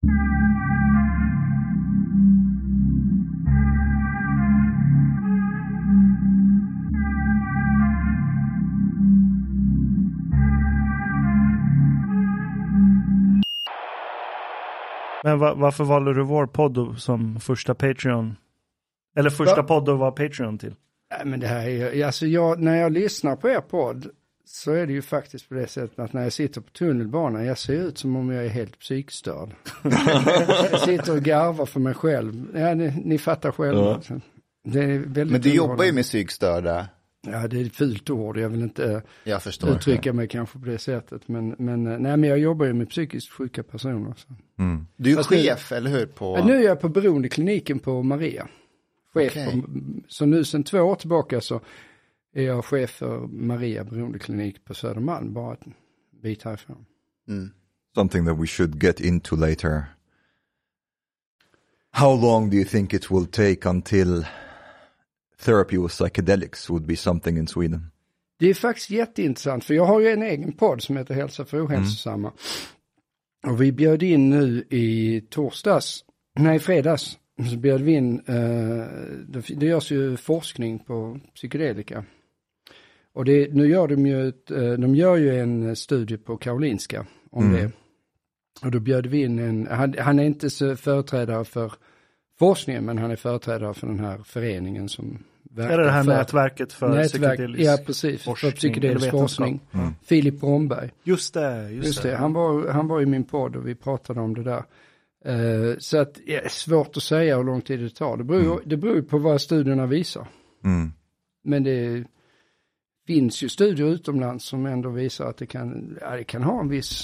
Men varför valde du vår podd som första Patreon? Eller första podd att vara Patreon till? Men det här är alltså när jag lyssnar på er podd så är det ju faktiskt på det sättet att när jag sitter på tunnelbanan, jag ser ut som om jag är helt psykstörd. Jag sitter och garvar för mig själv. Ja, ni fattar själva. Ja. Det är väldigt men du jobbar ju med psykstörda. Ja, det är ett fult ord. Jag vill inte uttrycka mig kanske på det sättet. Men jag jobbar ju med psykiskt sjuka personer. Så. Mm. Du är chef, eller hur? Nu är jag på beroendekliniken på Maria. Chef så nu sedan 2 år tillbaka så är jag chef för Maria beroendeklinik på Södermalm. Bara en bit härifrån. Mm. Something that we should get into later. How long do you think it will take until therapy with psychedelics would be something in Sweden? Det är faktiskt jätteintressant, för jag har ju en egen podd som heter Hälsa för ohälsosamma. Och vi bjöd in nu i fredags, så bjöd vi in, det görs ju forskning på psykedelika. Och nu gör de gör ju en studie på Karolinska om det. Och då bjöd vi in han är inte så företrädare för forskningen, men han är företrädare för den här föreningen som verkar för... Är det här nätverket för psykedelisk ja, precis, forskning, för psykedelisk forskning. Filip Bromberg. Just det. Han var i min podd och vi pratade om det där. Så att det är svårt att säga hur lång tid det tar. Det beror på vad studierna visar. Mm. Men det finns ju studier utomlands som ändå visar att det kan ha en viss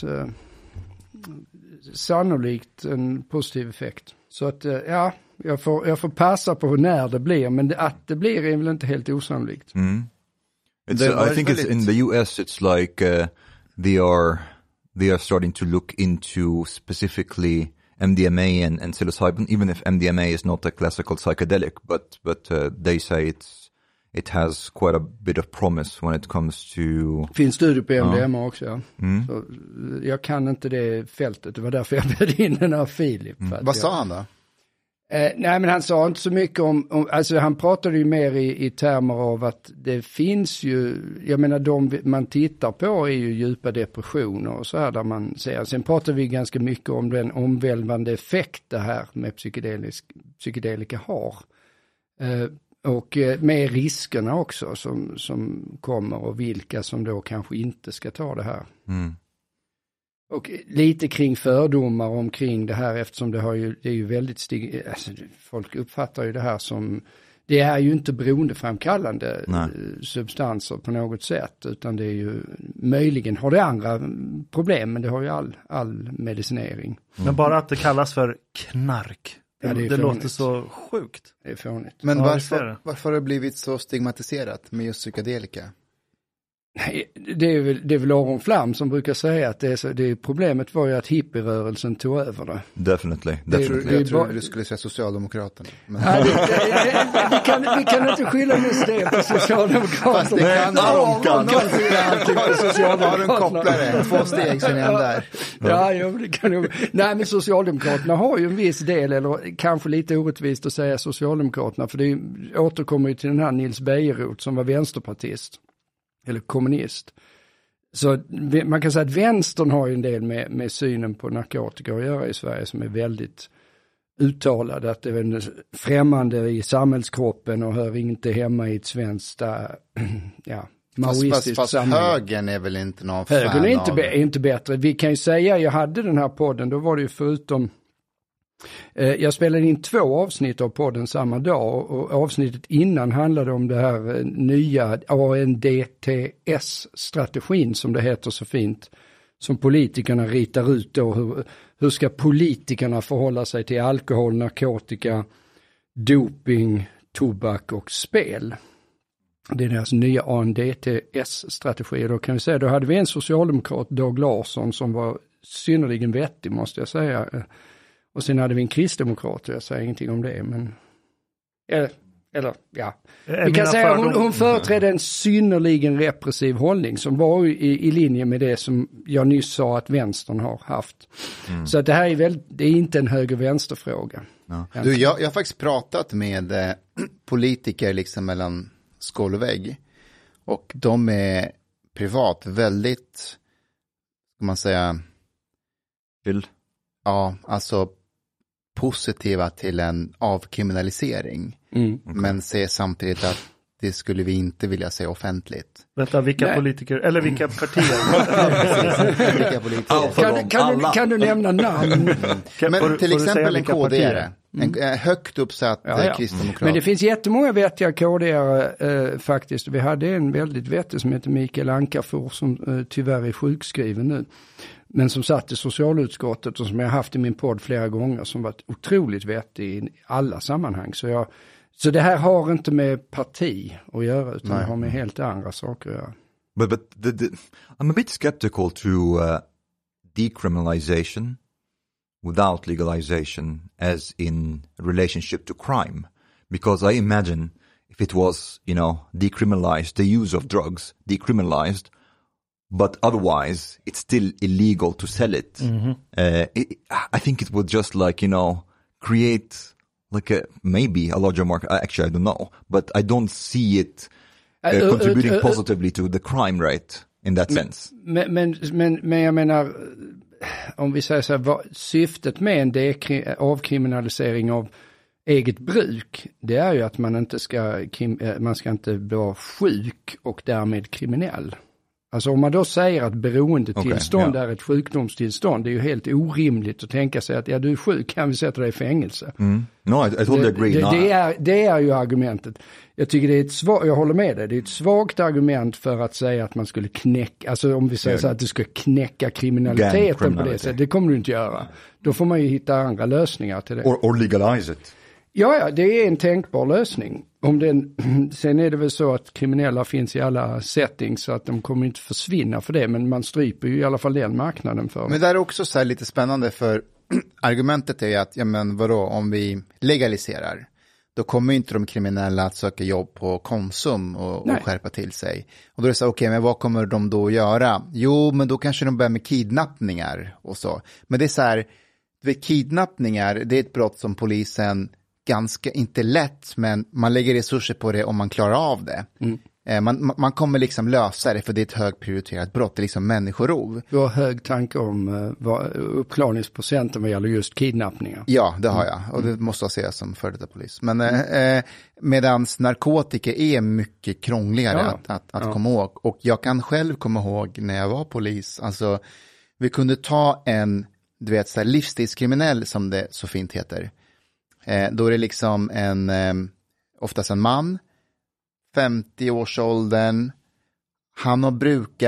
sannolikt en positiv effekt. Så att jag får passa på när det blir, men att det blir är väl inte helt osannolikt. Mm. I think it's in the US it's like they are starting to look into specifically MDMA and psilocybin, even if MDMA is not a classical psychedelic, but they say it has quite a bit of promise when it comes to... Finns studier på MDMA också, ja. Mm. Så jag kan inte det fältet. Det var därför jag bjöd in den här Filip. Vad sa han då? Nej, men han sa inte så mycket om alltså han pratade ju mer i termer av att det finns ju, jag menar man tittar på är ju djupa depressioner och så här där man ser. Sen pratar vi ganska mycket om den omvälvande effekt det här med psykedelika har. Och med riskerna också som kommer och vilka som då kanske inte ska ta det här. Mm. Och lite kring fördomar omkring det här, eftersom det är ju väldigt alltså folk uppfattar ju det här som, det är ju inte beroendeframkallande substanser på något sätt, utan det är ju, möjligen har det andra problem, men det har ju all medicinering. Men bara att det kallas för knark. Det låter så sjukt. Det är fånigt. Men varför har det blivit så stigmatiserat med just psykedelika? Nej, det är väl Aron Flam som brukar säga att problemet var ju att hippierörelsen tog över det. Definitely. Jag tror du skulle säga Socialdemokraterna. Men... Nej, vi kan inte skylla just det på Socialdemokraterna. Fast det kan Aron skylla alltid på Socialdemokraterna. Har du en kopplare? 2 steg sen är där. Ja, det kan du. Nej, men Socialdemokraterna har ju en viss del, eller kanske lite orättvist att säga Socialdemokraterna, för det återkommer ju till den här Nils Bejerot som var vänsterpartist. Eller kommunist. Så man kan säga att vänstern har ju en del med synen på narkotika att göra i Sverige som är väldigt uttalad. Att det är främmande i samhällskroppen och hör inte hemma i ett svenskt maoistiskt samhälle. Fast högern är väl inte någon fan högern är inte bättre. Vi kan ju säga, jag hade den här podden, då var det ju förutom... Jag spelade in 2 avsnitt av podden samma dag, och avsnittet innan handlade om det här nya ANDTS-strategin som det heter så fint, som politikerna ritar ut då. Hur ska politikerna förhålla sig till alkohol, narkotika, doping, tobak och spel? Det är deras nya ANDTS-strategi. Då kan vi säga, då hade vi en socialdemokrat, Dag Larsson, som var synnerligen vettig, måste jag säga. Och sen hade vi en kristdemokrat, och jag säger ingenting om det, men Eller ja, vi kan säga att hon företrädde en synnerligen repressiv hållning som var i linje med det som jag nyss sa att vänstern har haft. Så att det här det är inte en höger-vänster-fråga. Ja. Du, jag har faktiskt pratat med politiker liksom mellan skål och vägg. Och de är privat väldigt, ska man säga, ja, alltså positiva till en avkriminalisering. Men säger samtidigt att det skulle vi inte vilja säga offentligt. Vänta, vilka politiker, eller vilka partier? Vilka politiker? Kan du nämna namn? Men till exempel en KD-are. En högt uppsatt kristdemokrat. Men det finns jättemånga vettiga KD-are faktiskt. Vi hade en väldigt vettig som heter Mikael Ankarfor som tyvärr är sjukskriven nu. Men som satt i socialutskottet och som jag haft i min podd flera gånger som varit otroligt vettig i alla sammanhang. Så det här har inte med parti att göra utan det har med helt andra saker att göra. But I'm a bit skeptical to decriminalization without legalization as in relationship to crime. Because I imagine if it was, decriminalized, the use of drugs, decriminalized, but otherwise it's still illegal to sell it. I think it would just create maybe a larger market. Actually, I don't know, but I don't see it contributing positively to the crime rate in that sense. Men jag menar, om vi säger så här, syftet med en avkriminalisering av eget bruk, det är ju att man ska inte vara sjuk och därmed kriminell. Alltså om man då säger att beroendetillstånd är ett sjukdomstillstånd, det är ju helt orimligt att tänka sig att du är sjuk, kan vi sätta dig i fängelse. No, I totally agree. Det är ju argumentet. Jag tycker det är jag håller med dig, det är ett svagt argument för att säga att man skulle knäcka, alltså om vi säger så att det ska knäcka kriminaliteten på det sättet, det kommer du inte göra. Då får man ju hitta andra lösningar till det. Or legalize it. Ja, det är en tänkbar lösning. Sen är det väl så att kriminella finns i alla settings så att de kommer inte försvinna för det. Men man stryper ju i alla fall den marknaden för. Men det är också så här lite spännande för argumentet är ju att, om vi legaliserar, då kommer inte de kriminella att söka jobb på Konsum och skärpa till sig. Och då är det så men vad kommer de då göra? Jo, men då kanske de börjar med kidnappningar och så. Men det är så här, kidnappningar, det är ett brott som polisen ganska, inte lätt, men man lägger resurser på det om man klarar av det. Man kommer liksom lösa det för det är ett högprioriterat brott, det är liksom människorov. Du har hög tanke om uppklarningsprocenten vad gäller just kidnappningar. Ja, det har jag. Och det måste jag säga som före detta polis. Men medans narkotika är mycket krångligare att komma ihåg. Och jag kan själv komma ihåg när jag var polis. Alltså, vi kunde ta en, så här, livstidskriminell som det så fint heter. Då är det liksom oftast en man, 50-årsåldern. Han har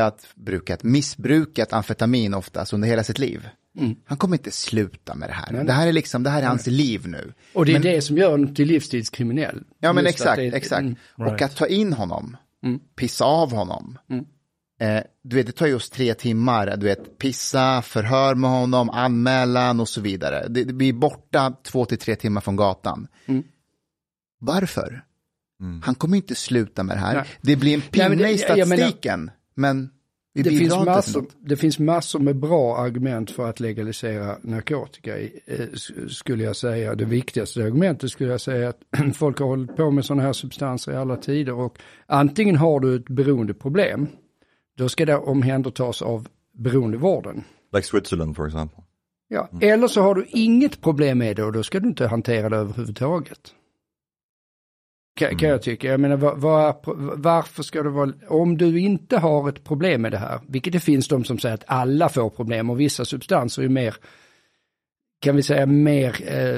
missbrukat amfetamin oftast under hela sitt liv. Han kommer inte sluta med det här. Nej. Det här är hans liv nu. Och det är det som gör honom till livstidskriminell. Ja, men exakt. Och att ta in honom, pissa av honom. Det tar just 3 timmar. Pissa, förhör med honom, anmälan och så vidare. Det blir borta 2 till 3 timmar från gatan. Varför? Han kommer inte sluta med det här. Nej. Det blir en pinne i statistiken. Men det finns massor med bra argument för att legalisera narkotika, skulle jag säga. Det viktigaste argumentet skulle jag säga att folk har hållit på med sådana här substanser i alla tider. Och antingen har du ett beroendeproblem, då ska det omhändertas av beroendevården. Like Switzerland, for example. Ja, eller så har du inget problem med det och då ska du inte hantera det överhuvudtaget. Kan jag tycka. Jag menar, varför ska det vara... Om du inte har ett problem med det här, vilket det finns de som säger att alla får problem och vissa substanser är mer, kan vi säga, mer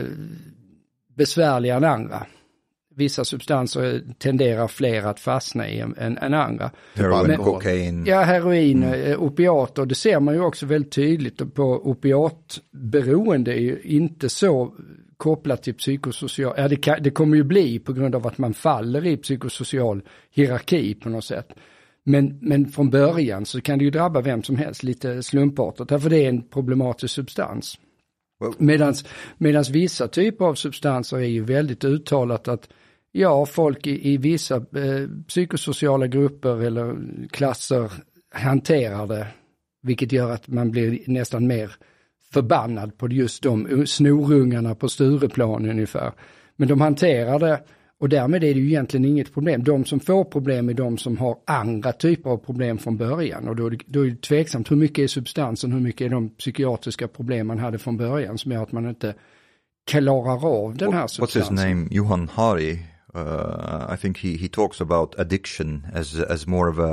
besvärliga än andra. Vissa substanser tenderar fler att fastna i än andra. Heroin, kokain. Ja, heroin, opiater. Det ser man ju också väldigt tydligt på. Opiatberoende är ju inte så kopplat till psykosocial... Ja, det kommer ju bli på grund av att man faller i psykosocial hierarki på något sätt. Men från början så kan det ju drabba vem som helst lite slumpartat. Därför det är en problematisk substans. Medans vissa typer av substanser är ju väldigt uttalat att Ja, folk i vissa psykosociala grupper eller klasser hanterar det, vilket gör att man blir nästan mer förbannad på just de snorungarna på Stureplan ungefär. Men de hanterar det och därmed är det ju egentligen inget problem. De som får problem är de som har andra typer av problem från början och då är det tveksamt hur mycket är substansen, hur mycket är de psykiatriska problem man hade från början som gör att man inte klarar av den här substansen. What's his name? Johan Hari. I think he talks about addiction as more of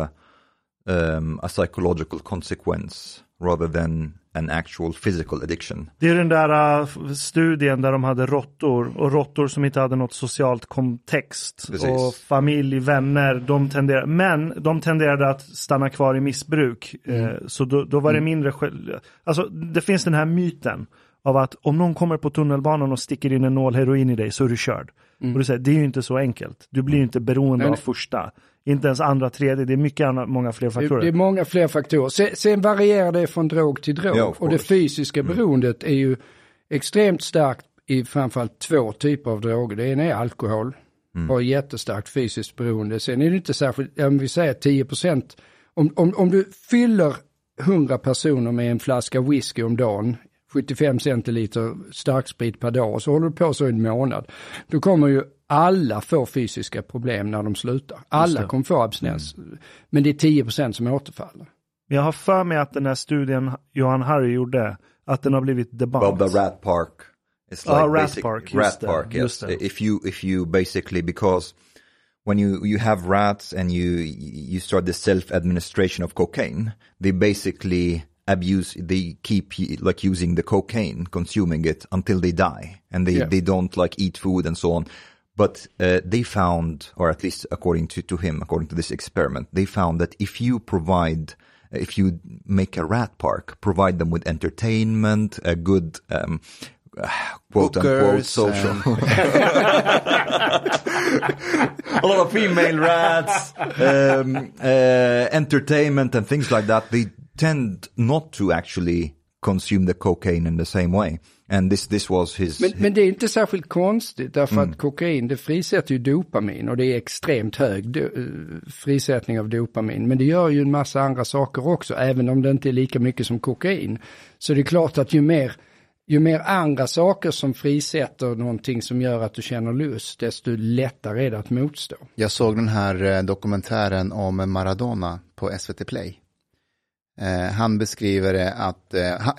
a psychological consequence rather than an actual physical addiction. Det är den där studien där de hade råttor som inte hade något socialt kontext. Precis. Och familj, vänner, de tenderade att stanna kvar i missbruk. Så då var det mindre alltså det finns den här myten av att om någon kommer på tunnelbanan och sticker in en nål heroin i dig så är du körd. Och du säger, det är ju inte så enkelt. Du blir ju inte beroende av första. Inte ens andra, tredje. Det är många fler faktorer. Det är många fler faktorer. Sen varierar det från drog till drog. Yeah, och det fysiska beroendet är ju extremt starkt i framförallt 2 typer av droger. Det ena är alkohol. Och jättestarkt fysiskt beroende. Sen är det inte särskilt, om vi säger 10%. Om du fyller 100 personer med en flaska whisky om dagen, 75 centiliter starksprit per dag och så håller du på så en månad. Då kommer ju alla få fysiska problem när de slutar. Alla kommer få abstinens. Men det är 10% som återfaller. Jag har för mig att den här studien Johan Hari gjorde, att den har blivit debunked. Well, the Rat Park. It's like Rat Park, yes. If you basically, because when you have rats and you start the self-administration of cocaine, they basically they keep like using the cocaine, consuming it until they die, and they don't like eat food and so on. But they found, or at least according to this experiment, they found that if you make a rat park, provide them with entertainment, a good quote unquote social, a lot of female rats, entertainment and things like that, they tend not to actually consume the cocaine in the same way. And this was his... Men det är inte särskilt konstigt därför att kokain, det frisätter ju dopamin och det är extremt hög frisättning av dopamin. Men det gör ju en massa andra saker också, även om det inte är lika mycket som kokain. Så det är klart att ju mer andra saker som frisätter någonting som gör att du känner lust, desto lättare är det att motstå. Jag såg den här dokumentären om Maradona på SVT Play. Han beskriver det att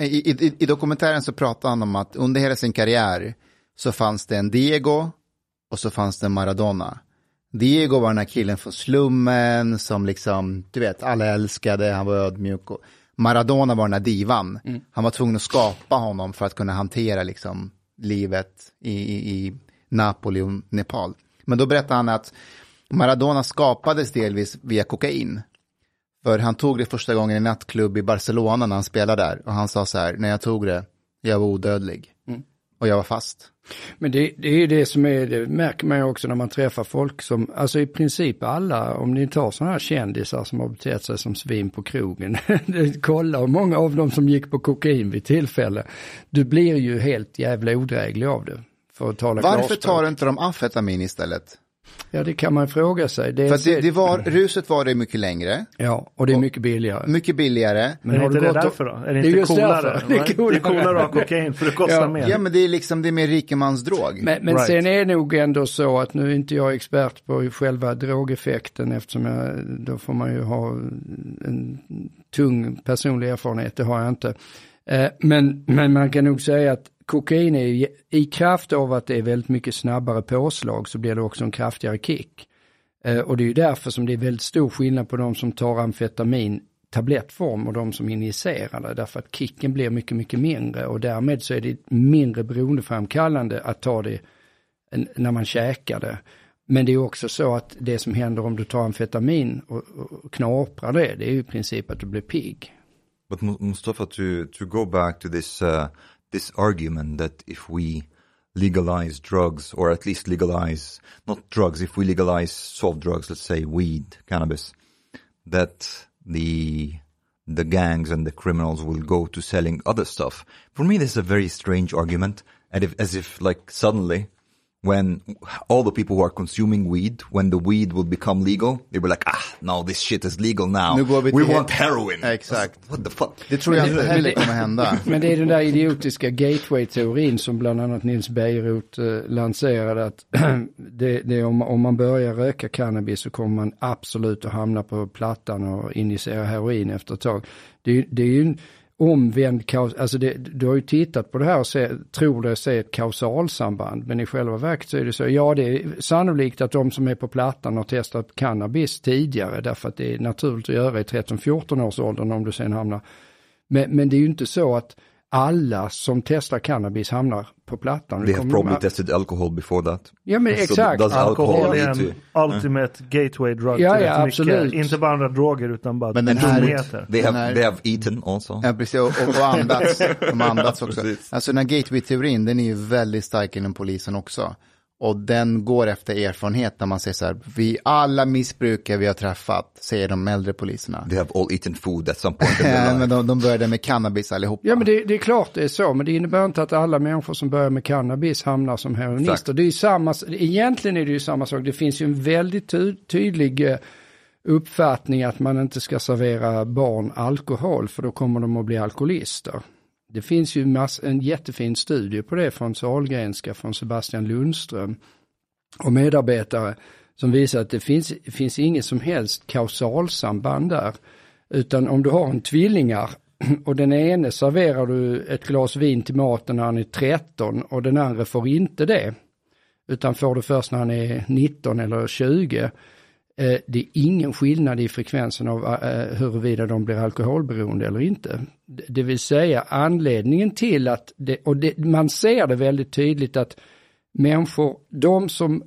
i dokumentären så pratar han om att under hela sin karriär så fanns det en Diego och så fanns det en Maradona. Diego var den här killen från slummen som liksom, du vet, alla älskade, han var ödmjuk. Maradona var den här divan. Han var tvungen att skapa honom för att kunna hantera liksom livet i Napoli och Nepal. Men då berättar han att Maradona skapades delvis via kokain. För han tog det första gången i en nattklubb i Barcelona när han spelade där. Och han sa så här, när jag tog det, jag var odödlig. Och jag var fast. Men det är ju det som är, det märker man ju också när man träffar folk som, alltså i princip alla, om ni tar sådana här kändisar som har betett sig som svin på krogen. Kolla, och många av dem som gick på kokain vid tillfälle. Du blir ju helt jävla odräglig av det. För att tala Varför tar inte de amfetamin istället? Ja, det kan man fråga sig. Ruset var det mycket längre. Ja, och det är mycket billigare. Mycket billigare. Men är inte det därför då? Är det inte coolare? Det är coolare att ha kokain för det kostar mer. Ja, men det är liksom, det är mer rikemansdrog. Men sen är det nog ändå så att nu är inte jag expert på själva drogeffekten eftersom då får man ju ha en tung personlig erfarenhet, det har jag inte. Men man kan nog säga att kokain är ju, i kraft av att det är väldigt mycket snabbare påslag så blir det också en kraftigare kick. Och det är ju därför som det är väldigt stor skillnad på de som tar amfetamin tablettform och de som injicerar det. Därför att kicken blir mycket, mycket mindre och därmed så är det mindre beroendeframkallande att ta det när man käkar det. Men det är också så att det som händer om du tar amfetamin och knaprar det är ju i princip att du blir pigg. But Mustafa, to go back to this argument that if we legalize drugs, or at least legalize, not drugs, if we legalize soft drugs, let's say weed, cannabis, that the gangs and the criminals will go to selling other stuff. For me, this is a very strange argument, as if like suddenly when all the people who are consuming weed, when the weed will become legal, they were like, no, this shit is legal now. We want heroin. Exakt. What the fuck? Det tror jag inte heller kommer hända. Men det är den där idiotiska gateway-teorin som bland annat Nils Beirut lanserade, att det om man börjar röka cannabis så kommer man absolut att hamna på plattan och injicera heroin efter ett tag. Det är ju en omvänd alltså du har ju tittat på det här och tror det är ett kausalsamband, men i själva verket så är det så, ja, det är sannolikt att de som är på plattan har testat cannabis tidigare, därför att det är naturligt att göra i 13-14 års åldern om du sen hamnar, men det är ju inte så att alla som testar cannabis hamnar på plattan. They have probably tested alcohol before that. Ja, men exakt. Alkohol är en ultimate gateway drug. Ja, absolut. Inte bara andra droger utan bara dumheter. They have eaten also. Ja, precis. Och andats också. Alltså den här gateway-teorin, den är ju väldigt stark inom polisen också. Och den går efter erfarenhet när man säger så här, vi alla missbrukare vi har träffat, säger de äldre poliserna. They have all eaten food at some point in their life. Men de började med cannabis allihopa. Ja, men det är klart det är så, men det innebär inte att alla människor som börjar med cannabis hamnar som heroinister. Det är ju egentligen är det ju samma sak. Det finns ju en väldigt tydlig uppfattning att man inte ska servera barn alkohol, för då kommer de att bli alkoholister. Det finns ju en jättefin studie på det från Sahlgrenska, från Sebastian Lundström och medarbetare, som visar att det finns inget som helst kausalsamband där. Utan om du har en tvillingar och den ene serverar du ett glas vin till maten när han är 13 och den andra får inte det, utan får det först när han är 19 eller 20. Det är ingen skillnad i frekvensen av huruvida de blir alkoholberoende eller inte. Det vill säga anledningen till att, man ser det väldigt tydligt att människor, de som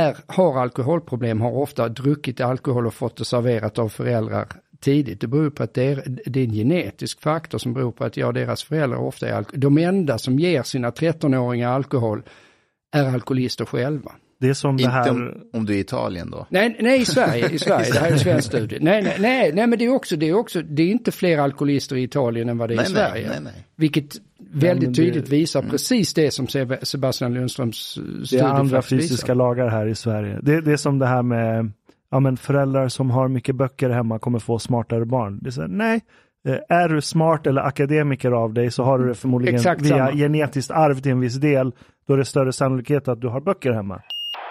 har alkoholproblem har ofta druckit alkohol och fått det serverat av föräldrar tidigt. Det beror på att det är en genetisk faktor som beror på att deras föräldrar ofta är de enda som ger sina 13-åringar alkohol är alkoholister själva. Det är som det här... Inte om du är i Italien då? Nej, i Sverige. Det här är en svensk studie. Nej, men det är inte fler alkoholister i Italien än vad det är i Sverige. Nej. Vilket väldigt tydligt visar precis det som Sebastian Lundströms studie. Det är andra fysiska lagar här i Sverige. Det är som det här med föräldrar som har mycket böcker hemma kommer få smartare barn. Det är så här, nej. Är du smart eller akademiker av dig så har du det förmodligen via genetiskt arv till en viss del. Då är det större sannolikhet att du har böcker hemma.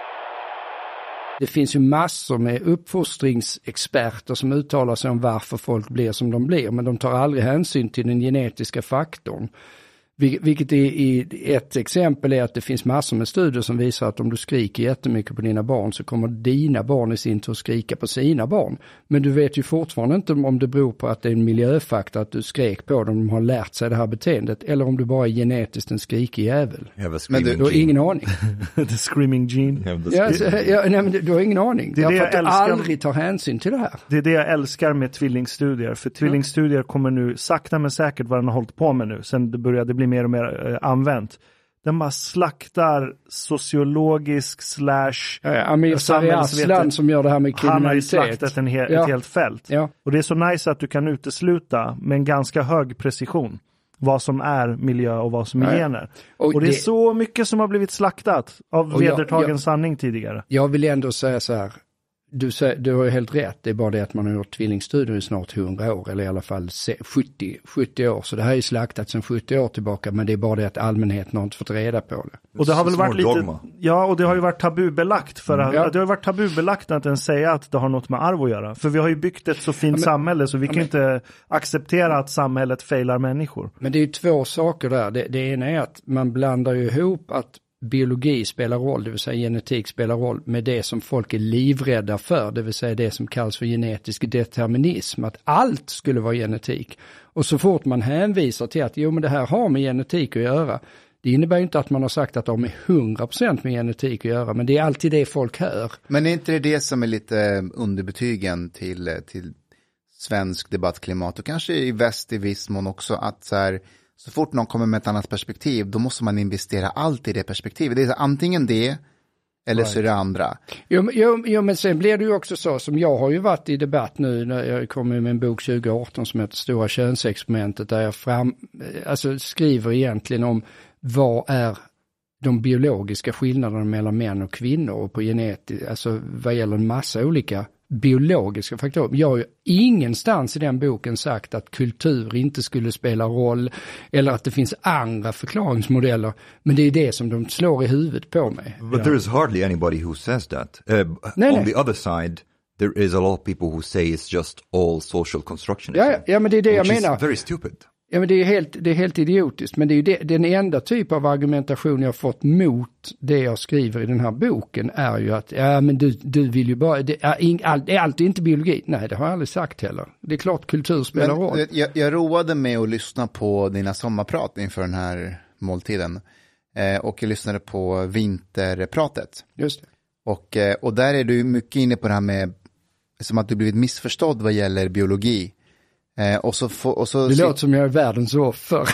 Det finns ju massor med uppfostringsexperter som uttalar sig om varför folk blir som de blir, men de tar aldrig hänsyn till den genetiska faktorn. Vilket är ett exempel är att det finns massor med studier som visar att om du skriker jättemycket på dina barn så kommer dina barn i sin tur skrika på sina barn. Men du vet ju fortfarande inte om det beror på att det är en miljöfaktor att du skrek på dem, de har lärt sig det här beteendet, eller om du bara är genetiskt en skrikig jävel. Men du har ingen aning. The screaming gene. Men du har ingen aning. Det är för att du aldrig tar hänsyn till det här. Det är det jag älskar med tvillingstudier. För tvillingstudier kommer nu sakta men säkert vad den har hållit på med nu. Sen det började bli mer och mer använt. Den bara slaktar sociologisk / Amir Sariaslan som gör det här med kriminalitet. Han har ju slaktat ett helt fält. Ja. Och det är så nice att du kan utesluta med en ganska hög precision vad som är miljö och vad som är gener. Och det är så mycket som har blivit slaktat av vedertagen sanning tidigare. Jag vill ändå säga så här. Du har ju helt rätt, det är bara det att man har gjort tvillingstudier i snart 100 år, eller i alla fall 70 år, så det här är ju slaktat sedan 70 år tillbaka, men det är bara det att allmänheten har inte fått reda på det. Och det har väl varit lite, och det har ju varit tabubelagt för att det har varit tabubelagt att ens säga att det har något med arv att göra, för vi har ju byggt ett så fint samhälle så vi kan inte acceptera att samhället failar människor. Men det är ju två saker där, det ena är att man blandar ju ihop att biologi spelar roll, det vill säga genetik spelar roll, med det som folk är livrädda för, det vill säga det som kallas för genetisk determinism, att allt skulle vara genetik. Och så fort man hänvisar till att men det här har med genetik att göra, det innebär ju inte att man har sagt att de är 100% med genetik att göra, men det är alltid det folk hör. Men är inte det som är lite underbetygen till svensk debattklimat och kanske i väst i viss mån också, att så fort någon kommer med ett annat perspektiv, då måste man investera allt i det perspektivet. Det är antingen det, eller så är det andra. Jo, men sen blir det ju också så, som jag har ju varit i debatt nu, när jag kom med en bok 2018 som heter Stora könsexperimentet, där jag skriver egentligen om vad är de biologiska skillnaderna mellan män och kvinnor och på genetiskt, alltså vad gäller en massa olika biologiska faktorer. Jag har ju ingenstans i den boken sagt att kultur inte skulle spela roll eller att det finns andra förklaringsmodeller, men det är det som de slår i huvudet på mig. But there is hardly anybody who says that. On the other side, there is a lot of people who say it's just all social constructionism. Ja, men det är det jag menar. Is very stupid. Ja, men det är helt idiotiskt, men det är ju den enda typ av argumentation jag har fått mot det jag skriver i den här boken är ju att men du vill ju bara, det är alltid inte biologi. Nej, det har jag aldrig sagt heller. Det är klart kultur spelar roll. Jag roade med att lyssna på dina sommarprat inför den här måltiden och jag lyssnade på vinterpratet. Just det. Och där är du mycket inne på det här med som att du blivit missförstådd vad gäller biologi. Och så det låter som jag är världens offer.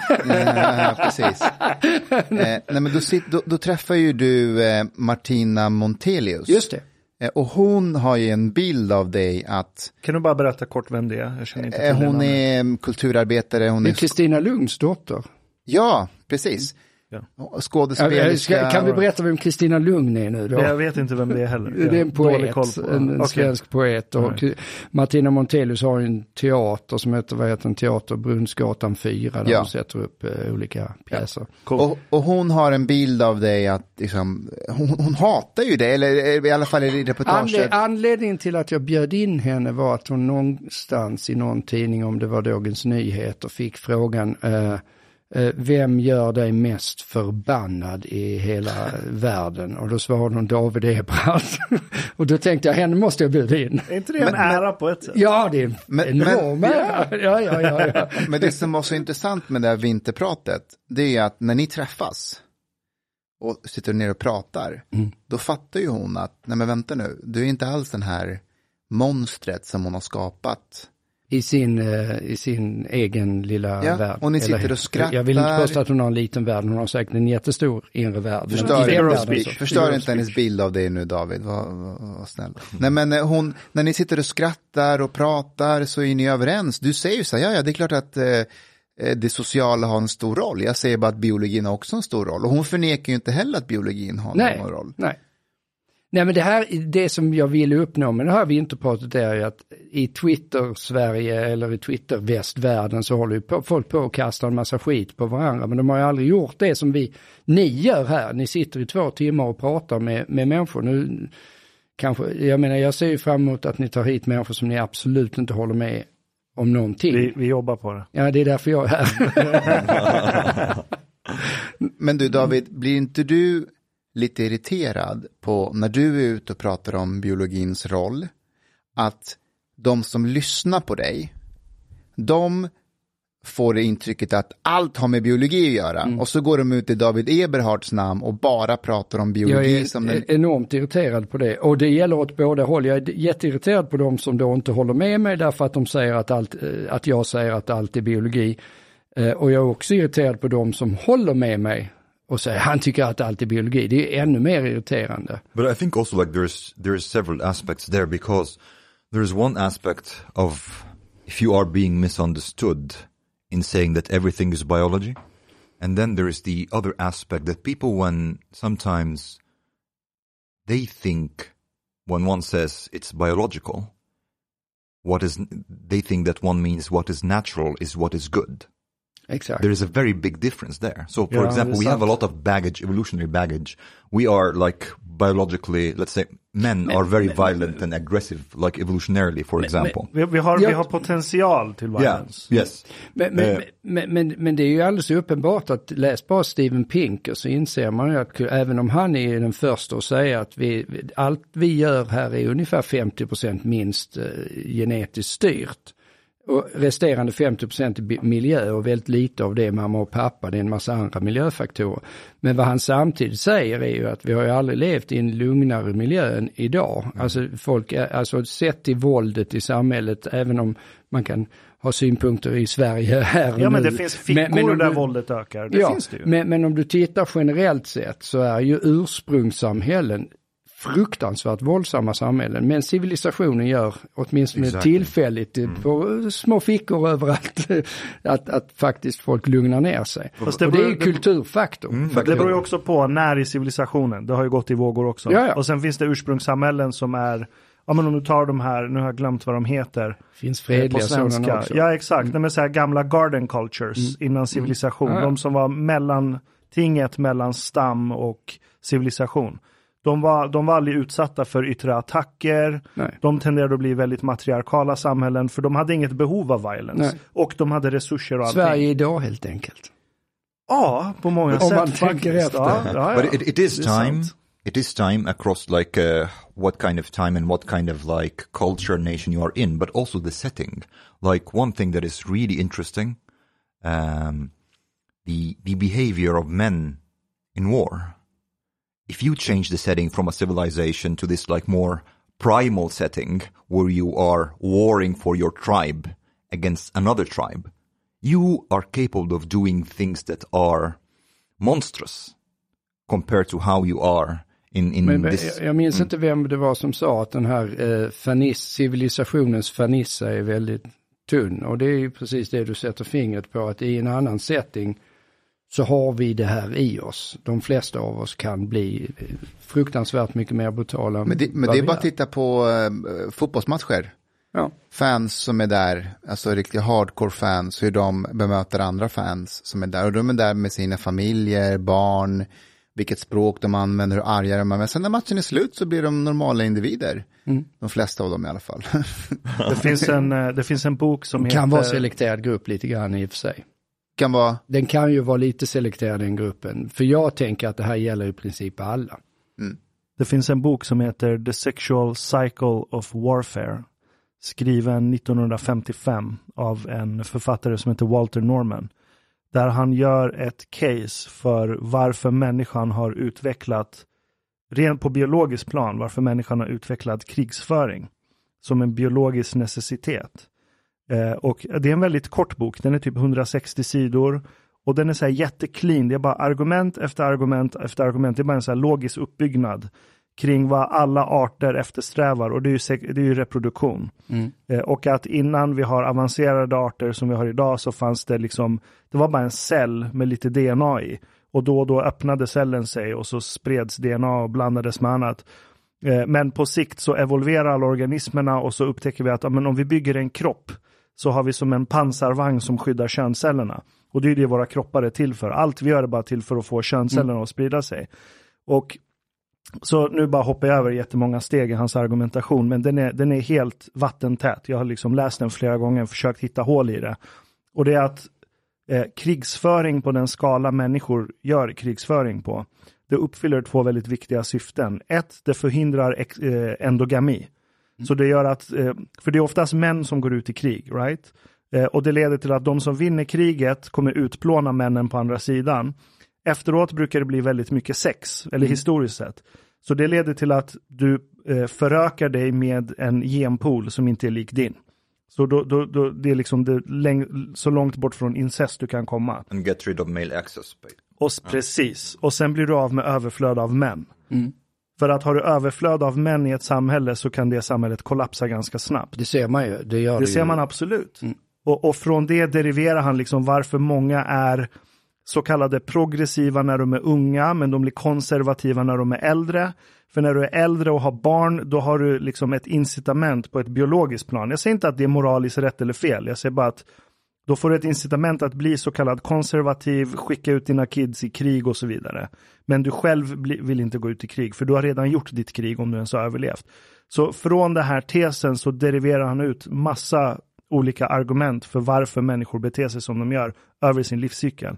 Precis. Nej, men då träffar ju du Martina Montelius. Just det. Och hon har ju en bild av dig att... Kan du bara berätta kort vem det är? Jag känner inte till hon är kulturarbetare. Det är Kristina Lunds dotter. Ja, precis. Ja. Skådespelerska. Kan vi berätta vem Kristina Lugn är nu då? Jag vet inte vem det är heller. Det är en poet, en svensk poet. Och Martina Montelius har en teater som heter, en teater, Brunnsgatan 4, där hon sätter upp olika pjäser. Cool. Och hon har en bild av dig att liksom, hon hatar ju det, eller i alla fall i reportaget. Anledningen till att jag bjöd in henne var att hon någonstans i någon tidning, om det var Dagens Nyheter, fick frågan... vem gör dig mest förbannad i hela världen? Och då svarade hon David Ebrard. Och då tänkte jag, henne måste jag bjuda in. Är inte det en ära på ett sätt? Ja, det är en enorm ära. Ja. Men det som var så intressant med det här vinterpratet, det är att när ni träffas och sitter ner och pratar, då fattar ju hon att, nej men vänta nu, du är inte alls den här monstret som hon har skapat. I sin egen lilla värld. Och ni sitter och skrattar. Jag vill inte påstå att hon har en liten värld. Hon har säkert en jättestor inre värld. Förstör inte hennes bild av det nu, David. Var snäll. Nej, men när ni sitter och skrattar och pratar så är ni överens. Du säger ju så här, ja, det är klart att det sociala har en stor roll. Jag säger bara att biologin har också en stor roll. Och hon förnekar ju inte heller att biologin har någon roll. Nej, men det som jag vill uppnå med det här vinterpratet är ju att i Twitter-Sverige eller i Twitter-västvärlden så håller ju folk på att kasta en massa skit på varandra. Men de har ju aldrig gjort det som ni gör här. Ni sitter i 2 timmar och pratar med människor. Nu kanske, jag ser ju fram emot att ni tar hit människor som ni absolut inte håller med om någonting. Vi jobbar på det. Ja, det är därför jag är här. Men du, David, blir inte du lite irriterad på när du är ute och pratar om biologins roll, att de som lyssnar på dig, de får det intrycket att allt har med biologi att göra, och så går de ut i David Eberhards namn och bara pratar om biologi. Jag är enormt irriterad på det, och det gäller åt båda håll. Jag är jätteirriterad på dem som då inte håller med mig därför att de säger att jag säger att allt är biologi, och jag är också irriterad på dem som håller med mig och säger han tycker att allt är biologi. Det är ännu mer irriterande. But I think also like there's several aspects there, because there's one aspect of if you are being misunderstood in saying that everything is biology, and then there is the other aspect that people, when sometimes they think when one says it's biological, they think that one means what is natural is what is good. Exactly. There is a very big difference there. So, for example, we have a lot of baggage, evolutionary baggage. We are like biologically, let's say, men are very violent and aggressive, like evolutionarily, for example. Vi har potential till violence. Yeah, yes. Men det är ju alldeles uppenbart att läs bara Steven Pinker så inser man ju att även om han är den första att säga att allt vi gör här är ungefär 50% minst genetiskt styrt. Och resterande 50% är miljö, och väldigt lite av det är mamma och pappa, det är en massa andra miljöfaktorer. Men vad han samtidigt säger är ju att vi har ju aldrig levt i en lugnare miljö än idag. Alltså folk sett i våldet i samhället, även om man kan ha synpunkter i Sverige här och nu. Men det finns fickor där våldet ökar, det finns det ju. Men om du tittar generellt sett så är ju ursprungssamhällen fruktansvärt våldsamma samhällen. Men civilisationen gör åtminstone tillfälligt på små fickor överallt att faktiskt folk lugnar ner sig. Och det är ju kulturfaktor. Det beror ju också på när i civilisationen. Det har ju gått i vågor också. Ja. Och sen finns det ursprungssamhällen som är, ja men om du tar de här, nu har jag glömt vad de heter. Finns fredliga på svenska. Sådana också. Ja exakt, de är så här gamla garden cultures innan civilisation. De som var mellantinget mellan stam och civilisation. De var aldrig utsatta för yttre attacker. Nej. De tenderade att bli väldigt matriarkala samhällen för de hade inget behov av violence. Nej. Och de hade resurser och allting. Sverige idag helt enkelt. Ja, på många sätt. Om man tänker efter. Ja. But it is time. It is time across like what kind of time and what kind of like culture nation you are in, but also the setting. Like one thing that is really interesting, the behavior of men in war. If you change the setting from a civilization to this like more primal setting where you are warring for your tribe against another tribe, you are capable of doing things that are monstrous compared to how you are in this. Jag minns inte vem det var som sa att den här civilisationens fanissa är väldigt tunn. Och det är ju precis det du sätter fingret på, att i en annan setting så har vi det här i oss. De flesta av oss kan bli fruktansvärt mycket mer brutala. Men det är bara att titta på fotbollsmatcher. Ja. Fans som är där, alltså riktigt hardcore fans, hur de bemöter andra fans som är där. Och de är där med sina familjer, barn, vilket språk de använder, hur arga de är. Men sen när matchen är slut så blir de normala individer. De flesta av dem i alla fall. Det finns en bok som kan vara selekterad grupp lite grann i och för sig. Den kan ju vara lite selekterad den gruppen. För jag tänker att det här gäller i princip alla. Det finns en bok som heter The Sexual Cycle of Warfare. Skriven 1955 av en författare som heter Walter Norman. Där han gör ett case för varför människan har utvecklat, rent på biologisk plan, varför människan har utvecklat krigsföring som en biologisk necessitet. Och det är en väldigt kort bok, den är typ 160 sidor och den är så här jätteklin, det är bara argument efter argument efter argument, det är bara en så här logisk uppbyggnad kring vad alla arter eftersträvar och det är ju reproduktion. Och att innan vi har avancerade arter som vi har idag så fanns det liksom, det var bara en cell med lite DNA i och då öppnade cellen sig och så spreds DNA och blandades med annat. Men på sikt så evolverar alla organismerna och så upptäcker vi att men om vi bygger en kropp så har vi som en pansarvagn som skyddar könscellerna. Och det är det våra kroppar är till för. Allt vi gör är bara till för att få könscellerna att sprida sig. Och så nu bara hoppar jag över jättemånga steg i hans argumentation. Men den är helt vattentät. Jag har liksom läst den flera gånger och försökt hitta hål i det. Och det är att krigsföring på den skala människor gör krigsföring på. Det uppfyller 2 väldigt viktiga syften. 1, det förhindrar endogami. Så det gör att, för det är oftast män som går ut i krig, right? Och det leder till att de som vinner kriget kommer utplåna männen på andra sidan. Efteråt brukar det bli väldigt mycket sex, eller historiskt sett. Så det leder till att du förökar dig med en genpool som inte är lik din. Så då det är liksom så långt bort från incest du kan komma. And get rid of male access. Precis. Och sen blir du av med överflöd av män. För att har du överflöd av män i ett samhälle så kan det samhället kollapsa ganska snabbt. Det ser man ju. Det ser man absolut. Och från det deriverar han liksom varför många är så kallade progressiva när de är unga men de blir konservativa när de är äldre. För när du är äldre och har barn då har du liksom ett incitament på ett biologiskt plan. Jag säger inte att det är moraliskt rätt eller fel. Jag säger bara att då får du ett incitament att bli så kallad konservativ, skicka ut dina kids i krig och så vidare. Men du själv vill inte gå ut i krig för du har redan gjort ditt krig om du ens har överlevt. Så från den här tesen så deriverar han ut massa olika argument för varför människor beter sig som de gör över sin livscykel.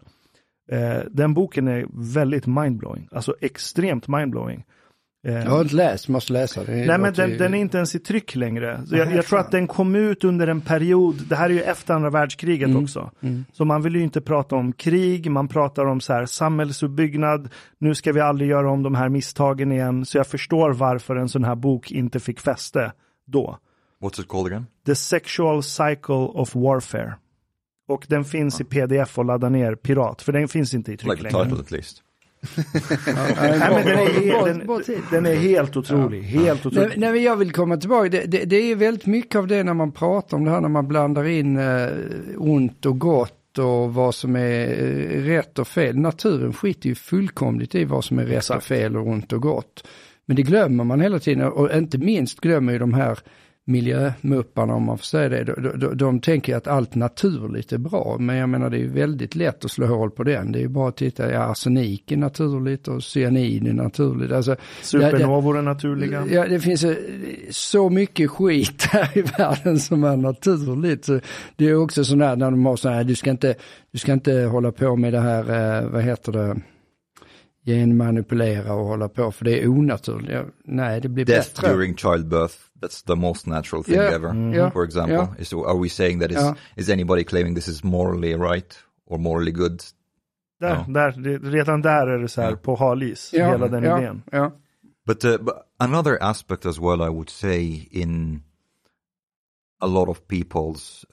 Den boken är väldigt mindblowing, alltså extremt mindblowing. Jag har inte läst, måste läsa. Nej men den är inte ens i tryck längre. Så jag tror att den kom ut under en period, det här är ju efter andra världskriget också. Så man vill ju inte prata om krig, man pratar om så här samhällsuppbyggnad. Nu ska vi aldrig göra om de här misstagen igen. Så jag förstår varför en sån här bok inte fick fäste då. What's it called again? The Sexual Cycle of Warfare. Och den finns i pdf och ladda ner pirat. För den finns inte i tryck längre. Like the title at least. Den är helt otrolig. Helt otrolig. Nej, men jag vill komma tillbaka. Det är väldigt mycket av det när man pratar om det här, när man blandar in ont och gott och vad som är rätt och fel. Naturen skiter ju fullkomligt i vad som är rätt och fel och ont och gott. Men det glömmer man hela tiden, och inte minst glömmer ju de här miljömupparna, om man får säga det. De tänker att allt naturligt är bra, men jag menar det är ju väldigt lätt att slå hål på den. Det är ju bara att titta, arsenik är naturligt och cyanid är naturligt. Alltså, supernovor är naturliga. Ja, det finns så mycket skit här i världen som är naturligt. Så det är också sån här, när de har så här, du ska inte hålla på med det här, vad heter det, genmanipulera och hålla på, för det är onaturligt. Nej, det blir death bättre. During childbirth, that's the most natural thing ever. For example, are we saying that is anybody claiming this is morally right or morally good? Redan där är det så här på halis, hela den idén. Ja. But another aspect as well, I would say, in a lot of people's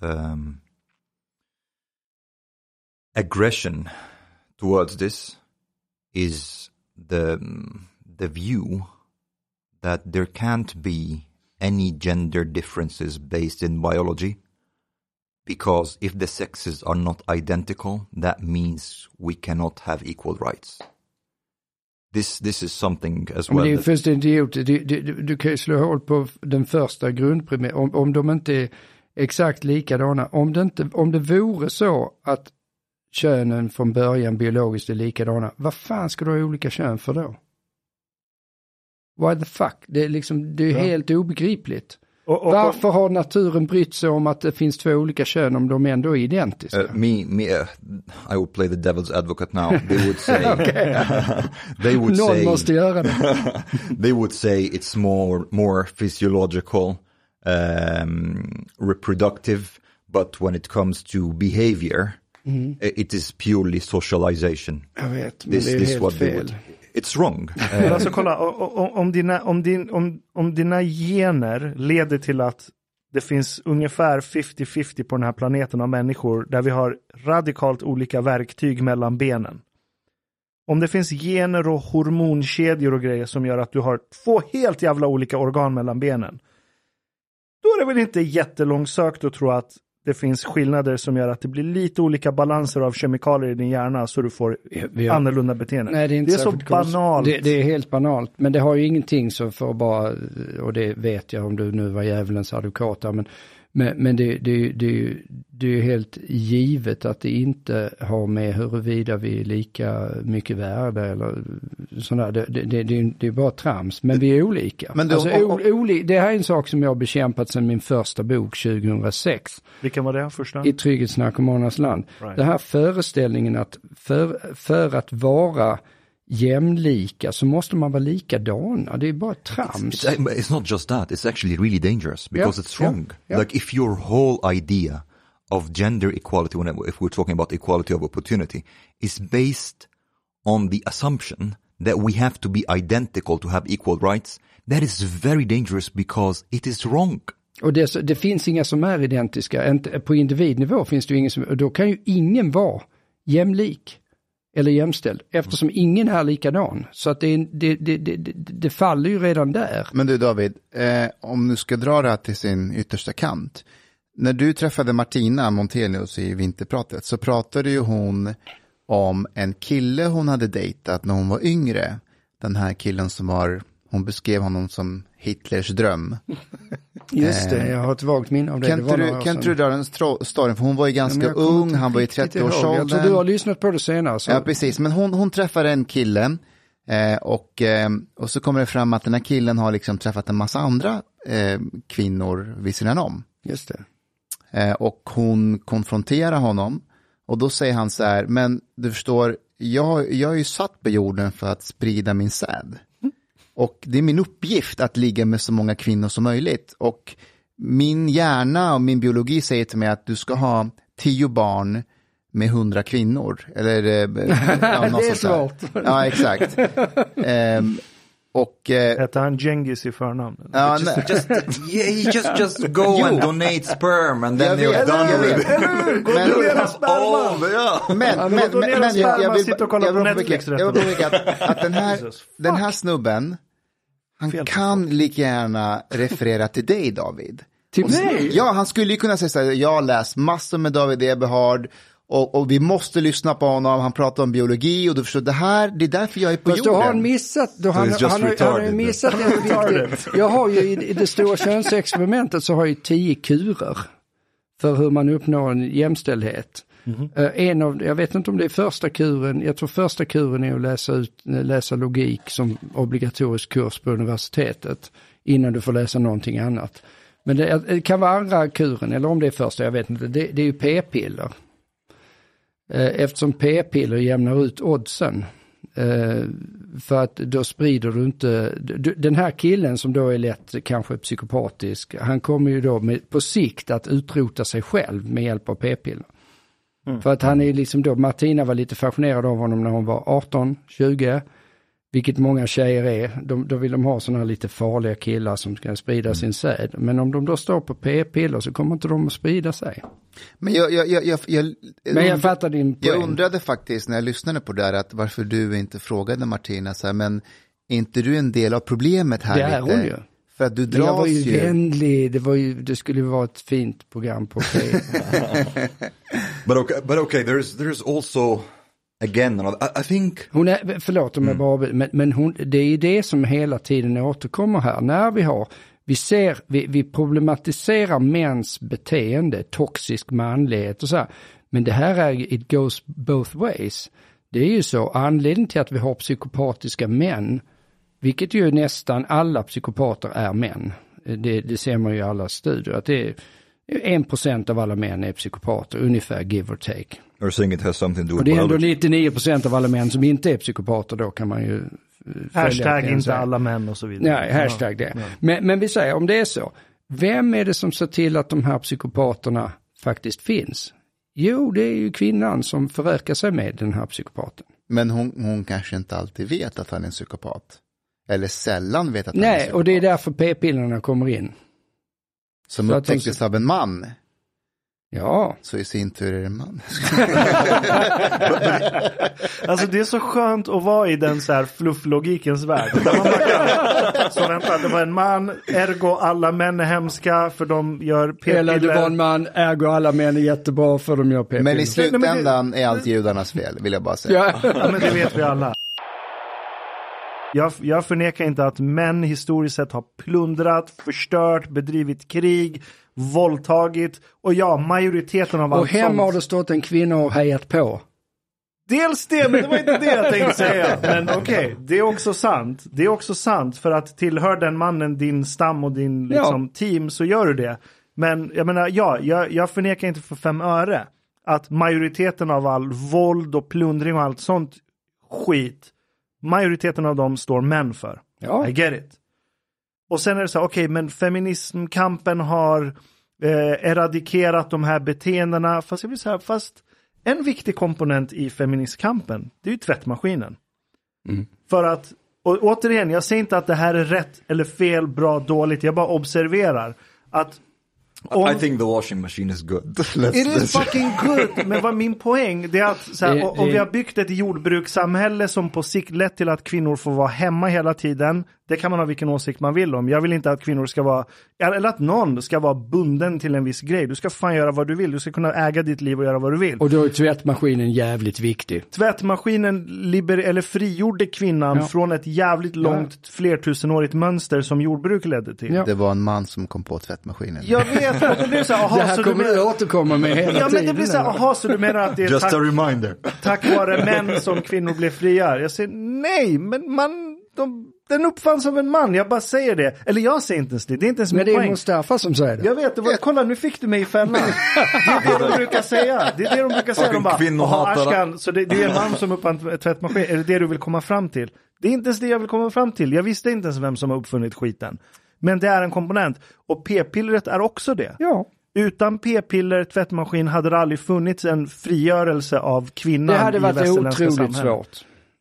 aggression towards this is the view that there can't be any gender differences based in biology, because if the sexes are not identical, that means we cannot have equal rights. This is something as well. Men det är fullständigt idiot. Du kan ju slå hål på den första grundpremissen. Om de inte är exakt likadana. Om det vore så att könen från början biologiskt är likadana, vad fan ska du ha olika kön för då? Why the fuck? Det är helt obegripligt. Varför har naturen brytt sig om att det finns två olika kön om de ändå är identiska? I would play the devil's advocate now. They would say någon måste göra det. They would say it's more physiological, reproductive, but when it comes to behavior, it is purely socialization. Jag vet, men det är helt fel. It's wrong. Men alltså kolla, om dina gener leder till att det finns ungefär 50-50 på den här planeten av människor där vi har radikalt olika verktyg mellan benen. Om det finns gener och hormonkedjor och grejer som gör att du har 2 helt jävla olika organ mellan benen, då är det väl inte jättelångsökt att tro att det finns skillnader som gör att det blir lite olika balanser av kemikalier i din hjärna så du får annorlunda beteende. Nej, det är inte så banalt. Det är helt banalt, men det har ju ingenting så för bara, och det vet jag om du nu var djävulens advokat, men det är helt givet att det inte har med huruvida vi är lika mycket värde eller sådär. Det är bara trams, men vi är olika. Men det här är en sak som jag har bekämpat sedan min första bok 2006. Vilken var det första? I Trygghetsnarkomanernas land. Right. Den här föreställningen att för att vara jämlika så måste man vara likadana. Det är bara trams. It's not just that. It's actually really dangerous because it's wrong. Like if your whole idea of gender equality, if we're talking about equality of opportunity, is based on the assumption that we have to be identical to have equal rights, that is very dangerous because it is wrong. Och det finns inga som är identiska. På individnivå finns det ju ingen som, och då kan ju ingen vara jämlik eller jämställd, eftersom ingen är likadan. Så att det faller ju redan där. Men du David, om du ska dra det här till sin yttersta kant. När du träffade Martina Montelius i Vinterpratet så pratade ju hon om en kille hon hade dejtat när hon var yngre. Den här killen hon beskrev honom som Hitlers dröm. Just det, jag har ett vagt minne av det. Kan inte du dra den storyn? För hon var ju ganska ung, han var i 30-årsåldern. Jag tror du har lyssnat på det senare. Så. Ja, precis. Men hon träffade en kille och så kommer det fram att den här killen har liksom träffat en massa andra kvinnor vid sidan om. Just det. Och hon konfronterar honom och då säger han så här, men du förstår, jag är ju satt på jorden för att sprida min säd. Och det är min uppgift att ligga med så många kvinnor som möjligt. Och min hjärna och min biologi säger till mig att du ska ha 10 barn med 100 kvinnor. Eller, det är svårt. Ja, exakt. Och heter han Genghis i förnamn? Ja, just go and donate sperm and then you're done with it. Jag vill påpeka att den här snubben, han kan lika gärna referera till dig, David. Till mig? Ja, han skulle ju kunna säga så här, jag har läst massor med David Eberhard och vi måste lyssna på honom. Han pratar om biologi och du förstår, det är därför jag är på jorden. Då har han missat, han har missat det. Jag har ju i det stora könsexperimentet så har jag 10 kurer för hur man uppnår en jämställdhet. Jag vet inte om det är första kuren, jag tror första kuren är att läsa logik som obligatorisk kurs på universitetet innan du får läsa någonting annat. Men det kan vara andra kuren, eller om det är första, jag vet inte. Det är ju p-piller. Eftersom p-piller jämnar ut oddsen. För att då sprider du inte... Den här killen som då är lätt kanske psykopatisk, han kommer ju då på sikt att utrota sig själv med hjälp av p-piller. För att han är liksom då... Martina var lite fascinerad av honom när hon var 18, 20... Vilket många tjejer är. Då vill de ha såna här lite farliga killar som ska sprida sin säd. Men om de då står på p-piller så kommer inte de att sprida sig. Men jag fattar din poäng. Jag undrade faktiskt när jag lyssnade på det här att varför du inte frågade Martina så här, men är inte du en del av problemet här? Det är hon ju. För att du dras jag var ju vänlig. Det skulle vara ett fint program på p. But okay, there's also... Again, I think... Hon är, förlåt om jag bara... Men det är ju det som hela tiden återkommer här. När vi problematiserar mäns beteende, toxisk manlighet och så här. Men det här är, it goes both ways. Det är ju så, anledningen till att vi har psykopatiska män, vilket ju nästan alla psykopater är män. Det ser man ju i alla studier, att det är 1% av alla män är psykopater, ungefär give or take. You're saying it has something to do with och det är ändå 99% av alla män som inte är psykopater, då kan man ju... Hashtag inte alla män och så vidare. Nej, hashtag det. Ja. Men vi säger, om det är så, vem är det som ser till att de här psykopaterna faktiskt finns? Jo, det är ju kvinnan som förökar sig med den här psykopaten. Men hon kanske inte alltid vet att han är en psykopat. Eller sällan vet att han är en psykopat. Nej, och det är därför p-pillerna kommer in. Som upptäcktes av en man. Ja. Så i sin tur är det en man. Alltså det är så skönt att vara i den så här flufflogikens värld. Där man bara så vänta, det var en man, ergo alla män är hemska för de gör p-piller. Eller det var en man, ergo alla män är jättebra för de gör p-piller. Men i slutändan är allt judarnas fel, vill jag bara säga. Ja, men det vet vi alla. Jag förnekar inte att män historiskt sett har plundrat, förstört, bedrivit krig, våldtagit och majoriteten av allt sånt. Och hemma har det stått en kvinna och hejat på. Dels det, men det var inte det jag tänkte säga. Men okej, det är också sant. Det är också sant, för att tillhör den mannen din stam och din team, så gör du det. Men jag menar, jag förnekar inte för 5 öre att majoriteten av all våld och plundring och allt sånt skit, majoriteten av dem står män för. Ja. I get it. Och sen är det så, okej, men feminismkampen har eradikerat de här beteendena. Fast jag vill säga, en viktig komponent i feministkampen, det är ju tvättmaskinen. För att, och återigen, jag säger inte att det här är rätt eller fel, bra, dåligt. Jag bara observerar att I think the washing machine is good. It is fucking good. Men vad min poäng, det är att så här, om vi har byggt ett jordbrukssamhälle som på sikt lett till att kvinnor får vara hemma hela tiden, det kan man ha vilken åsikt man vill om. Jag vill inte att kvinnor ska vara, eller att någon ska vara bunden till en viss grej. Du ska fan göra vad du vill. Du ska kunna äga ditt liv och göra vad du vill. Och då är tvättmaskinen jävligt viktig. Tvättmaskinen frigjorde kvinnan från ett jävligt långt flertusenårigt mönster som jordbruk ledde till. Ja. Det var en man som kom på tvättmaskinen. Jag vet, det blir så här, det här kommer du återkomma med hela tiden. Ja, men det blir så här, så du menar att det är just a reminder. Tack vare män som kvinnor blev fria. Jag säger nej, men den uppfanns av en man, jag bara säger det. Eller jag säger inte ens det, är inte ens min poäng. Men det är Mustafa som säger det. Jag vet, kolla nu fick du mig i fällan. Det är det de brukar säga. Det är det de brukar säga. De bara, Ashkan, så det är en man som uppfann tvättmaskin. Är det det du vill komma fram till? Det är inte ens det jag vill komma fram till. Jag visste inte ens vem som har uppfunnit skiten. Men det är en komponent. Och p-pillret är också det. Ja. Utan p-piller, tvättmaskin, hade det aldrig funnits en frigörelse av kvinnan i västerländska samhället. Det hade varit otroligt svårt.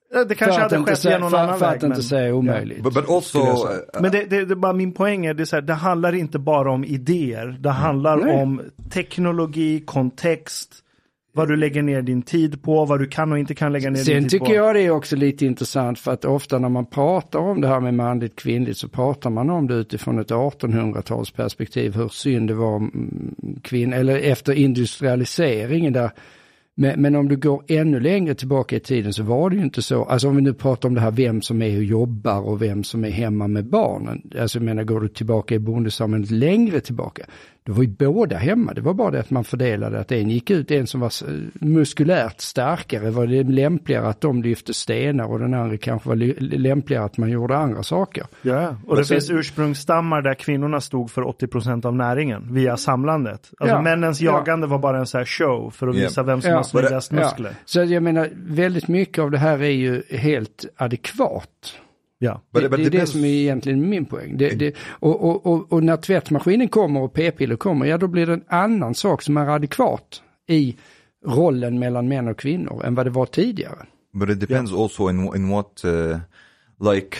Det kanske hade skett genom någon annan väg. För att inte säga omöjligt. But also, men det bara min poäng är, det handlar inte bara om idéer. Det handlar om teknologi, kontext, vad du lägger ner din tid på, vad du kan och inte kan lägga ner din tid på. Sen tycker jag det är också lite intressant, för att ofta när man pratar om det här med manligt kvinnligt så pratar man om det utifrån ett 1800-talsperspektiv, hur synd det var om kvinnor, eller efter industrialiseringen där. Men om du går ännu längre tillbaka i tiden så var det ju inte så. Alltså om vi nu pratar om det här, vem som är och jobbar och vem som är hemma med barnen. Alltså jag menar, går du tillbaka i bondesamhället längre tillbaka, då var ju båda hemma. Det var bara det att man fördelade, att en gick ut, en som var muskulärt starkare var det lämpligare att de lyfte stenar, och den andra kanske var lämpligare att man gjorde andra saker. Ja, och det finns ursprungsstammar där kvinnorna stod för 80% av näringen via samlandet. Alltså männens jagande var bara en så här show för att visa vem som har snyggast muskler. Så jag menar, väldigt mycket av det här är ju helt adekvat. Ja. Det är det som är egentligen min poäng. Och när tvättmaskinen kommer och p-piller kommer, då blir det en annan sak som är adekvat i rollen mellan män och kvinnor än vad det var tidigare. But it depends also in what, like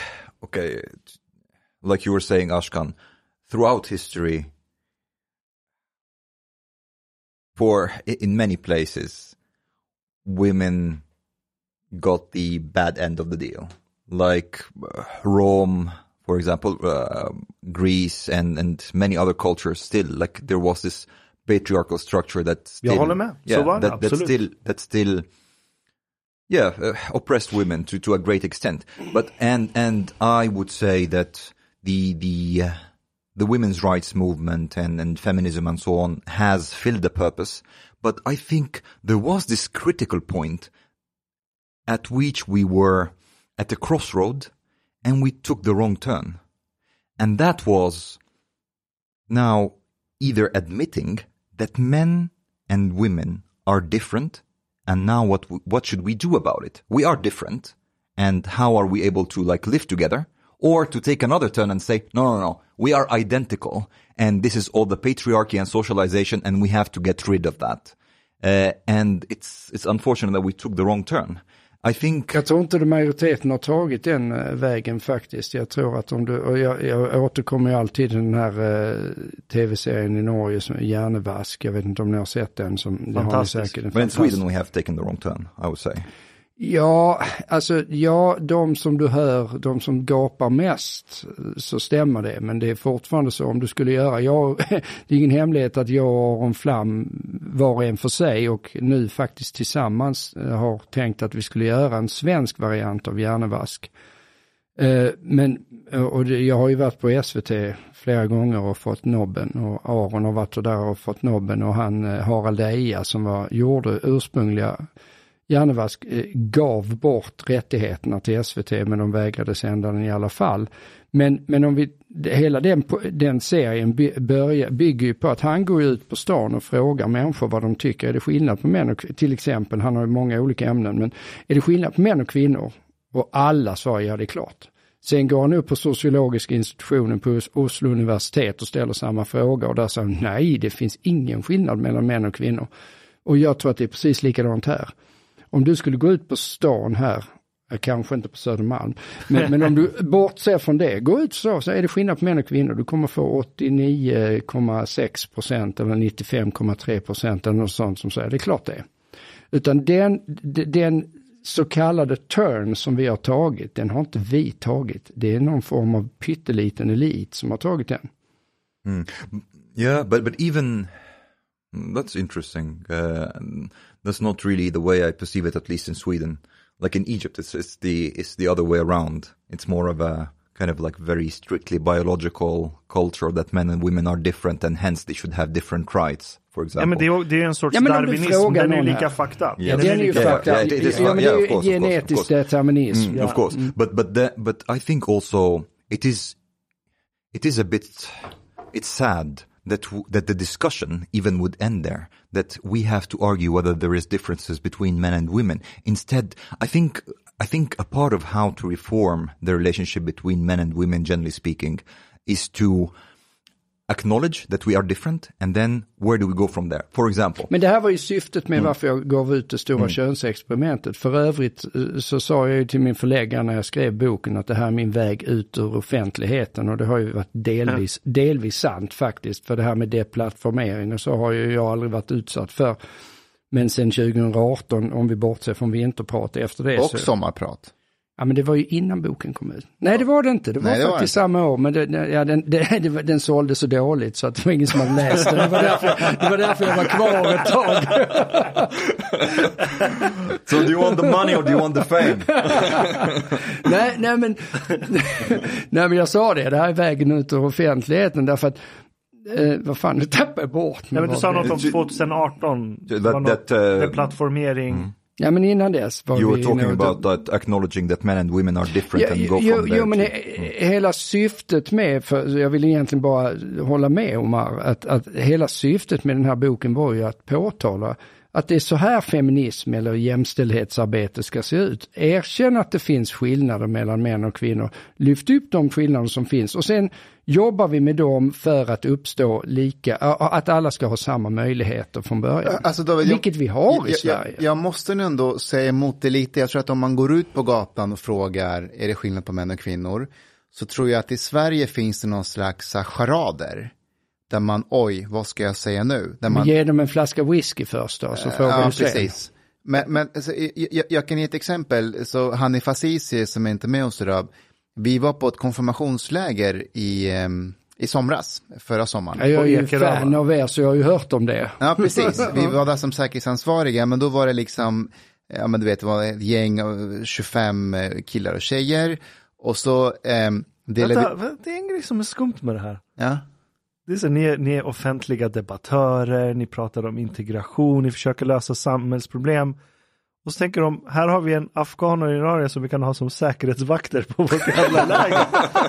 you were saying, Ashkan, throughout history, in many places, women got the bad end of the deal. Like Rome, for example, Greece and many other cultures still, like there was this patriarchal structure that still, jag håller med. Så var det, absolut. That still oppressed women to a great extent. But and I would say that the women's rights movement and feminism and so on has filled the purpose. But I think there was this critical point at which we were at a crossroad and we took the wrong turn. And that was now either admitting that men and women are different, and now what should we do about it? We are different, and how are we able to like live together? Or to take another turn and say, no, we are identical, and this is all the patriarchy and socialization, and we have to get rid of that. And it's unfortunate that we took the wrong turn. Jag tror inte majoriteten har tagit den vägen faktiskt. Jag tror att jag återkommer ju alltid till den här tv-serien i Norge som är Hjärnevask. Jag vet inte om ni har sett den. Fantastisk. But in Sweden we have taken the wrong turn, I would say. Ja, alltså de som du hör, de som gapar mest, så stämmer det. Men det är fortfarande så, om du skulle göra, det är ingen hemlighet att jag och Aron Flam var en för sig och nu faktiskt tillsammans har tänkt att vi skulle göra en svensk variant av Hjärnevask. Jag har ju varit på SVT flera gånger och fått nobben, och Aron har varit där och fått nobben, och han Harald Eja som gjorde ursprungliga Hjärnevask gav bort rättigheterna till SVT, men de vägrade sända den i alla fall. Men om hela den serien bygger ju på att han går ut på stan och frågar människor vad de tycker. Är det skillnad på män och till exempel, han har ju många olika ämnen, men är det skillnad på män och kvinnor? Och alla svarar ja, det är klart. Sen går han upp på sociologiska institutionen på Oslo universitet och ställer samma fråga, och där sa han nej, det finns ingen skillnad mellan män och kvinnor. Och jag tror att det är precis likadant här. Om du skulle gå ut på stan här, kanske inte på Södermalm, men om du bortser från det, gå ut så är det skillnad på män och kvinnor. Du kommer få 89,6% eller 95,3% eller något sånt som säger, det är klart det är. Utan den så kallade turn som vi har tagit, den har inte vi tagit. Det är någon form av pytteliten elit som har tagit den. Yeah, but even... That's interesting. That's not really the way I perceive it, at least in Sweden. Like in Egypt, it's the other way around. It's more of a kind of like very strictly biological culture that men and women are different, and hence they should have different rights, for example. Ja, men det är en sorts darwinism. Den är ju lika fucked up. Ja, den är ju fucked up. Det är genetisk determinism. Of course. But I think also it is a bit, it's sad that the discussion even would end there, that we have to argue whether there is differences between men and women. Instead, I think a part of how to reform the relationship between men and women, generally speaking, is to acknowledge that we are different, and then where do we go from there? For example. Men det här var ju syftet med varför jag gav ut det stora könsexperimentet. För övrigt så sa jag ju till min förläggare när jag skrev boken att det här är min väg ut ur offentligheten, och det har ju varit delvis sant faktiskt. För det här med deplattformering och så har ju jag aldrig varit utsatt för. Men sen 2018, om vi bortser från vinterprat efter det. Och sommarprat. Ja, men det var ju innan boken kom ut. Nej, det var det inte. Det var faktiskt samma år. Men den sålde så dåligt så att det var ingen som hade läst den. Det var därför jag var kvar ett tag. So do you want the money or do you want the fame? nej, men jag sa det. Det här är vägen ut ur offentligheten. Därför att vad fan, det tappade jag bort. Ja, men du sa något om 2018. Deplattformering. Ja, men innan dess var you were talking about that, acknowledging that men and women are different and go from there. Jo, men hela syftet med, för jag vill egentligen bara hålla med Omar, att hela syftet med den här boken var ju att påtala att det är så här feminism eller jämställdhetsarbete ska se ut. Erkänn att det finns skillnader mellan män och kvinnor. Lyft upp de skillnader som finns och sen jobbar vi med dem för att uppstå att alla ska ha samma möjligheter från början. Alltså, David, vilket vi har i Sverige. Jag måste nu ändå säga emot det lite. Jag tror att om man går ut på gatan och frågar är det skillnad på män och kvinnor, så tror jag att i Sverige finns det någon slags charader. Där man, vad ska jag säga nu? Där man ger dem en flaska whisky först då, så frågar du sen. Precis. Men alltså, jag kan ge ett exempel. Så Hanif Azizi som är inte med oss idag, vi var på ett konfirmationsläger i somras, förra sommaren. Jag är ju fan av er, så jag har ju hört om det. Ja, precis. Vi var där som säkerhetsansvariga, men då var det liksom, ja men du vet, det var ett gäng av 25 killar och tjejer. Och så det är en grej som är skumt med det här. Ja. Det är så, ni är offentliga debattörer, ni pratar om integration, ni försöker lösa samhällsproblem. Och så tänker de, här har vi en afghan och iranier som vi kan ha som säkerhetsvakter på vårt jävla läger.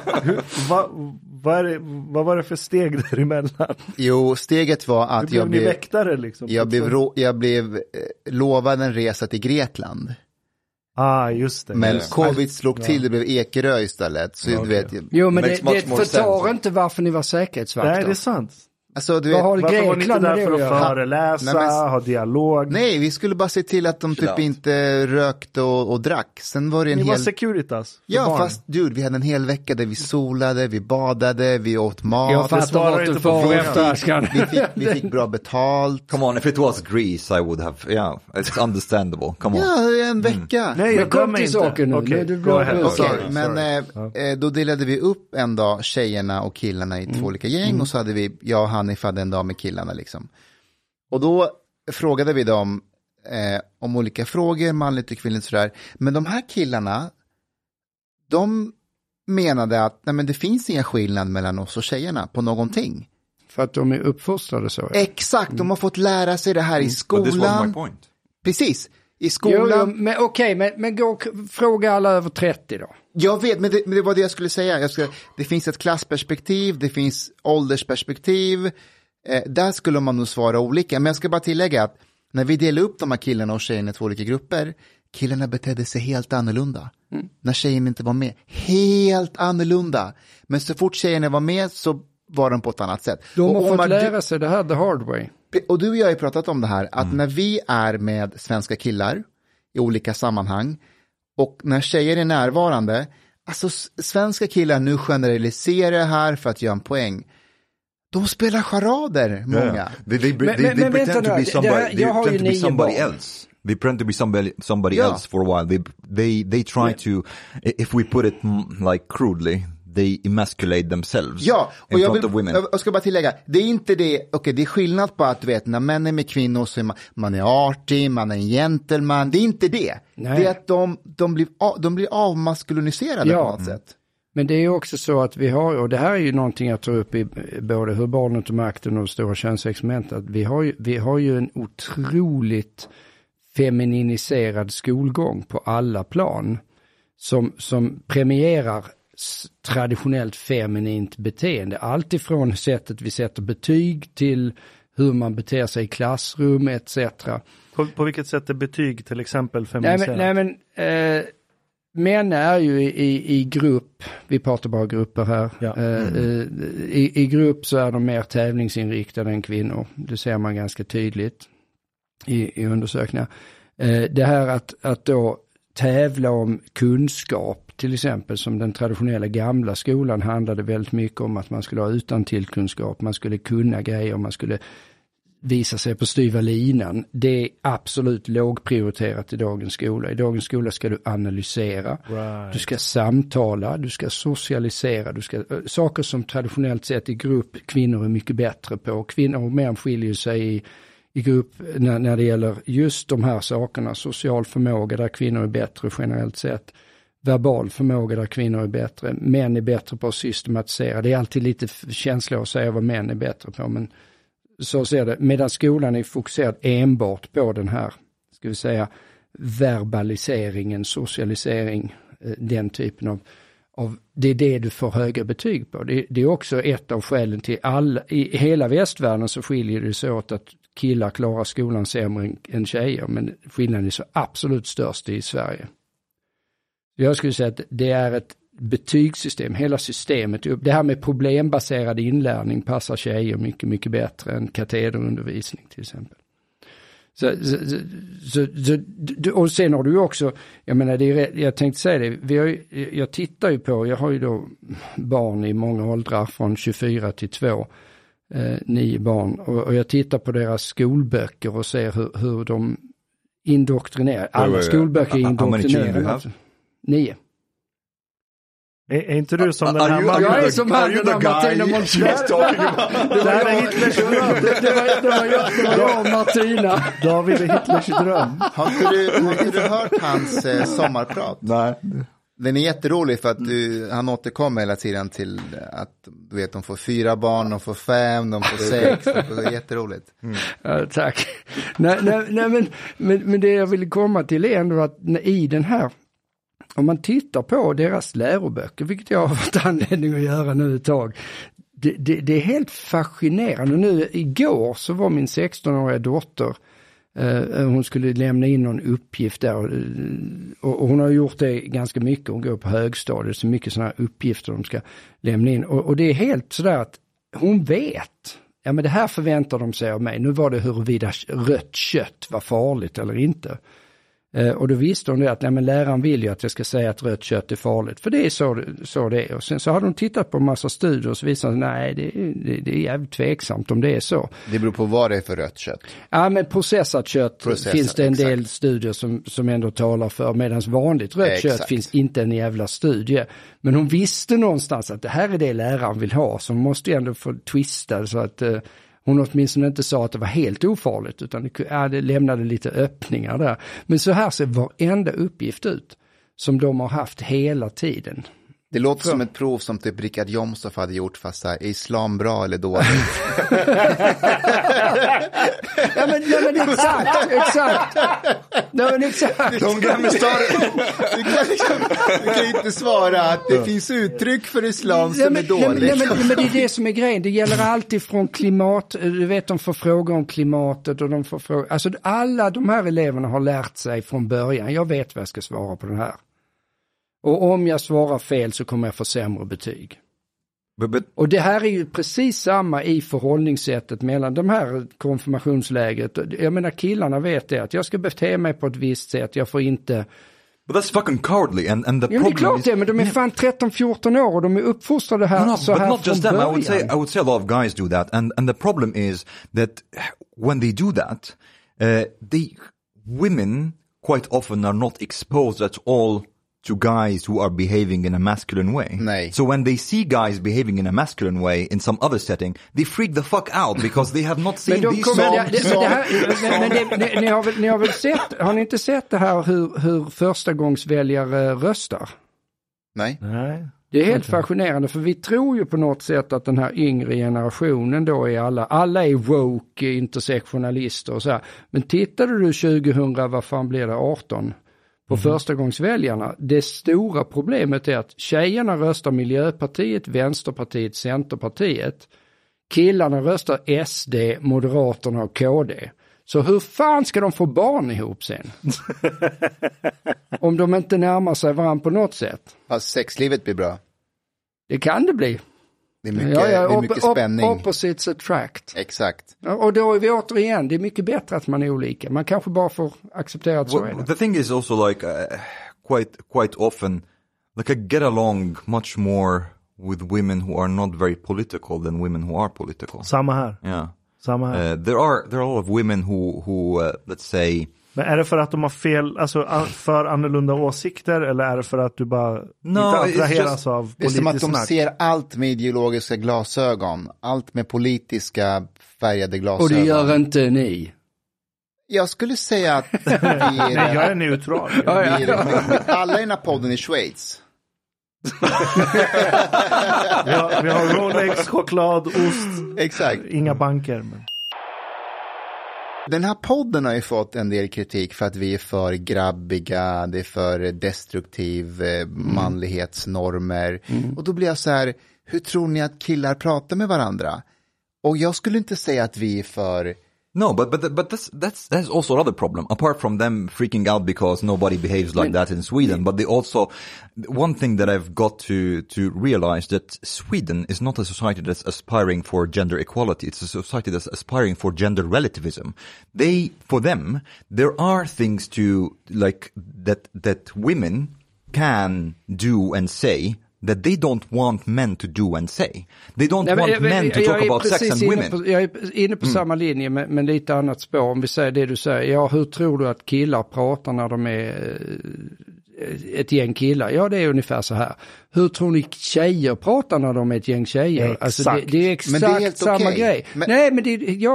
Vad var det för steg däremellan? Jo, steget var att jag blev väktare liksom. Jag blev lovad en resa till Grekland. Just det. Men covid slog till, det blev Ekerö istället. Så du vet. Jo, men det förtar inte varför ni var säkerhetsvakter. Nej, det är sant. Alltså, du vet, varför var ni inte där för att föreläsa, ha dialog? Nej, vi skulle bara se till att de typ inte rökte och drack. Sen var det ni var Securitas. Ja, fast vi hade en hel vecka där vi solade, vi badade, vi åt mat. Jag fattar inte på vi fick bra betalt. Come on, if it was Greece I would have, it's understandable. Come on. Ja, en vecka. Nej, jag kom till saken nu. Okay. Men då delade vi upp en dag tjejerna och killarna i 2 olika gäng och så hade vi, jag och Hanif hade en dag med killarna liksom. Och då frågade vi dem om olika frågor, manligt och kvinnligt sådär. Men de här killarna, de menade att nej, men det finns inga skillnad mellan oss och tjejerna på någonting. För att de är uppfostrade så. Exakt, de har fått lära sig det här i skolan. But this was my point. Precis, i skolan. Men gå och fråga alla över 30 då. Jag vet, men det var det jag skulle säga. Det finns ett klassperspektiv, det finns åldersperspektiv. Där skulle man nog svara olika. Men jag ska bara tillägga att när vi delade upp de här killarna och tjejerna i 2 olika grupper, killarna betedde sig helt annorlunda. När tjejerna inte var med. Helt annorlunda. Men så fort tjejerna var med så var de på ett annat sätt. De har fått lära sig det här the hard way. Och du och jag har ju pratat om det här, att när vi är med svenska killar i olika sammanhang och när tjejer är närvarande, alltså svenska killar, nu generaliserar det här för att göra en poäng. De spelar charader, många. They pretend to be somebody else. They pretend to be somebody else for a while. They try to, if we put it like crudely, they emasculate themselves och in front of women. Jag ska bara tillägga, det är inte det, det är skillnad på att du vet, när män är med kvinnor så är man är artig, man är en gentleman, det är inte det. Nej. Det är att de blir avmaskuliniserade på något sätt. Men det är också så att vi har, och det här är ju någonting jag tar upp i både Hur barnet och makten och Stora könsexperiment, att vi har ju en otroligt femininiserad skolgång på alla plan som premierar traditionellt feminint beteende. Allt ifrån sättet vi sätter betyg till hur man beter sig i klassrum etc. På vilket sätt är betyg till exempel feminiserat? män är ju i grupp, vi pratar bara grupper här, i grupp så är de mer tävlingsinriktade än kvinnor. Det ser man ganska tydligt i undersökningar. Det här att då tävla om kunskap, till exempel som den traditionella gamla skolan handlade väldigt mycket om att man skulle ha utantillkunskap, man skulle kunna grejer, man skulle visa sig på styva linan. Det är absolut lågprioriterat i dagens skola. I dagens skola ska du analysera, du ska samtala, du ska socialisera, saker som traditionellt sett i grupp kvinnor är mycket bättre på. Kvinnor och män skiljer sig i grupp när det gäller just de här sakerna. Social förmåga där kvinnor är bättre generellt sett. Verbal förmåga där kvinnor är bättre. Män är bättre på att systematisera. Det är alltid lite känsligt att säga vad män är bättre på, men så ser det. Medan skolan är fokuserad enbart på den här, ska vi säga, verbaliseringen, socialisering, den typen av det är det du får höga betyg på. Det är också ett av skälen till i hela västvärlden så skiljer det sig åt att killar klarar skolan sämre än tjejer, men skillnaden är så absolut störst i Sverige. Jag skulle säga att det är ett betygssystem, hela systemet. Det här med problembaserad inlärning passar tjejer mycket, mycket bättre än katederundervisning till exempel. Och sen har du också, jag menar, jag tänkte säga det, jag tittar ju på, jag har ju då barn i många åldrar från 24 till 2, 9 barn, och jag tittar på deras skolböcker och ser hur de indoktrinerar. Alla skolböcker är indoktrinerade. 9. Är inte du som den här mannen? Jag är som han den där Martina Montfleur. Det var jag och Martina. David är Hitlers dröm. Har inte du hört hans sommarprat? Nej. Den är jätterolig för att han återkommer hela tiden till att du vet, de får 4 barn, de får 5, de får 6. Det är jätteroligt. Ja, tack. Nej, men det jag vill komma till är ändå att i den här, om man tittar på deras läroböcker, vilket jag har fått anledning att göra nu ett tag, det är helt fascinerande. Nu igår så var min 16-åriga dotter, hon skulle lämna in någon uppgift där och hon har gjort det ganska mycket. Hon går på högstadiet, så mycket sådana här uppgifter de ska lämna in. Och det är helt sådär att hon vet, ja men det här förväntar de sig av mig. Nu var det huruvida rött kött var farligt eller inte. Och då visste hon det att nej, men läraren vill ju att jag ska säga att rött kött är farligt. För det är så det är. Och sen så har de tittat på en massa studier och så visar nej, det är jävligt tveksamt om det är så. Det beror på vad det är för rött kött. Ja, men processat kött finns det en del studier som ändå talar för. Medan vanligt rött kött finns inte en jävla studie. Men hon visste någonstans att det här är det läraren vill ha. Så hon måste ju ändå få twista så att hon åtminstone inte sa att det var helt ofarligt, utan det lämnade lite öppningar där. Men så här ser varenda uppgift ut som de har haft hela tiden. Det låter som ett prov som typ Richard Jomshof hade gjort, fast är islam bra eller dåligt? Ja men exakt. Nej men exakt. Du kan inte svara att det finns uttryck för islam som är dåligt. Men det är det som är grejen. Det gäller alltid från klimat. Du vet, de får frågor om klimatet och de får frågor. Alltså alla de här eleverna har lärt sig från början. Jag vet vad jag ska svara på den här. Och om jag svarar fel så kommer jag få sämre betyg. Och det här är ju precis samma i förhållningssättet mellan de här konfirmationsläget. Jag menar, killarna vet det, att jag ska bete mig på ett visst sätt. Jag får inte... But that's fucking cowardly and the problem det är klart det, men de är fan 13-14 år och de är uppfostrade här så här not just them. Början. I would say a lot of guys do that, and the problem is that when they do that, women quite often are not exposed at all to guys who are behaving in a masculine way. Nej. So when they see guys behaving in a masculine way in some other setting, they freak the fuck out because they have not seen these Ni har väl sett, har ni inte sett det här hur förstagångsväljare röstar? Nej. Det är helt fascinerande, för vi tror ju på något sätt att den här yngre generationen då är alla är woke, intersektionalister och så här. Men tittade du 2000, vad fan blir det, 18? På förstagångsväljarna, det stora problemet är att tjejerna röstar Miljöpartiet, Vänsterpartiet, Centerpartiet. Killarna röstar SD, Moderaterna och KD. Så hur fan ska de få barn ihop sen? Om de inte närmar sig varandra på något sätt. Ja, sexlivet blir bra. Det kan det bli. Det är mycket, det är mycket spänning. Opposites attract. Exakt. Och då är vi återigen, det är mycket bättre att man är olika. Man kanske bara får acceptera att så är det. The thing is also like quite often, like I get along much more with women who are not very political than women who are political. Samma här. Yeah. Samma här. There are a lot of women who let's say. Men är det för att de har fel, alltså för annorlunda åsikter, eller är det för att du bara inte attraheras av politisk snack? Det är som att de ser allt med ideologiska glasögon, allt med politiska färgade glasögon. Och det gör inte ni. Jag skulle säga att vi är... Nej, jag är neutral. Alla i den här podden i Schweiz. vi har Rolex, choklad, ost. Exakt. Inga banker. Men... Den här podden har ju fått en del kritik för att vi är för grabbiga, det är för destruktiv manlighetsnormer. Och då blir jag så här, hur tror ni att killar pratar med varandra? Och jag skulle inte säga att vi är för... No, but that's also another problem. Apart from them freaking out because nobody behaves like that in Sweden, but they also, one thing that I've got to realize that Sweden is not a society that's aspiring for gender equality. It's a society that's aspiring for gender relativism. For them, there are things to like that women can do and say that they don't want men to do and say. They don't want men to talk about sex and women. Jag är inne på samma linje men lite annat spår. Om vi säger det du säger. Ja, hur tror du att killar pratar när de är ett gäng killar? Ja, det är ungefär så här. Hur tror ni tjejer pratar när de är ett gäng tjejer? Alltså det är exakt men det är helt samma grej. Nej, men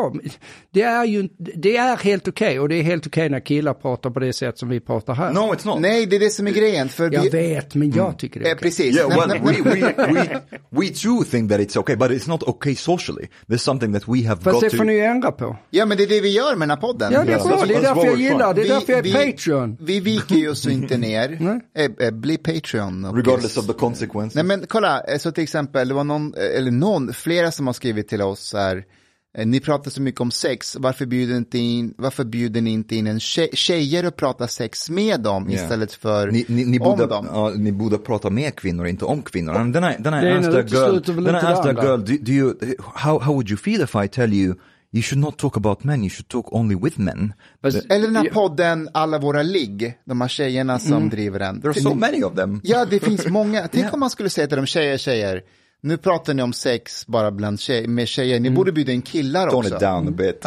det är helt okej. Och det är helt okej när killar pratar på det sätt som vi pratar här. No, it's not. Nej, det är det som är grejen. För jag vet, men jag tycker det är okej. Precis. Yeah, well, we too think that it's okay, but it's not okay socially. There's something that we have got to... Fast det får ni ju ändra på. Ja, men det är det vi gör med den här podden. Ja, det är bra. Det är därför jag gillar. Det är därför jag är Patreon. Vi viker ju oss inte ner. Bli Patreon. Regardless of the consequences. Nej, men kolla, så till exempel, det var flera som har skrivit till oss här, ni pratar så mycket om sex, varför bjuder ni inte in en tjejer och prata sex med dem istället för om dem? Ni borde prata med kvinnor, inte om kvinnor. And then I asked a girl, how would you feel if I tell you should not talk about men, you should talk only with men. Eller den här podden, alla våra ligg, de här tjejerna som driver den. There are so many of them. Ja, det finns många. Tänk om man skulle säga till dem, tjejer, nu pratar ni om sex bara med tjejer. Ni borde bjuda in killar också. Tone it down a bit.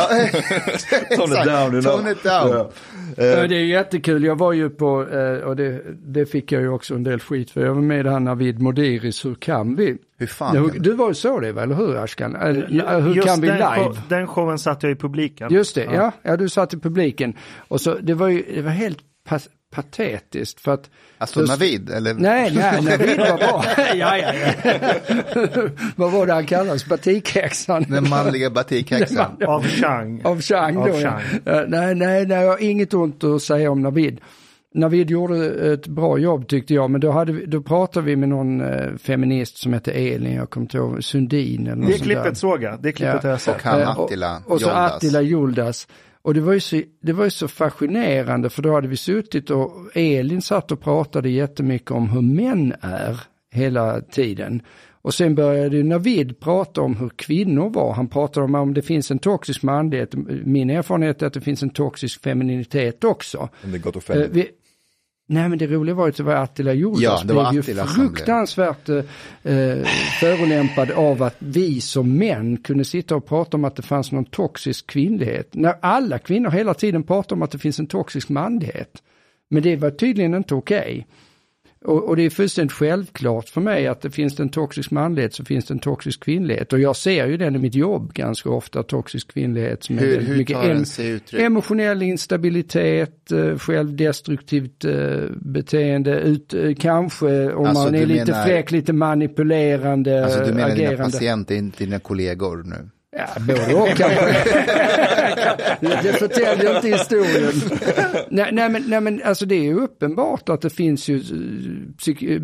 Tone it down. Det är jättekul. Jag var ju på, och det fick jag ju också en del skit för. Jag var med här Navid Modiris, hur kan vi? Hur fan? Du var ju så det, eller hur, Ashkan? Hur kan vi live? Den showen satt jag i publiken. Just det, ja du satt i publiken. Och så, det var helt patetiskt för att... Alltså Navid, eller? Nej, Navid var bra. ja. Vad var det han kallades? Batikhäxan. Den manliga batikhäxan. Av Chang. Av Chang då, ja. Nej, jag har inget ont att säga om Navid. Navid gjorde ett bra jobb tyckte jag, men då pratade vi med någon feminist som heter Elin, jag kommer till Sundin eller något. Det klippet såg jag, det klippet har jag sett. Och han Attila och så Attila Juldas. Och det var ju så fascinerande, för då hade vi suttit och Elin satt och pratade jättemycket om hur män är hela tiden. Och sen började Navid prata om hur kvinnor var. Han pratade om det finns en toxisk manlighet. Min erfarenhet är att det finns en toxisk femininitet också. Nej, men det roliga var att det var Attila Juldas blev ju fruktansvärt förolämpad av att vi som män kunde sitta och prata om att det fanns någon toxisk kvinnlighet. När alla kvinnor hela tiden pratar om att det finns en toxisk manlighet. Men det var tydligen inte okej. Och det är fullständigt självklart för mig att det finns en toxisk manlighet så finns det en toxisk kvinnlighet. Och jag ser ju den i mitt jobb ganska ofta, toxisk kvinnlighet. Som hur mycket tar den sig uttryck? Emotionell instabilitet, självdestruktivt beteende, kanske om man är lite fräck, lite manipulerande, alltså du menar agerande. Dina patienter, inte dina kollegor nu? Ja, både och kanske. Det förtäljer inte historien. Nej, men alltså det är ju uppenbart att det finns ju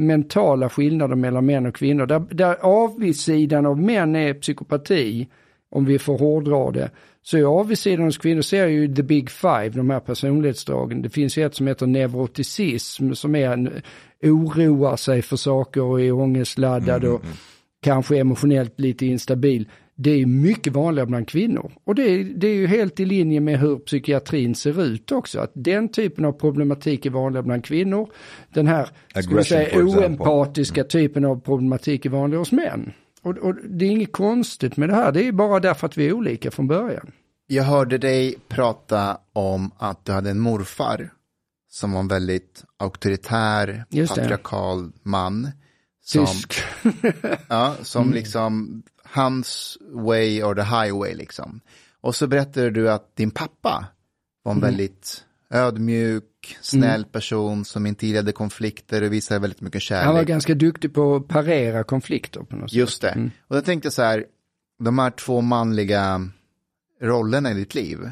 mentala skillnader mellan män och kvinnor. Där avsidan av män är psykopati om vi får hårdra det. Så i avigsidans kvinnor ser ju the big five, de här personlighetsdragen. Det finns ju ett som heter neuroticism som är oroar sig för saker och är ångestladdad och kanske emotionellt lite instabil. Det är mycket vanligare bland kvinnor. Och det är ju helt i linje med hur psykiatrin ser ut också. Att den typen av problematik är vanligare bland kvinnor. Den här oempatiska typen av problematik är vanligare hos män. Och det är inget konstigt med det här. Det är bara därför att vi är olika från början. Jag hörde dig prata om att du hade en morfar som var en väldigt auktoritär, patriarkal man. Tysk. Som liksom hans way or the highway liksom. Och så berättade du att din pappa var en väldigt ödmjuk, snäll person som inte gillade konflikter och visade väldigt mycket kärlek. Han var ganska duktig på att parera konflikter på något sätt. Just det. Och jag tänkte så här, de här 2 manliga rollerna i ditt liv.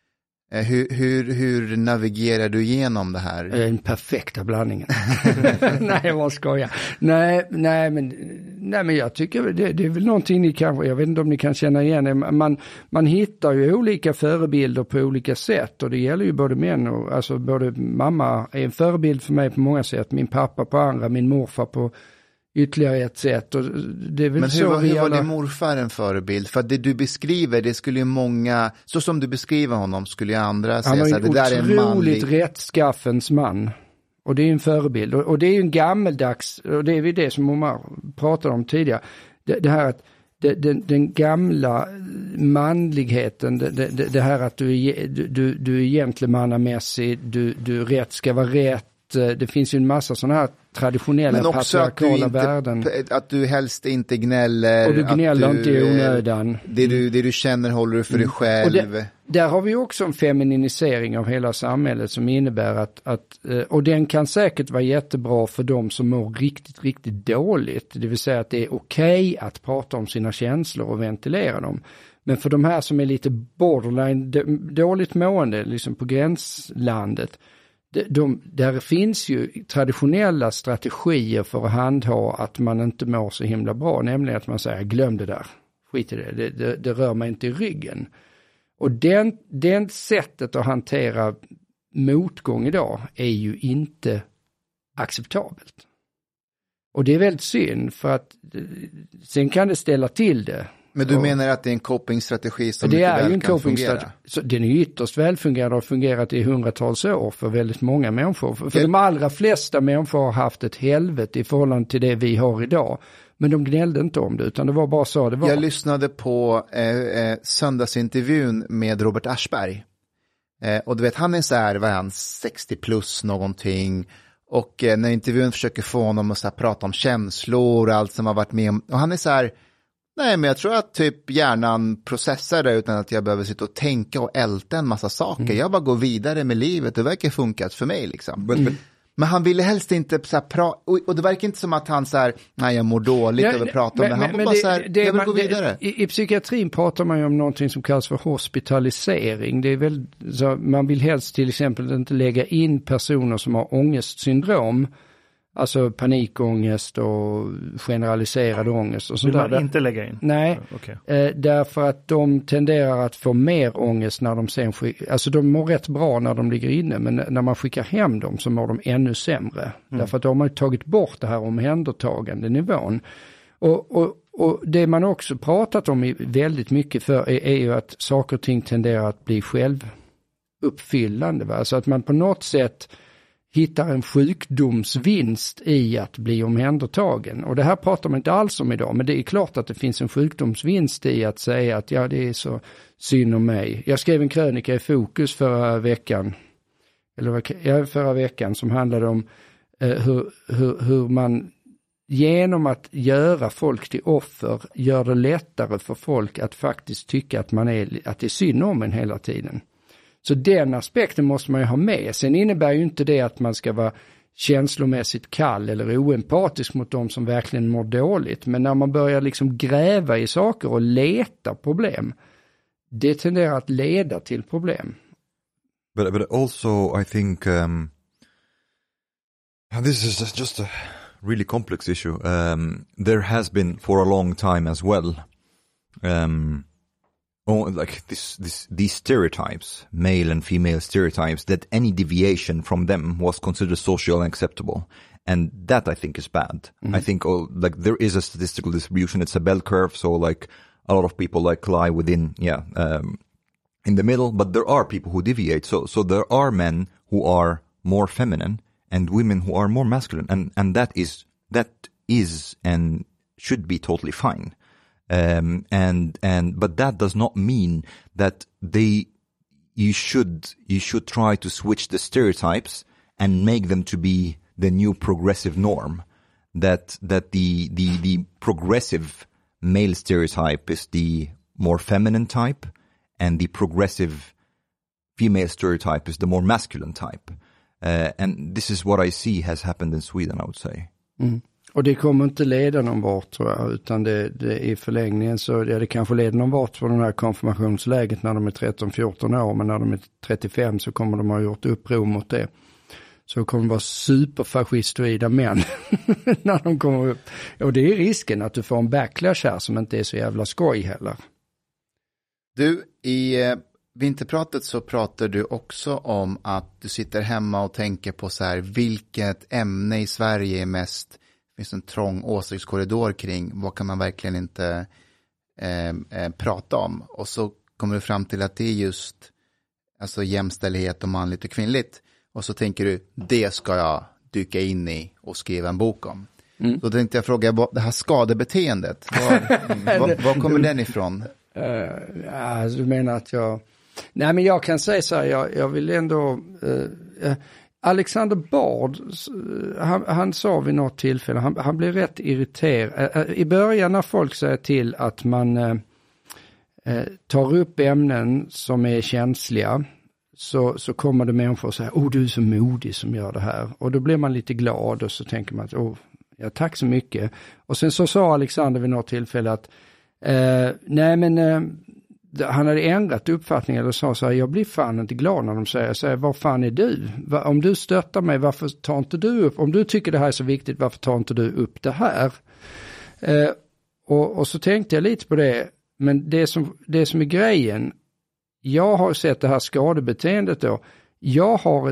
Hur navigerar du igenom det här? Den perfekta blandningen. Nej, vad ska jag? Nej, men jag tycker det är väl någonting ni kanske, jag vet inte om ni kan känna igen. Man hittar ju olika förebilder på olika sätt och det gäller ju både män och, alltså både mamma är en förebild för mig på många sätt, min pappa på andra, min morfar på ytterligare ett sätt. Och det är väl. Men hur var din morfar en förebild? För det du beskriver, det skulle ju många, så som du beskriver honom skulle ju andra säga att det där är en otroligt rättskaffens man. Och det är en förebild. Och det är ju en gammeldags, och det är ju det som Omar pratade om tidigare. Det här att den gamla manligheten, det här att du är gentlemannamässig, du rätt ska vara rätt. Det finns ju en massa sådana här traditionella patriarkala värden. Att du helst inte gnäller. Och du gnäller inte i onödan. Det du känner håller du för dig själv. Och där har vi också en femininisering av hela samhället som innebär att och den kan säkert vara jättebra för de som mår riktigt, riktigt dåligt. Det vill säga att det är okej att prata om sina känslor och ventilera dem. Men för de här som är lite borderline, dåligt mående, liksom på gränslandet, där finns ju traditionella strategier för att handha att man inte mår så himla bra, nämligen att man säger glöm det där, skit i det rör mig inte i ryggen. Och den sättet att hantera motgång idag är ju inte acceptabelt. Och det är väldigt synd för att sen kan det ställa till det. Men du menar att det är en copingstrategi som det är väl ju en kan fungera? Så den är ju ytterst välfungerande och har fungerat i hundratals år för väldigt många människor. För de allra flesta människor har haft ett helvete i förhållande till det vi har idag. Men de gnällde inte om det utan det var bara så det var. Jag lyssnade på söndagsintervjun med Robert Aschberg. Och du vet, han är så här, vad är han, 60 plus någonting. Och när intervjun försöker få honom att så här, prata om känslor och allt som har varit med om. Och han är så här, nej men jag tror att typ hjärnan processar det utan att jag behöver sitta och tänka och älta en massa saker. Jag bara går vidare med livet, det verkar funkat för mig liksom. Men han ville helst inte så här och det verkar inte som att han så här, nej jag mår dåligt och vill prata om det. Han bara så här, jag vill gå vidare. I psykiatrin pratar man ju om någonting som kallas för hospitalisering. Det är väl så, man vill helst till exempel inte lägga in personer som har ångestsyndrom. Alltså panikångest och generaliserad ångest och sånt där. Vill man inte lägga in? Nej, okay. Därför att de tenderar att få mer ångest när de sen alltså de mår rätt bra när de ligger inne, men när man skickar hem dem så mår de ännu sämre. Därför att de har tagit bort det här omhändertagande nivån. Och det man också pratat om väldigt mycket för är ju att saker och ting tenderar att bli självuppfyllande. Va? Alltså att man på något sätt hittar en sjukdomsvinst i att bli omhändertagen. Och det här pratar man inte alls om idag, men det är klart att det finns en sjukdomsvinst i att säga att ja, det är så synd om mig. Jag skrev en krönika i Fokus förra veckan som handlade om hur man genom att göra folk till offer gör det lättare för folk att faktiskt tycka att att det är synd om en hela tiden. Så den aspekten måste man ju ha med. Sen innebär ju inte det att man ska vara känslomässigt kall eller oempatisk mot de som verkligen mår dåligt. Men när man börjar liksom gräva i saker och leta problem, det tenderar att leda till problem. But also I think this is just a really complex issue. There has been for a long time as well like these stereotypes, male and female stereotypes, that any deviation from them was considered socially unacceptable. And that I think is bad. I think like there is a statistical distribution. It's a bell curve. So like a lot of people like lie within, in the middle, but there are people who deviate. So there are men who are more feminine and women who are more masculine. And that is and should be totally fine. But that does not mean that you should try to switch the stereotypes and make them to be the new progressive norm. That the progressive male stereotype is the more feminine type, and the progressive female stereotype is the more masculine type. And this is what I see has happened in Sweden, I would say. Mm. Och det kommer inte leda någon vart, tror jag, utan det i förlängningen så det kanske leder någon vart för den här konfirmationsläget när de är 13-14 år, men när de är 35 så kommer de ha gjort uppror mot det. Så kommer de vara superfascistoida män när de kommer upp. Och det är risken att du får en backlash här som inte är så jävla skoj heller. Du, i vinterpratet så pratar du också om att du sitter hemma och tänker på så här, vilket ämne i Sverige är mest, finns en trång åsiktskorridor kring, vad kan man verkligen inte prata om? Och så kommer du fram till att det är just alltså jämställdhet och manligt och kvinnligt. Och så tänker du, det ska jag dyka in i och skriva en bok om. Då tänkte jag fråga, det här skadebeteendet, var kommer den ifrån? Du menar att nej, men jag kan säga så här, jag vill ändå Alexander Bard, han sa vid något tillfälle, han blev rätt irriterad i början när folk säger till att man tar upp ämnen som är känsliga, så kommer det människor och säger, du är så modig som gör det här, och då blir man lite glad och så tänker man att ja, tack så mycket. Och sen så sa Alexander vid något tillfälle att nej men han hade ändrat uppfattning eller sa så här, jag blir fan inte glad när de säger vad fan är du? Om du stöttar mig, varför tar inte du upp? Om du tycker det här är så viktigt, varför tar inte du upp det här? Och så tänkte jag lite på det, men det som är grejen, jag har sett det här skadebeteendet då. Jag har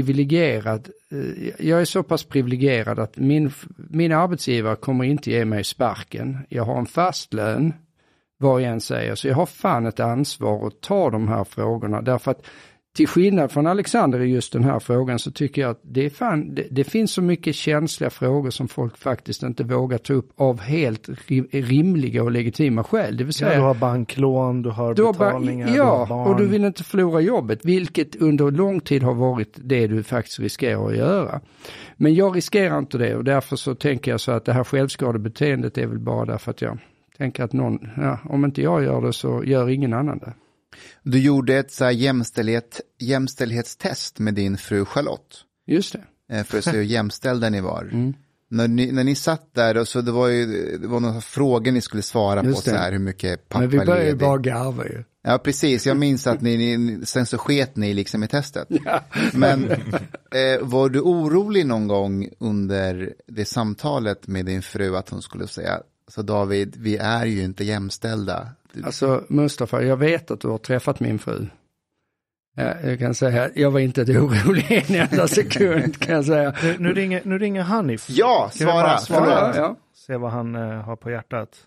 jag är så pass privilegierad att min arbetsgivare kommer inte ge mig sparken. Jag har en fast lön, vad jag än säger. Så jag har fan ett ansvar att ta de här frågorna. Därför att till skillnad från Alexander i just den här frågan så tycker jag att det finns så mycket känsliga frågor som folk faktiskt inte vågar ta upp av helt rimliga och legitima skäl. Det vill säga, du har banklån, du har betalningar, du har barn. Och du vill inte förlora jobbet, vilket under lång tid har varit det du faktiskt riskerar att göra. Men jag riskerar inte det, och därför så tänker jag så att det här självskadebeteendet är väl bara därför att jag tänker att om inte jag gör det så gör ingen annan det. Du gjorde ett så här jämställdhetstest med din fru Charlotte. Just det. För att se hur jämställda ni var. När ni satt där och så det var några frågor ni skulle svara på så här, hur mycket pappa ledig. Men vi började ju bara garva ju. Ja, precis. Jag minns att sen så sket ni liksom i testet. Ja. Men var du orolig någon gång under det samtalet med din fru att hon skulle säga, så David, vi är ju inte jämställda. Alltså Mustafa, jag vet att du har träffat min fru. Jag kan säga, jag var inte orolig en enda sekund, kan jag säga. Nu ringer Hanif. Ja, svara. Ja. Se vad han har på hjärtat.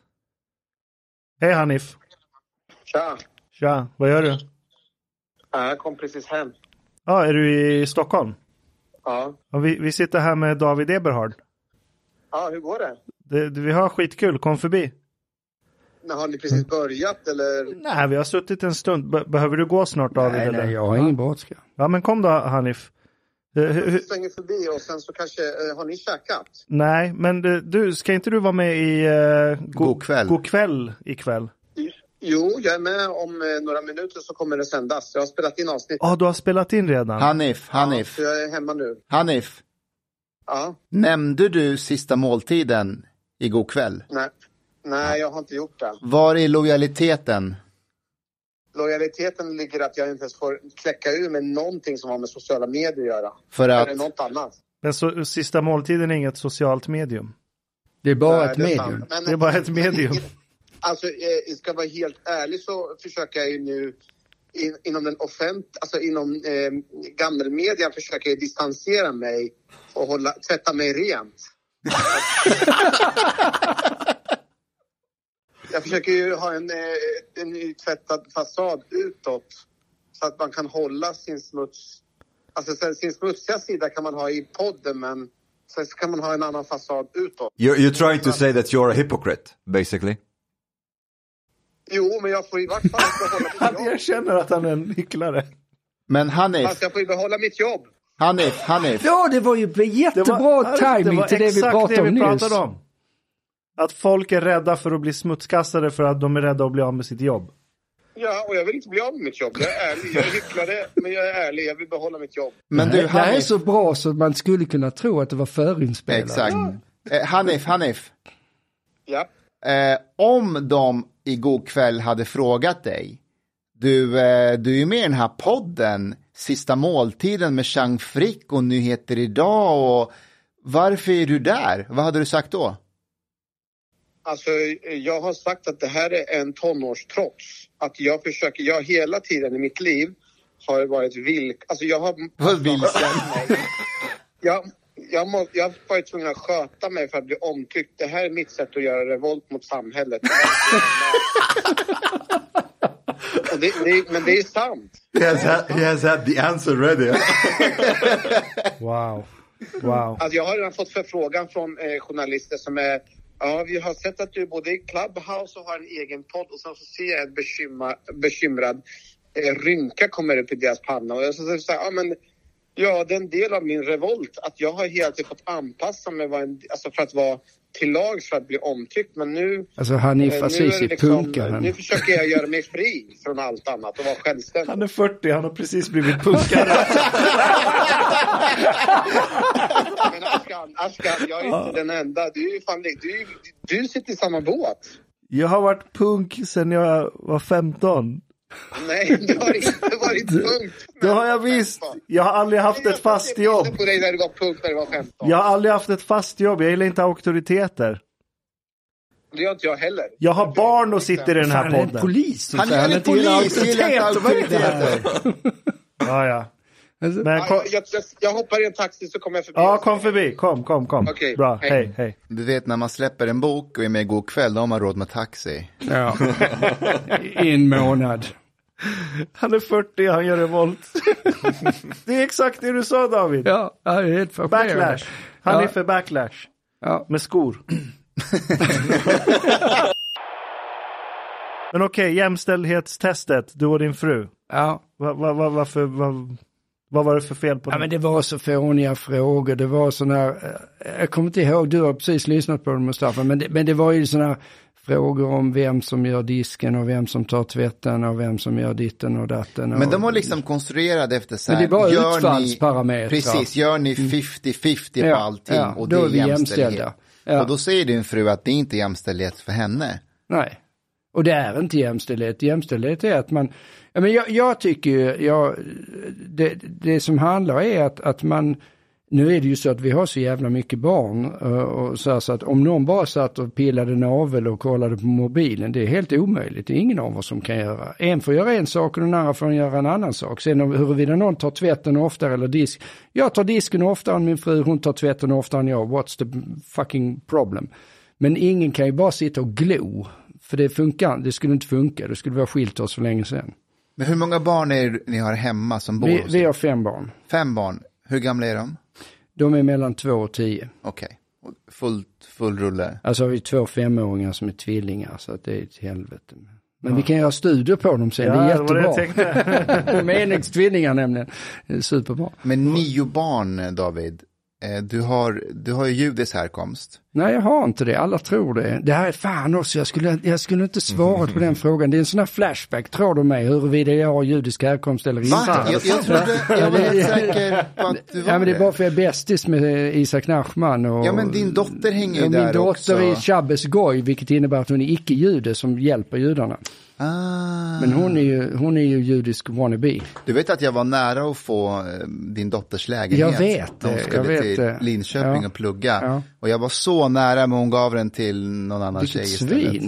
Hej Hanif. Tja, vad gör du? Jag kom precis hem. Ja, är du i Stockholm? Ja. Vi sitter här med David Eberhard. Ja, hur går det? Vi har skitkul, kom förbi. Har ni precis börjat eller? Nej, vi har suttit en stund. Behöver du gå snart, David? Nej, jag har ingen brådska. Ja, men kom då, Hanif. Jag svänger förbi och sen så kanske, har ni käkat? Nej, men du, ska inte du vara med i God kväll ikväll? Jo, jag är med om några minuter så kommer det sändas. Jag har spelat in avsnitt. Ja, du har spelat in redan. Hanif. Ja, så jag är hemma nu. Hanif. Ja. Nämnde du sista måltiden i God kväll? Nej, jag har inte gjort det. Var är lojaliteten? Lojaliteten ligger att jag inte ens får kläcka ur med någonting som har med sociala medier att göra. För att... Eller något annat. Men så, sista måltiden är inget socialt medium? Det är bara ett medium. Det är bara ett medium. Alltså, ska vara helt ärlig så försöker jag ju nu inom den inom gammelmedia försöker jag distansera mig och tvätta mig rent. Jag försöker ju ha en tvättad fasad utåt så att man kan hålla sin smuts. Alltså sin smutsiga sida kan man ha i podden, men sen kan man ha en annan fasad utåt. You're trying to say that you're a hypocrite, basically. Jo, men jag får i vart fall behålla mitt jobb. Jag känner att han är en hycklare. Men Hanif... Fast jag får ju behålla mitt jobb. Hanif. Ja, det var ju jättebra timing till det vi pratade om nyss. Att folk är rädda för att bli smutskastade för att de är rädda att bli av med sitt jobb. Ja, och jag vill inte bli av med mitt jobb. Jag är ärlig, jag är hycklare, men jag är ärlig. Jag vill behålla mitt jobb. Men du, Hanif... Det här är så bra så man skulle kunna tro att det var förinspelat. Exakt. Ja. Hanif. Ja. Om de igår kväll hade frågat dig, du är ju med i den här podden Sista måltiden med Chang Frick och Nyheter idag, och varför är du där? Vad hade du sagt då? Alltså, jag har sagt att det här är en tonårstrots. Att jag hela tiden i mitt liv har varit jag har vilsen. Jag har varit tvungen att sköta mig för att bli omtyckt. Det här är mitt sätt att göra revolt mot samhället. Men det är sant. He has had the answer ready. Wow. Alltså, jag har redan fått förfrågan från journalister som är... Ja, vi har sett att du både i Clubhouse och har en egen podd, och sen så ser jag ett bekymrad rynka kommer upp i deras panna. Och jag så säger, det är en del av min revolt att jag har hela tiden fått anpassa mig för att vara till lags för att bli omtyckt. Men nu... Alltså Hanif Azizi punkaren. Nu försöker jag göra mig fri från allt annat och vara självständig. Han är 40, han har precis blivit punkare. Men Ashkan, jag är inte den enda. Du sitter i samma båt. Jag har varit punk sedan jag var 15. Nej, du har inte varit punk. Det har jag visst. Jag har aldrig haft ett fast jobb. Jag på dig när du var punk när du var 15. Jag har aldrig haft ett fast jobb. Jag gillar inte auktoriteter. Det gör inte jag heller. Jag har barn och sitter i den här podden. Han är polis. Han är en polis. Gillar inte auktoriteter. Ja. Men jag hoppar i en taxi så kommer jag förbi. Ja, kom förbi. Kom. Okay, bra, hej. Du vet, när man släpper en bok och är med god kväll, då har man råd med taxi. Ja. En månad. Han är 40, han gör revolt. Det är exakt det du sa, David. Ja, det är helt fascinerande. Backlash. Han är för backlash. Ja. Med skor. Men okej, jämställdhetstestet, du och din fru. Ja. Vad var det för fel på det? Ja, men det var så fåniga frågor. Det var såna här, jag kommer inte ihåg, du har precis lyssnat på dem, Mustafa, men det var ju såna frågor om vem som gör disken och vem som tar tvätten och vem som gör ditten och datten. Men de var liksom konstruerade efter så här. Men det är bara utfallsparametrar. Precis, gör ni 50-50 på allting och det är jämställdhet. Ja. Och då säger din fru att det inte är jämställdhet för henne. Nej, och det är inte jämställdhet. Jämställdhet är att man... Ja, men jag tycker ju... Det som handlar är att man... Nu är det ju så att vi har så jävla mycket barn och så att om någon bara satt och pillade navel och kollade på mobilen, det är helt omöjligt. Det är ingen av oss som kan göra. En får göra en sak och den andra får göra en annan sak. Sen huruvida någon tar tvätten oftare eller disk. Jag tar disken oftare än min fru, hon tar tvätten oftare än jag. What's the fucking problem? Men ingen kan ju bara sitta och glo. För det skulle inte funka. Det skulle vara skilt oss för länge sedan. Men hur många barn är ni har hemma som bor hos er? Vi har 5 barn. 5 barn. Hur gamla är de? De är mellan 2 och 10. Okej. Full rulle. Alltså har vi 2 5-åringar som är tvillingar, så att det är ett helvete. Men vi kan göra studier på dem sen, det är jättebra. De är enäggstvillingar nämligen. Det är superbra. Men 9 barn, David. Du har ju judisk härkomst. Nej, jag har inte det. Alla tror det. Det här är fan också. Jag skulle inte svara på den frågan. Det är en sån här flashback, tror du mig, huruvida jag har judisk härkomst eller inte. Jag var helt säker på att du var men det är bara för jag är bästis med Isak Nachman. Och, ja, men din dotter hänger ju där också. Min dotter är Shabbes Goy, vilket innebär att hon är icke-jude som hjälper judarna. Men hon är ju judisk wannabe. Du vet att jag var nära att få din dotters lägenhet. Jag vet det. De skulle till Linköping och plugga. Ja. Och jag var så nära, men hon gav den till någon annan tjej istället. Vilket svin.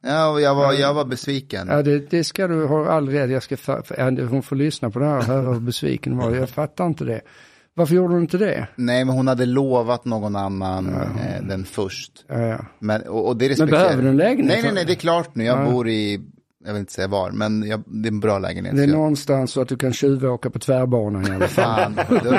Ja, jag var besviken. Ja, det ska du ha all rädd. Hon får lyssna på det här och höra hur besviken var. Jag fattar inte det. Varför gjorde hon inte det? Nej, men hon hade lovat någon annan den först. Ja. Men det respekterar. Men behöver du en lägenhet? Nej, det är klart nu. Jag bor i, jag vill inte säga var, men det är en bra lägenhet. Det är någonstans så att du kan tjuvåka på tvärbanan i alla fall.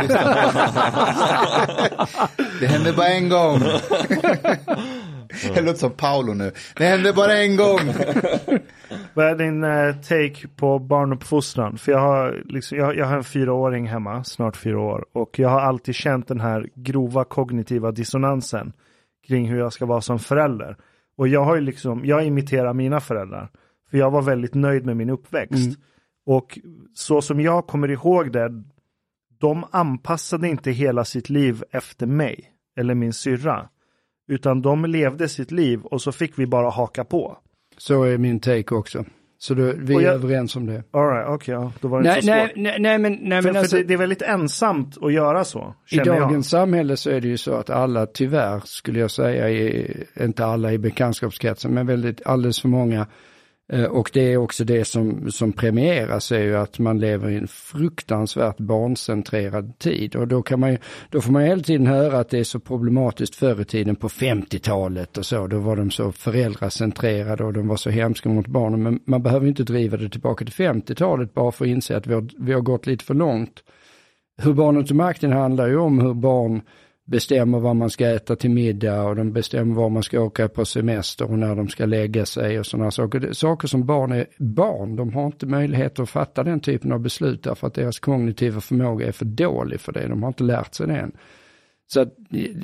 Det hände bara en gång. Jag låter som Paolo nu. Det hände bara en gång. Vad är din take på barnuppfostran? För jag har en 4-åring hemma, snart 4 år. Och jag har alltid känt den här grova kognitiva dissonansen kring hur jag ska vara som förälder. Och jag imiterar mina föräldrar. För jag var väldigt nöjd med min uppväxt. Och så som jag kommer ihåg det, de anpassade inte hela sitt liv efter mig eller min syrra. Utan de levde sitt liv och så fick vi bara haka på. Så är min take också. Så vi är överens om det. All right, okej. Då var det inte så svårt. Nej, men alltså, det är väldigt ensamt att göra så. I dagens samhälle så är det ju så att alla, tyvärr skulle jag säga, inte alla i bekantskapskretsen, men alldeles för många. Och det är också det som premieras, är ju att man lever i en fruktansvärt barncentrerad tid. Och då får man hela tiden höra att det är så problematiskt förr i tiden på 50-talet och så. Då var de så föräldracentrerade och de var så hemska mot barnen. Men man behöver inte driva det tillbaka till 50-talet bara för att inse att vi har gått lite för långt. Hur barnen till makten handlar ju om hur barn bestämmer vad man ska äta till middag och de bestämmer var man ska åka på semester och när de ska lägga sig och sådana saker. Saker som barn är barn, de har inte möjlighet att fatta den typen av beslut därför att deras kognitiva förmåga är för dålig för det. De har inte lärt sig det än. Så att,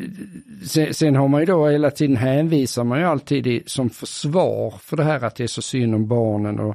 sen har man ju då hela tiden hänvisar man ju alltid som försvar för det här att det är så synd om barnen och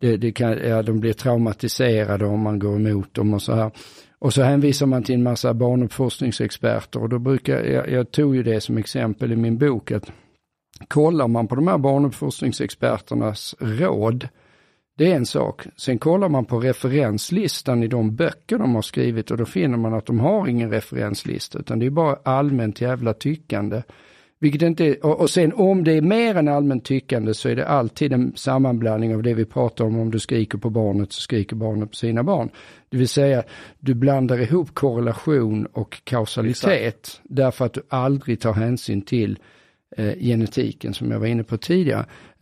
de blir traumatiserade om man går emot dem och så här. Och så hänvisar man till en massa barnuppfostringsexperter och då jag tog ju det som exempel i min bok att kollar man på de här barnuppfostringsexperternas råd, det är en sak. Sen kollar man på referenslistan i de böcker de har skrivit och då finner man att de har ingen referenslista utan det är bara allmänt jävla tyckande. Vilket inte är, och sen om det är mer än allmänt tyckande så är det alltid en sammanblandning av det vi pratar om du skriker på barnet så skriker barnet på sina barn. Det vill säga du blandar ihop korrelation och kausalitet därför att du aldrig tar hänsyn till genetiken som jag var inne på tidigare.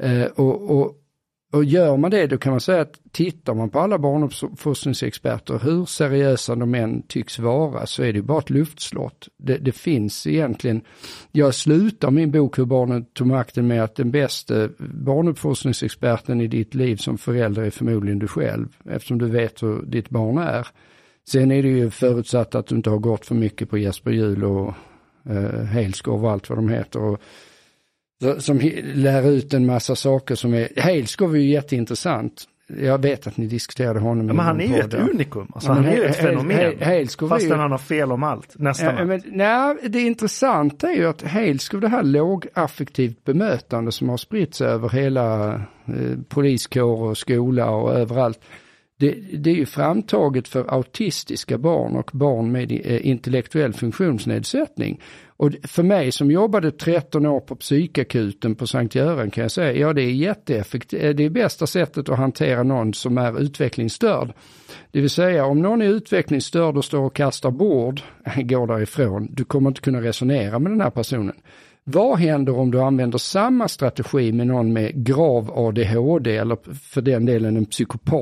Och gör man det då kan man säga att tittar man på alla barnuppfostringsexperter hur seriösa de än tycks vara så är det bara ett luftslott. Det finns egentligen, jag slutar min bok Hur barnen tog makten med att den bästa barnuppfostringsexperten i ditt liv som förälder är förmodligen du själv eftersom du vet hur ditt barn är. Sen är det ju förutsatt att du inte har gått för mycket på Jesper Juhl och Haleskov och allt vad de heter och som lär ut en massa saker som är... Haleskov är ju jätteintressant. Jag vet att ni diskuterade honom. Men han är ju ett unikum. Alltså, han är ju ett fenomen. Fastän han har fel om allt. Nästan. Det intressanta är ju att Haleskov, det här lågaffektivt bemötande som har spritt sig över hela poliskår och skola och överallt. Det är ju framtaget för autistiska barn och barn med intellektuell funktionsnedsättning. Och för mig som jobbade 13 år på psykakuten på Sankt Göran kan jag säga, det är jätteeffektivt. Det är bästa sättet att hantera någon som är utvecklingsstörd. Det vill säga om någon är utvecklingsstörd och står och kastar bord, går därifrån, du kommer inte kunna resonera med den här personen. Vad händer om du använder samma strategi med någon med grav ADHD eller för den delen en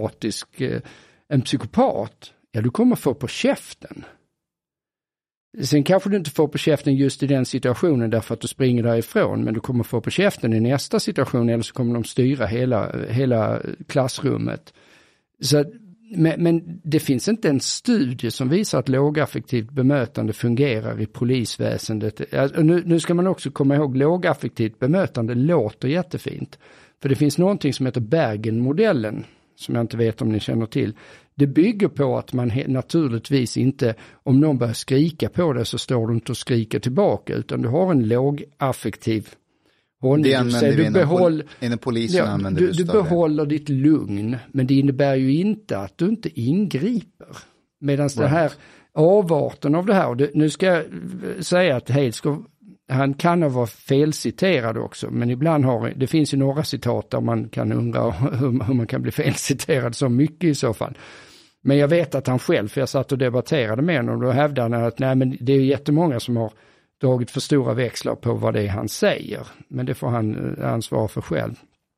psykopat? Ja, du kommer få på käften. Sen kanske du inte får på käften just i den situationen därför att du springer därifrån, men du kommer få på käften i nästa situation eller så kommer de styra hela klassrummet. Så, men det finns inte en studie som visar att lågaffektivt bemötande fungerar i polisväsendet. Alltså, nu ska man också komma ihåg, lågaffektivt bemötande låter jättefint. För det finns någonting som heter Bergen-modellen som jag inte vet om ni känner till. Det bygger på att man naturligtvis inte, om någon börjar skrika på det så står du inte och skriker tillbaka utan du har en lågaffektiv hållning. Det använder vi inom polisen. Använder du behåller ditt lugn, men det innebär ju inte att du inte ingriper. Medan det här avarten av det här, och nu ska jag säga att Haleskov han kan ha varit felciterad också, men ibland det finns ju några citat där man kan undra hur man kan bli felciterad så mycket i så fall. Men jag vet att han själv, för jag satt och debatterade med honom, och då hävdade han att nej, men det är jättemånga som har dragit för stora växlar på vad det är han säger. Men det får han ansvara för själv.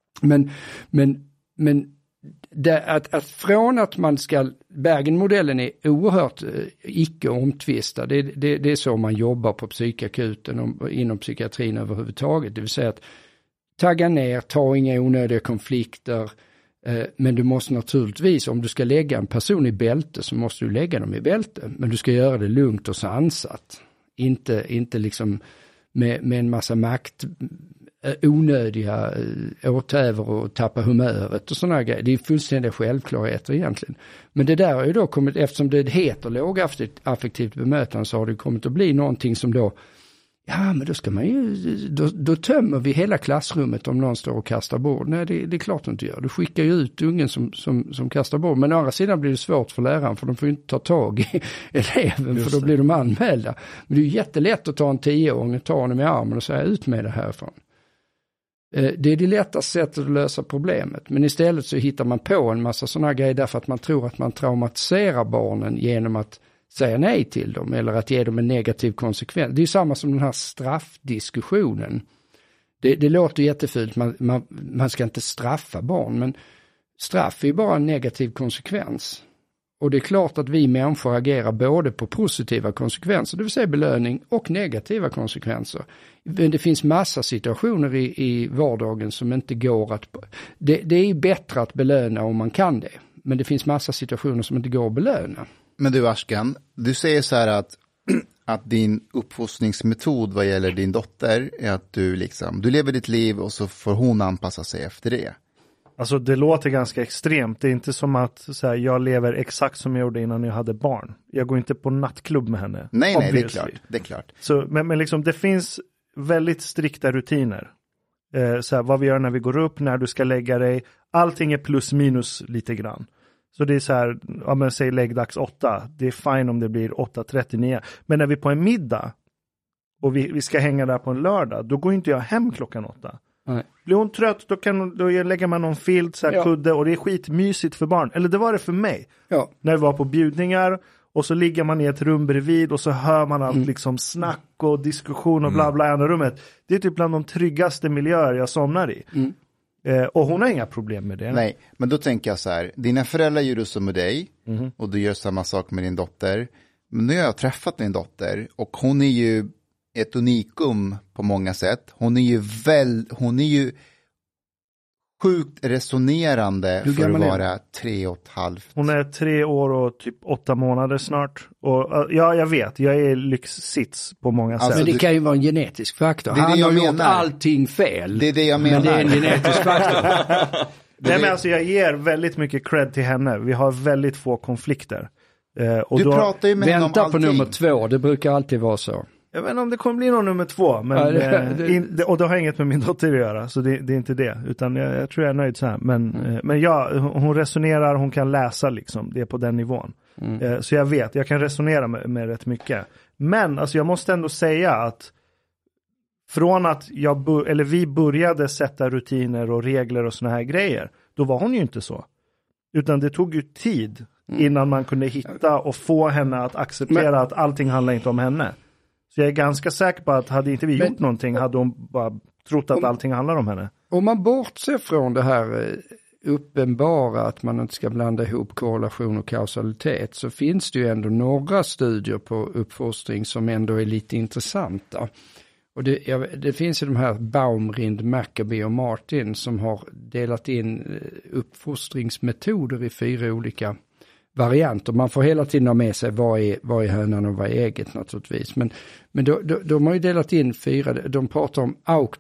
Men att från att man ska, Bergen-modellen är oerhört icke omtvistad. Det är så man jobbar på psykakuten och inom psykiatrin överhuvudtaget. Det vill säga att tagga ner, ta inga onödiga konflikter. Men du måste naturligtvis, om du ska lägga en person i bälte, så måste du lägga dem i bälte. Men du ska göra det lugnt och sansat. Inte liksom med en massa onödiga åtäver och tappa humöret och sådana grejer. Det är fullständiga självklarheter egentligen. Men det där har ju då kommit, eftersom det heter lågaffektivt bemötande, så har det kommit att bli någonting som då, ja men då ska man ju, då tömmer vi hela klassrummet om någon står och kastar bord. Nej, det är klart du inte gör. Du skickar ju ut ungen som kastar bord. Men å andra sidan blir det svårt för läraren, för de får ju inte ta tag i eleven, för då blir de anmälda. Men det är ju jättelätt att ta en 10-åring och ta honom i armen och säga ut med det härifrån. Det är det lättaste sättet att lösa problemet. Men istället så hittar man på en massa sådana grejer därför att man tror att man traumatiserar barnen genom att säga nej till dem eller att ge dem en negativ konsekvens. Det är ju samma som den här straffdiskussionen. Det låter jättefult, man ska inte straffa barn, men straff är ju bara en negativ konsekvens. Och det är klart att vi människor agerar både på positiva konsekvenser, det vill säga belöning, och negativa konsekvenser. Men det finns massa situationer i vardagen som inte går att... Det är bättre att belöna om man kan det. Men det finns massa situationer som inte går att belöna. Men du Ashkan, du säger så här att din uppfostringsmetod vad gäller din dotter är att du lever ditt liv och så får hon anpassa sig efter det. Alltså det låter ganska extremt. Det är inte som att så här, jag lever exakt som jag gjorde innan jag hade barn. Jag går inte på nattklubb med henne. Nej, det är klart. Så, men liksom, det finns väldigt strikta rutiner. Så här, vad vi gör när vi går upp, när du ska lägga dig. Allting är plus minus lite grann. Så det är så här, om man säger läggdags 8. Det är fine om det blir 8:39. Men när vi är på en middag och vi ska hänga där på en lördag, då går inte jag hem klockan 8. Nej. Blir hon trött, då lägger man någon filt, så här, kudde, och det är skitmysigt för barn. Eller det var det för mig. Ja. När vi var på bjudningar och så ligger man i ett rum bredvid och så hör man allt liksom snack och diskussion och bla bla i andra rummet. Det är typ bland de tryggaste miljöer jag somnar i. Och hon har inga problem med det. Nej, men då tänker jag så här. Dina föräldrar gör så med dig och du gör samma sak med din dotter. Men nu har jag träffat din dotter och hon är ju ett unikum på många sätt. Hon är ju sjukt resonerande för att vara 3,5. Hon är 3 år och typ 8 månader snart. Och ja, jag vet. Jag är lyxsits på många sätt. Men det kan ju vara en genetisk faktor. Han har gjort allting fel. Det är det jag menar. Men det är en genetisk faktor. Nej, men alltså jag ger väldigt mycket cred till henne. Vi har väldigt få konflikter. Och du pratar ju med henne om allting. Vänta på nummer 2. Det brukar alltid vara så. Jag vet inte om det kommer bli någon nummer 2. Men, och det har inget med min dotter att göra. Så det är inte det. Utan jag tror jag är nöjd så här. Men ja, hon resonerar. Hon kan läsa liksom. Det är på den nivån. Så jag vet. Jag kan resonera med rätt mycket. Men alltså jag måste ändå säga att från att vi började sätta rutiner och regler och såna här grejer. Då var hon ju inte så. Utan det tog ju tid innan man kunde hitta och få henne att acceptera att allting handlar inte om henne. Så jag är ganska säker på att hade inte vi gjort någonting hade hon bara trott att allting handlar om henne. Om man bortser från det här uppenbara att man inte ska blanda ihop korrelation och kausalitet, så finns det ju ändå några studier på uppfostring som ändå är lite intressanta. Och det finns ju de här Baumrind, Maccabi och Martin som har delat in uppfostringsmetoder i 4 olika varianter. Man får hela tiden ha med sig vad är hönan och vad är ägget naturligtvis. Men de har ju delat in 4. De pratar om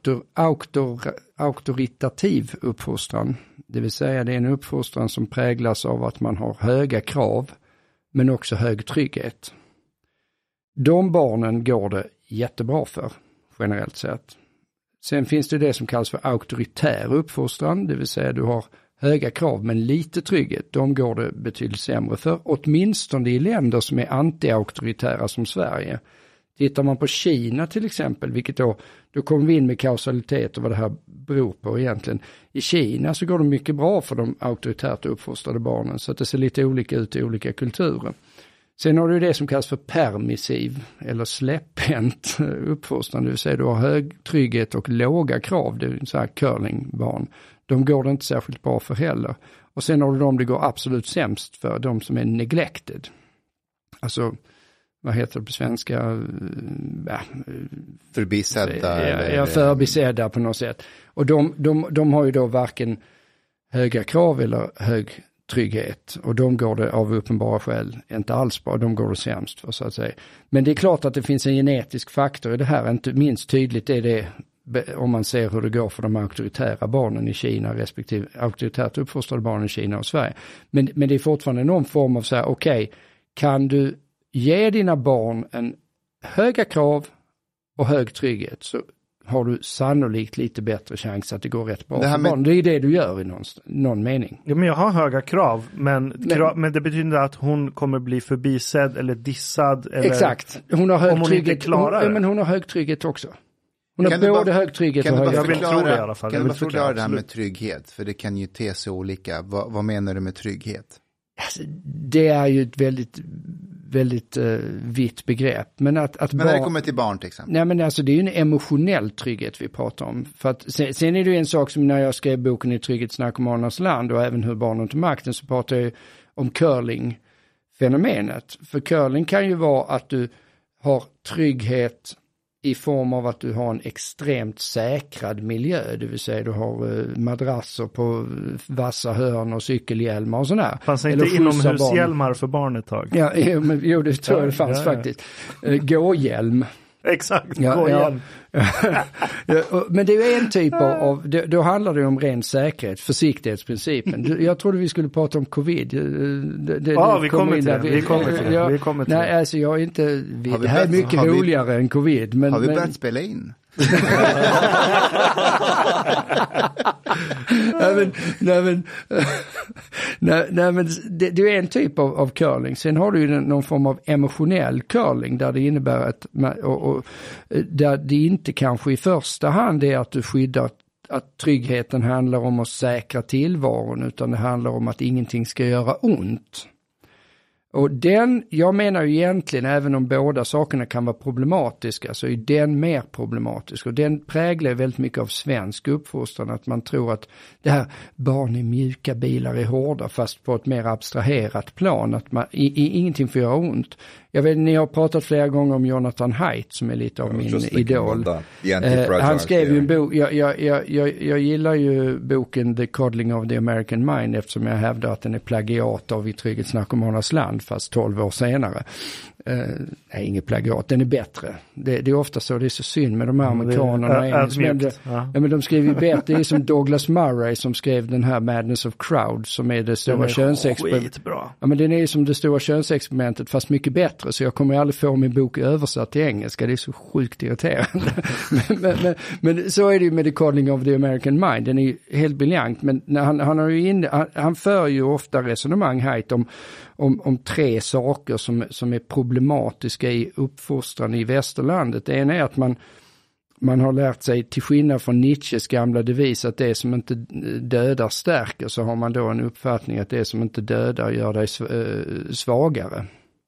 auktoritativ uppfostran. Det vill säga det är en uppfostran som präglas av att man har höga krav men också hög trygghet. De barnen går det jättebra för generellt sett. Sen finns det som kallas för auktoritär uppfostran. Det vill säga du har höga krav men lite trygghet, de går det betydligt sämre för. Åtminstone i länder som är anti-auktoritära som Sverige. Tittar man på Kina till exempel, vilket då kommer vi in med kausalitet och vad det här beror på egentligen. I Kina så går det mycket bra för de auktoritärt uppfostrade barnen, så att det ser lite olika ut i olika kulturer. Sen har du det som kallas för permissiv eller släpphänt uppfostran, det vill säga du har hög trygghet och låga krav, det är så här curlingbarn. De går det inte särskilt bra för heller. Och sen har du de det går absolut sämst för, de som är neglected. Alltså, vad heter det på svenska? Förbisedda. Ja, förbisedda på något sätt. Och de har ju då varken höga krav eller hög trygghet. Och de går det av uppenbara skäl inte alls bra. De går det sämst för, så att säga. Men det är klart att det finns en genetisk faktor i det här. Inte minst tydligt är det om man ser hur det går för de auktoritära barnen i Kina respektive auktoritärt uppfostrade barnen i Kina och Sverige. Men det är fortfarande någon form av så här, okej, kan du ge dina barn en höga krav och hög trygghet, så har du sannolikt lite bättre chans att det går rätt bra för barn. Det är det du gör i någon mening. Ja, men jag har höga krav, men det betyder att hon kommer bli förbisedd eller dissad. Eller, exakt. Hon har hög om hon trygghet. Inte klarar det. Men hon har hög trygghet också. Hon har både hög trygghet och hög trygghet. Jag vill tro det i alla fall. Kan du bara förklara det här med trygghet? För det kan ju te sig olika. Vad menar du med trygghet? Alltså, det är ju ett väldigt vitt begrepp. Men när det kommer till barn till exempel? Nej, men alltså det är ju en emotionell trygghet vi pratar om. För att, sen är det ju en sak som när jag skrev boken I trygghetsnarkomanernas land och även hur barnen till makten, så pratar jag om curling-fenomenet. För curling kan ju vara att du har trygghet i form av att du har en extremt säkrad miljö, det vill säga du har madrasser på vassa hörn och cykelhjälmar och sådär. Fanns det inte inomhushjälmar för barn ett tag? Ja, men, det tror jag det fanns faktiskt. Gåhjälm. Exakt, gåhjälm. Men det är ju en typ av, då handlar det om ren säkerhet, försiktighetsprincipen. Jag trodde vi skulle prata om covid. Vi kommer till det. Nej, alltså jag är inte, det här är mycket roligare än covid. Men, har vi börjat spela in? Nej, men det är en typ av curling. Sen har du ju någon form av emotionell curling där det innebär att där det inte kanske i första hand är att du skyddar, att tryggheten handlar om att säkra tillvaron, utan det handlar om att ingenting ska göra ont. Och jag menar ju egentligen, även om båda sakerna kan vara problematiska, så är den mer problematisk. Och den präglar väldigt mycket av svensk uppfostran, att man tror att det här barn i mjuka bilar är hårda, fast på ett mer abstraherat plan, att ingenting får göra ont. Jag vet, ni har pratat flera gånger om Jonathan Haidt som är lite av min idol. Han skrev ju en bok, jag gillar ju boken The Coddling of the American Mind, eftersom jag hävdar att den är plagiat av I trygghetsnarkomanernas land, fast 12 år senare. Nej, inget plagiat, den är bättre. Det är ofta så, det är så synd med de här amerikanerna och engelsmännen. Men de skriver ju bättre. Det är som Douglas Murray som skrev den här Madness of Crowd, som är det stora könsexperimentet. Ja, men den är ju som det stora könsexperimentet, fast mycket bättre. Så jag kommer aldrig få min bok översatt till engelska. Det är så sjukt irriterande. men så är det ju med The Coddling of the American Mind. Den är ju helt briljant. Men han för ju ofta resonemang här om tre saker som är problematiska i uppfostran i västerlandet. Det ena är att man har lärt sig, till skillnad från Nietzsches gamla devis, att det som inte dödar stärker, så har man då en uppfattning att det som inte dödar gör dig svagare.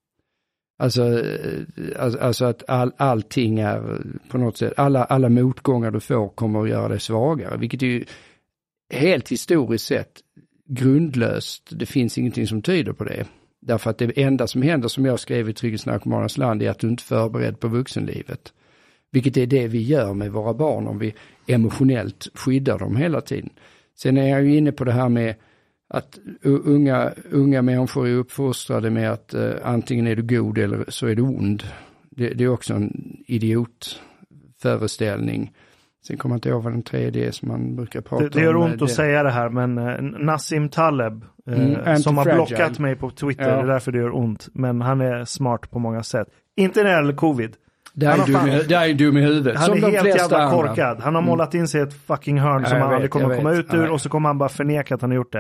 Alltså att allting är på något sätt, alla motgångar du får kommer att göra dig svagare, vilket är ju helt historiskt sett grundlöst. Det finns ingenting som tyder på det. Därför att det enda som händer, som jag skrev I trygghetsnarkomanernas land, är att du inte är förberedd på vuxenlivet. Vilket är det vi gör med våra barn om vi emotionellt skyddar dem hela tiden. Sen är jag ju inne på det här med att unga människor är uppfostrade med att antingen är du god eller så är du ond. Det är också en idiotföreställning. Sen kommer jag inte ihåg vad den tredje är som man brukar prata om. Det gör ont att säga det här, men Nassim Taleb som har blockat mig på Twitter, det är därför det gör ont. Men han är smart på många sätt. Inte när det gäller covid. Det är dum i huvudet. Han är helt jävla korkad. Han har målat in sig ett fucking hörn som han aldrig kommer komma ut ur, och så kommer han bara förneka att han har gjort det.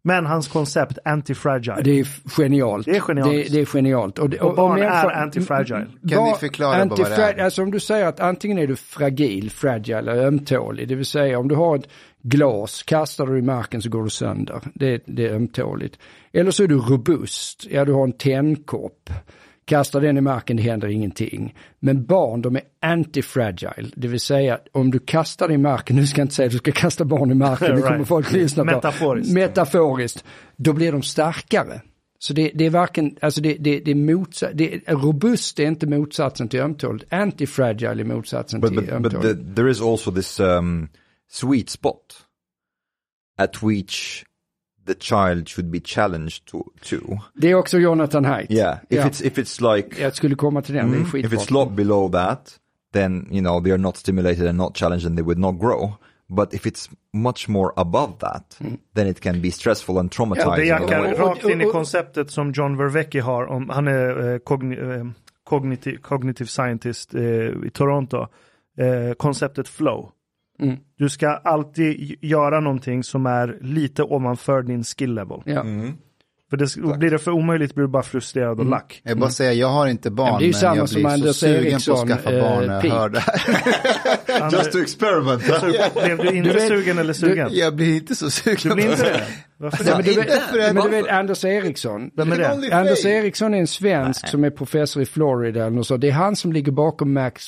Men hans koncept, anti-fragile. Det är genialt. Det är genialt. Det är genialt. Och barn är anti-fragile. Kan ni förklara vad det är? Alltså om du säger att antingen är du fragile eller ömtålig. Det vill säga om du har ett glas, kastar du i marken så går du sönder. Det är ömtåligt. Eller så är du robust. Ja, du har en tändkopp. Kastar den i marken, det händer ingenting. Men barn, de är anti-fragile. Det vill säga, om du kastar i marken, nu ska jag inte säga att du ska kasta barn i marken, det kommer folk lyssna på. Metaforiskt. Då blir de starkare. Så det är varken, alltså det är motsatt, robust är inte motsatsen till ömtåligt. Anti-fragile är motsatsen till ömtåligt. But there is also this sweet spot at which the child should be challenged to. Det är också Jonathan Haidt. Yeah, if it's like... Jag skulle komma till den, det är skitbra. If it's lot below that, then, you know, they are not stimulated and not challenged and they would not grow. But if it's much more above that, then it can be stressful and traumatizing. Ja, det jackar rakt in i konceptet som John Vervecki har. Han är cognitive scientist i Toronto. Konceptet flow. Du ska alltid göra någonting som är lite ovanför din skill level. Ja. För blir det för omöjligt blir du bara frustrerad och lack. Jag bara säga, jag har inte barn, det är samma men jag blir så sugen på att skaffa barn när jag hör det här. Just to experiment. Blev du inte sugen eller sugen? Jag blir inte så sugen. Du blir inte det? Varför men du vet Anders Eriksson. Vem är det? Anders Eriksson är en svensk som är professor i Florida. Och så. Det är han som ligger bakom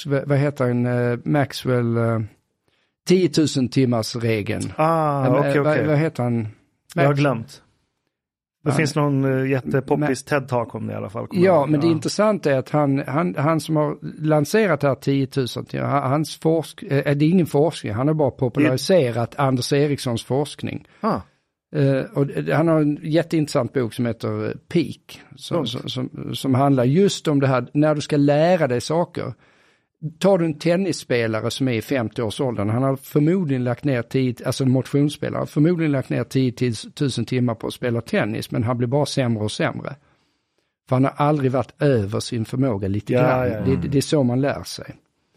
Maxwell 10 000 timmars regeln. Okej. Vad heter han? Jag har glömt. Det finns någon jättepoppis TED-talk om det i alla fall. Men det intressanta är att han som har lanserat det här 10 000 timmar, hans det är ingen forskning, han har bara populariserat Anders Erikssons forskning. Och han har en jätteintressant bok som heter Peak, som handlar just om det här, när du ska lära dig saker. Tar du en tennisspelare som är i 50-årsåldern, han har förmodligen lagt ner en motionsspelare, förmodligen lagt ner 10 000 timmar på att spela tennis, men han blir bara sämre och sämre. För han har aldrig varit över sin förmåga lite grann. Ja. Det är så man lär sig.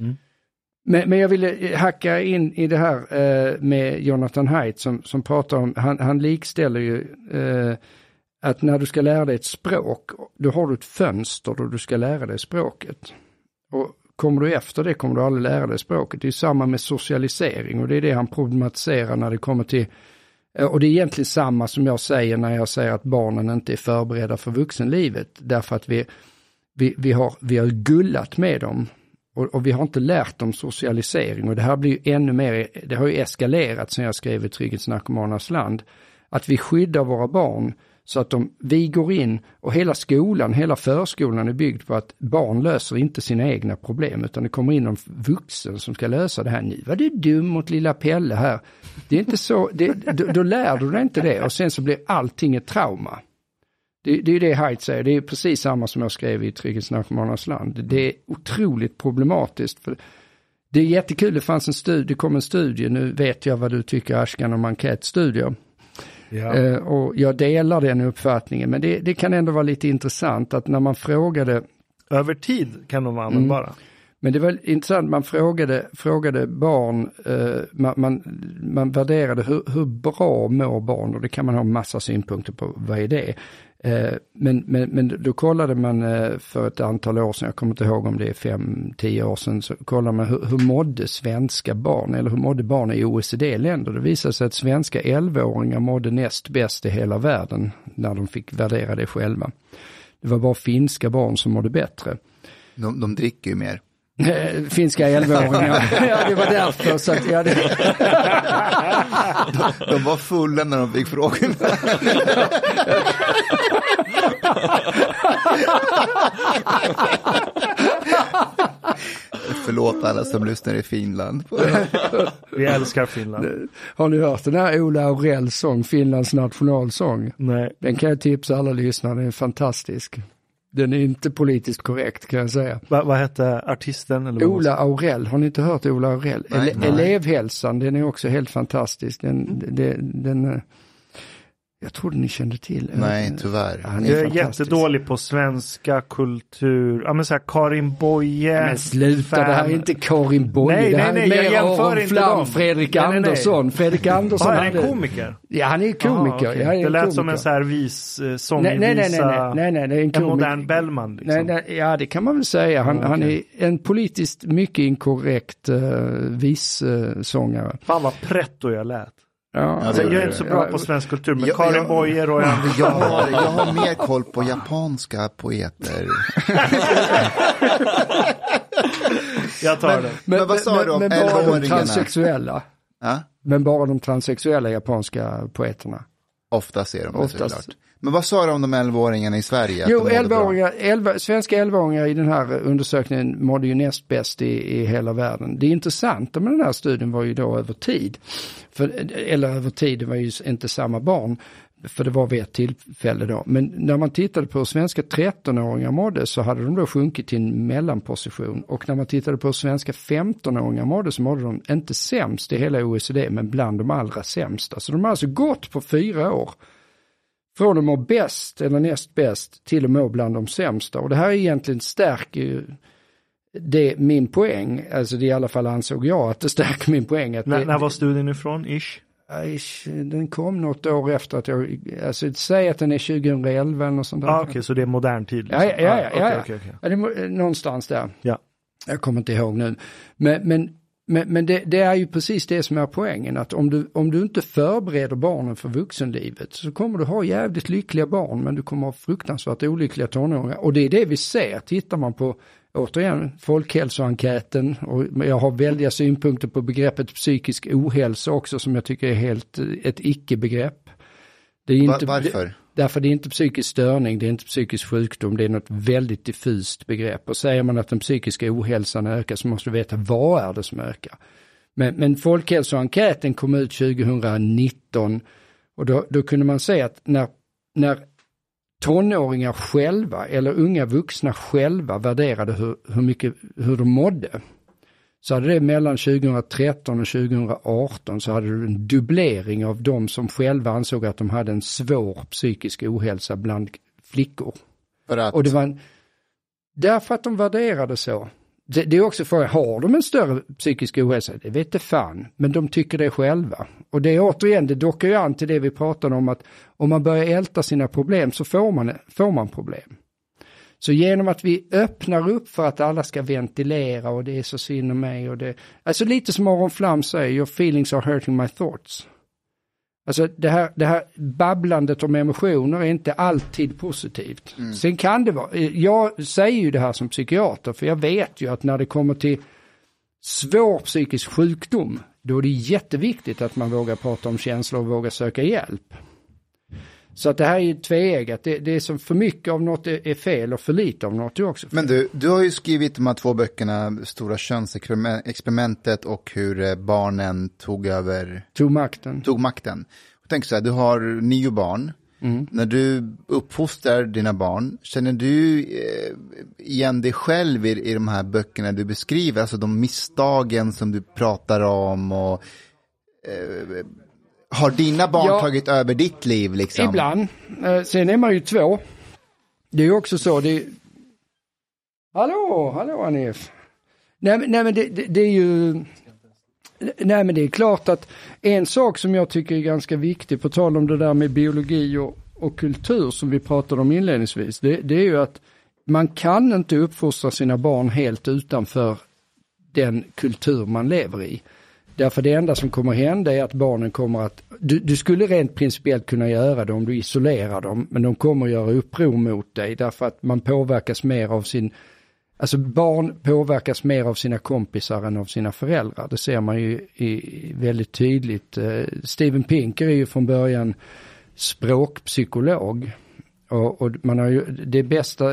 Men jag ville hacka in i det här med Jonathan Haidt som pratar om, han likställer ju att när du ska lära dig ett språk, då har du ett fönster då du ska lära dig språket. Och kommer du efter det kommer du aldrig lära dig språket. Det är samma med socialisering och det är det han problematiserar när det kommer till, och det är egentligen samma som jag säger när jag säger att barnen inte är förberedda för vuxenlivet. Därför att vi har gullat med dem och vi har inte lärt dem socialisering. Och det här blir ju ännu mer, det har ju eskalerat sen jag skrev i Trygghetsnarkomanernas land. Att vi skyddar våra barn så att vi går in och hela förskolan är byggd på att barn löser inte sina egna problem utan det kommer in en vuxen som ska lösa det här. Nu var du dum mot lilla Pelle här. Det är inte så, då lär du dig inte det och sen så blir allting ett trauma. Det är ju det Haidt säger, det är precis samma som jag skrev i Trygghetsnarkomanernas land. Det är otroligt problematiskt för det är jättekul, det kom en studie, nu vet jag vad du tycker Ashkan om enkätstudier. Ja. Och jag delar den uppfattningen, men det kan ändå vara lite intressant att när man frågade över tid kan de vara användbara. Men det var intressant, man frågade barn, man värderade hur bra mår barn och det kan man ha massa synpunkter på, vad är det? Men då kollade man för ett antal år sedan, jag kommer inte ihåg om det är 5-10 år sedan, så kollade man hur mådde svenska barn eller hur mådde barn i OECD-länder. Det visade sig att svenska 11-åringar mådde näst bäst i hela världen när de fick värdera det själva. Det var bara finska barn som mådde bättre. De dricker ju mer. Finska 11-åringar. Ja, det var därför så att de var fulla när de fick frågan. Förlåt alla som lyssnar i Finland. Vi älskar Finland. Har ni hört den här Ola Aurells sång, Finlands nationalsång? Nej. Den kan jag tipsa alla lyssnare, den är fantastisk. Den är inte politiskt korrekt kan jag säga. Vad hette artisten? Eller Ola Aurell, har ni inte hört Ola Aurell? Nej. Elevhälsan, den är också helt fantastisk. Jag trodde ni kände till. Nej, tyvärr. Jag är jättedålig på svenska kultur. Ja, men så här Karin Boye. Men sluta, det här är inte Karin Boye. Nej, det här nej, är jag mer jämför Aron inte Flam, dem. Fredrik Andersson. Fredrik Andersson är en komiker? Ja, han är komiker. Okay. Ja, det lät som en så här sångvisa. Nej, det är en modern Bellman. Liksom. Nej, ja, det kan man väl säga. Han är en politiskt mycket inkorrekt vissångare. Fan vad pretto jag lät. Ja, alltså, jag är inte så bra på svensk kultur, men Karin Boye och jag har mer koll på japanska poeter. Jag tar det. Men vad sa du om 11-åringarna? Transsexuella. Ja? Men bara de transsexuella japanska poeterna. Ofta ser de det såklart. Men vad sa du om de 11-åringarna i Sverige? Jo, svenska 11-åringar i den här undersökningen mådde ju näst bäst i hela världen. Det intressanta med den här studien var ju då över tid. Över tid, det var ju inte samma barn. För det var vid ett tillfälle då. Men när man tittade på svenska 13-åringar mådde så hade de då sjunkit till en mellanposition. Och när man tittade på svenska 15-åringar mådde så mådde de inte sämst i hela OECD, men bland de allra sämsta. Så de har alltså gått på 4 år. Från att må bäst eller näst bäst till att må bland de sämsta. Och det här egentligen stärker ju min poäng. Alltså det i alla fall ansåg jag att det stärker min poäng. Att när var studien ifrån, ish? Den kom något år efter att säg att den är 2011 eller något sånt där. Okej, så det är modern tid. Liksom. Ja. Det är någonstans där. Ja. Jag kommer inte ihåg nu. Men det är ju precis det som är poängen. Att om du inte förbereder barnen för vuxenlivet så kommer du ha jävligt lyckliga barn, men du kommer ha fruktansvärt olyckliga tonåringar. Och det är det vi ser. Tittar man på, återigen, folkhälsoenkäten, och jag har väldiga synpunkter på begreppet psykisk ohälsa också, som jag tycker är helt ett icke-begrepp. Det är inte, varför? Därför det är inte psykisk störning, det är inte psykisk sjukdom, det är något väldigt diffust begrepp. Och säger man att den psykiska ohälsan ökar så måste du veta vad är det som ökar. Men folkhälsoenkäten kom ut 2019 och då kunde man säga att när tonåringar själva eller unga vuxna själva värderade hur de mådde, så hade det mellan 2013 och 2018 så hade du en dubblering av de som själva ansåg att de hade en svår psykisk ohälsa bland flickor. Och det var därför att de värderade så. Det är också för har de en större psykisk ohälsa? Det vet det fan, men de tycker det själva. Och det är återigen, det dockar ju an till det vi pratade om, att om man börjar älta sina problem så får man problem. Så genom att vi öppnar upp för att alla ska ventilera och det är så synd om mig och det, alltså lite som Aron Flam säger, your feelings are hurting my thoughts. Alltså det här babblandet om emotioner är inte alltid positivt. Sen kan det vara, jag säger ju det här som psykiater, för jag vet ju att när det kommer till svår psykisk sjukdom, då är det jätteviktigt att man vågar prata om känslor och vågar söka hjälp. Så att det här är ju tveeggat. Det är som för mycket av något är fel och för lite av något är också fel. Men du har ju skrivit de här 2 böckerna, Stora könsexperimentet och hur barnen tog makten. Jag tänker så här, du har 9 barn. När du uppfostrar dina barn, känner du igen dig själv i de här böckerna du beskriver? Alltså de misstagen som du pratar om och... har dina barn tagit över ditt liv liksom? Ibland. Sen är man ju 2. Det är ju också så. Hallå Anif. Nej men det är ju... Nej men det är klart att en sak som jag tycker är ganska viktig, på tal om det där med biologi och kultur som vi pratade om inledningsvis, det är ju att man kan inte uppfostra sina barn helt utanför den kultur man lever i. Därför det enda som kommer hända är att barnen kommer att... Du skulle rent principiellt kunna göra det om du isolerar dem, men de kommer att göra uppror mot dig därför att man påverkas mer av sin... Alltså barn påverkas mer av sina kompisar än av sina föräldrar. Det ser man ju väldigt tydligt. Steven Pinker är ju från början språkpsykolog. Och man har ju det bästa...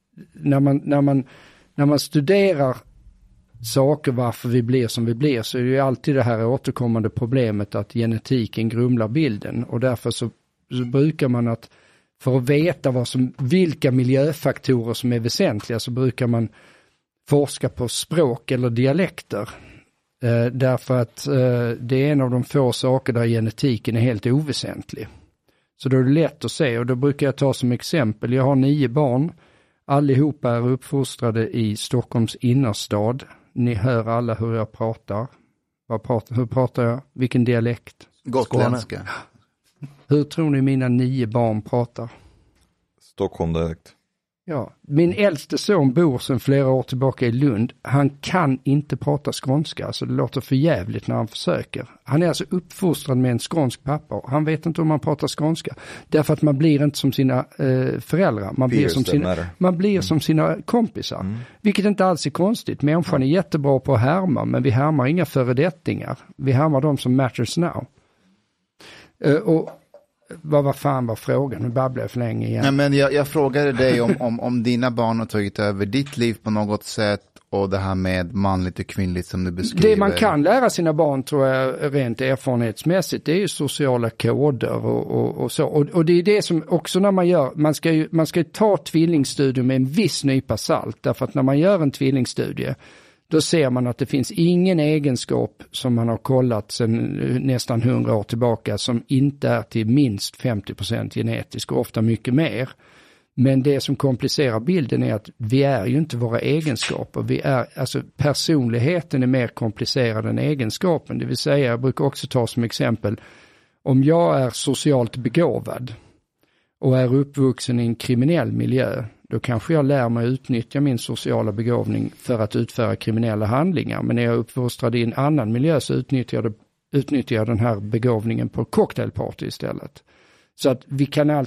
När man studerar saker varför vi blir som vi blir, så är det ju alltid det här återkommande problemet att genetiken grumlar bilden. Och därför så brukar man att för att veta vilka miljöfaktorer som är väsentliga, så brukar man forska på språk eller dialekter. Därför att det är en av de få saker där genetiken är helt oväsentlig. Så då är det lätt att se, och då brukar jag ta som exempel, jag har 9 barn, allihopa är uppfostrade i Stockholms innerstad. Ni hör alla hur jag pratar. Hur pratar jag? Vilken dialekt? Gotländska. Hur tror ni mina 9 barn pratar? Stockholm-dialekt. Ja, min äldste son bor sedan flera år tillbaka i Lund. Han kan inte prata skånska, så det låter för jävligt när han försöker. Han är alltså uppfostrad med en skånsk pappa. Han vet inte om han pratar skånska. Därför att man blir inte som sina föräldrar. Man blir som sina kompisar. Vilket inte alls är konstigt. Människan är jättebra på att härma, men vi härmar inga föredettingar. Vi härmar de som matters now. Och vad fan var frågan? Nu babblar jag för länge igen. Nej, men jag frågade dig om dina barn har tagit över ditt liv på något sätt, och det här med manligt och kvinnligt som du beskriver. Det man kan lära sina barn, tror jag, rent erfarenhetsmässigt, det är ju sociala koder och så. Och det är det som också när man gör, man ska ju ta tvillingstudier med en viss nypa salt, därför att när man gör en tvillingstudie, då ser man att det finns ingen egenskap som man har kollat sedan nästan 100 år tillbaka som inte är till minst 50% genetisk, och ofta mycket mer. Men det som komplicerar bilden är att vi är ju inte våra egenskaper. Alltså personligheten är mer komplicerad än egenskapen. Det vill säga, jag brukar också ta som exempel, om jag är socialt begåvad och är uppvuxen i en kriminell miljö, då kanske jag lär mig utnyttja min sociala begåvning för att utföra kriminella handlingar. Men när jag är uppfostrad i en annan miljö så utnyttjar jag den här begåvningen på cocktailparty istället. Så att vi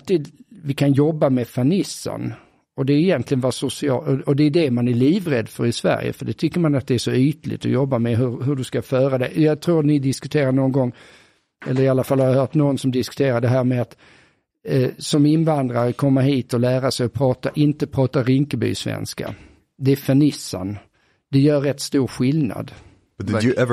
kan jobba med fanissan. Och det är egentligen vad och det är det man är livrädd för i Sverige. För det tycker man att det är så ytligt att jobba med hur du ska föra det. Jag tror ni diskuterar någon gång, eller i alla fall har jag hört någon som diskuterar det här med att som invandrare komma hit och lära sig att inte prata Rinkeby-svenska. Det är fanissan. Det gör rätt stor skillnad. But do you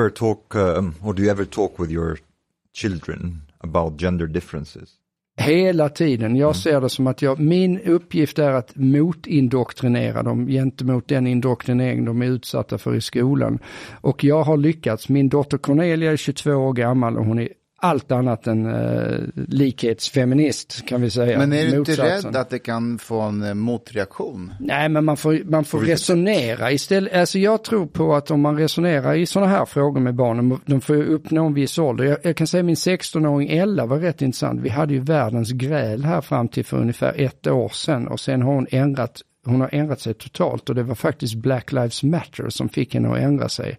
ever talk with your children about gender differences? Hela tiden. Jag ser det som att min uppgift är att motindoktrinera dem gentemot den indoktrinering de är utsatta för i skolan. Och jag har lyckats. Min dotter Cornelia är 22 år gammal och hon är allt annat än likhetsfeminist, kan vi säga. Men är du inte rädd att det kan få en motreaktion? Nej, men man får resonera istället. Alltså jag tror på att om man resonerar i sådana här frågor med barnen, de får uppnå en viss ålder. Jag kan säga min 16-åring Ella var rätt intressant. Vi hade ju världens gräl här fram till för ungefär 1 år sedan, och sen har hon har ändrat sig totalt, och det var faktiskt Black Lives Matter som fick henne att ändra sig.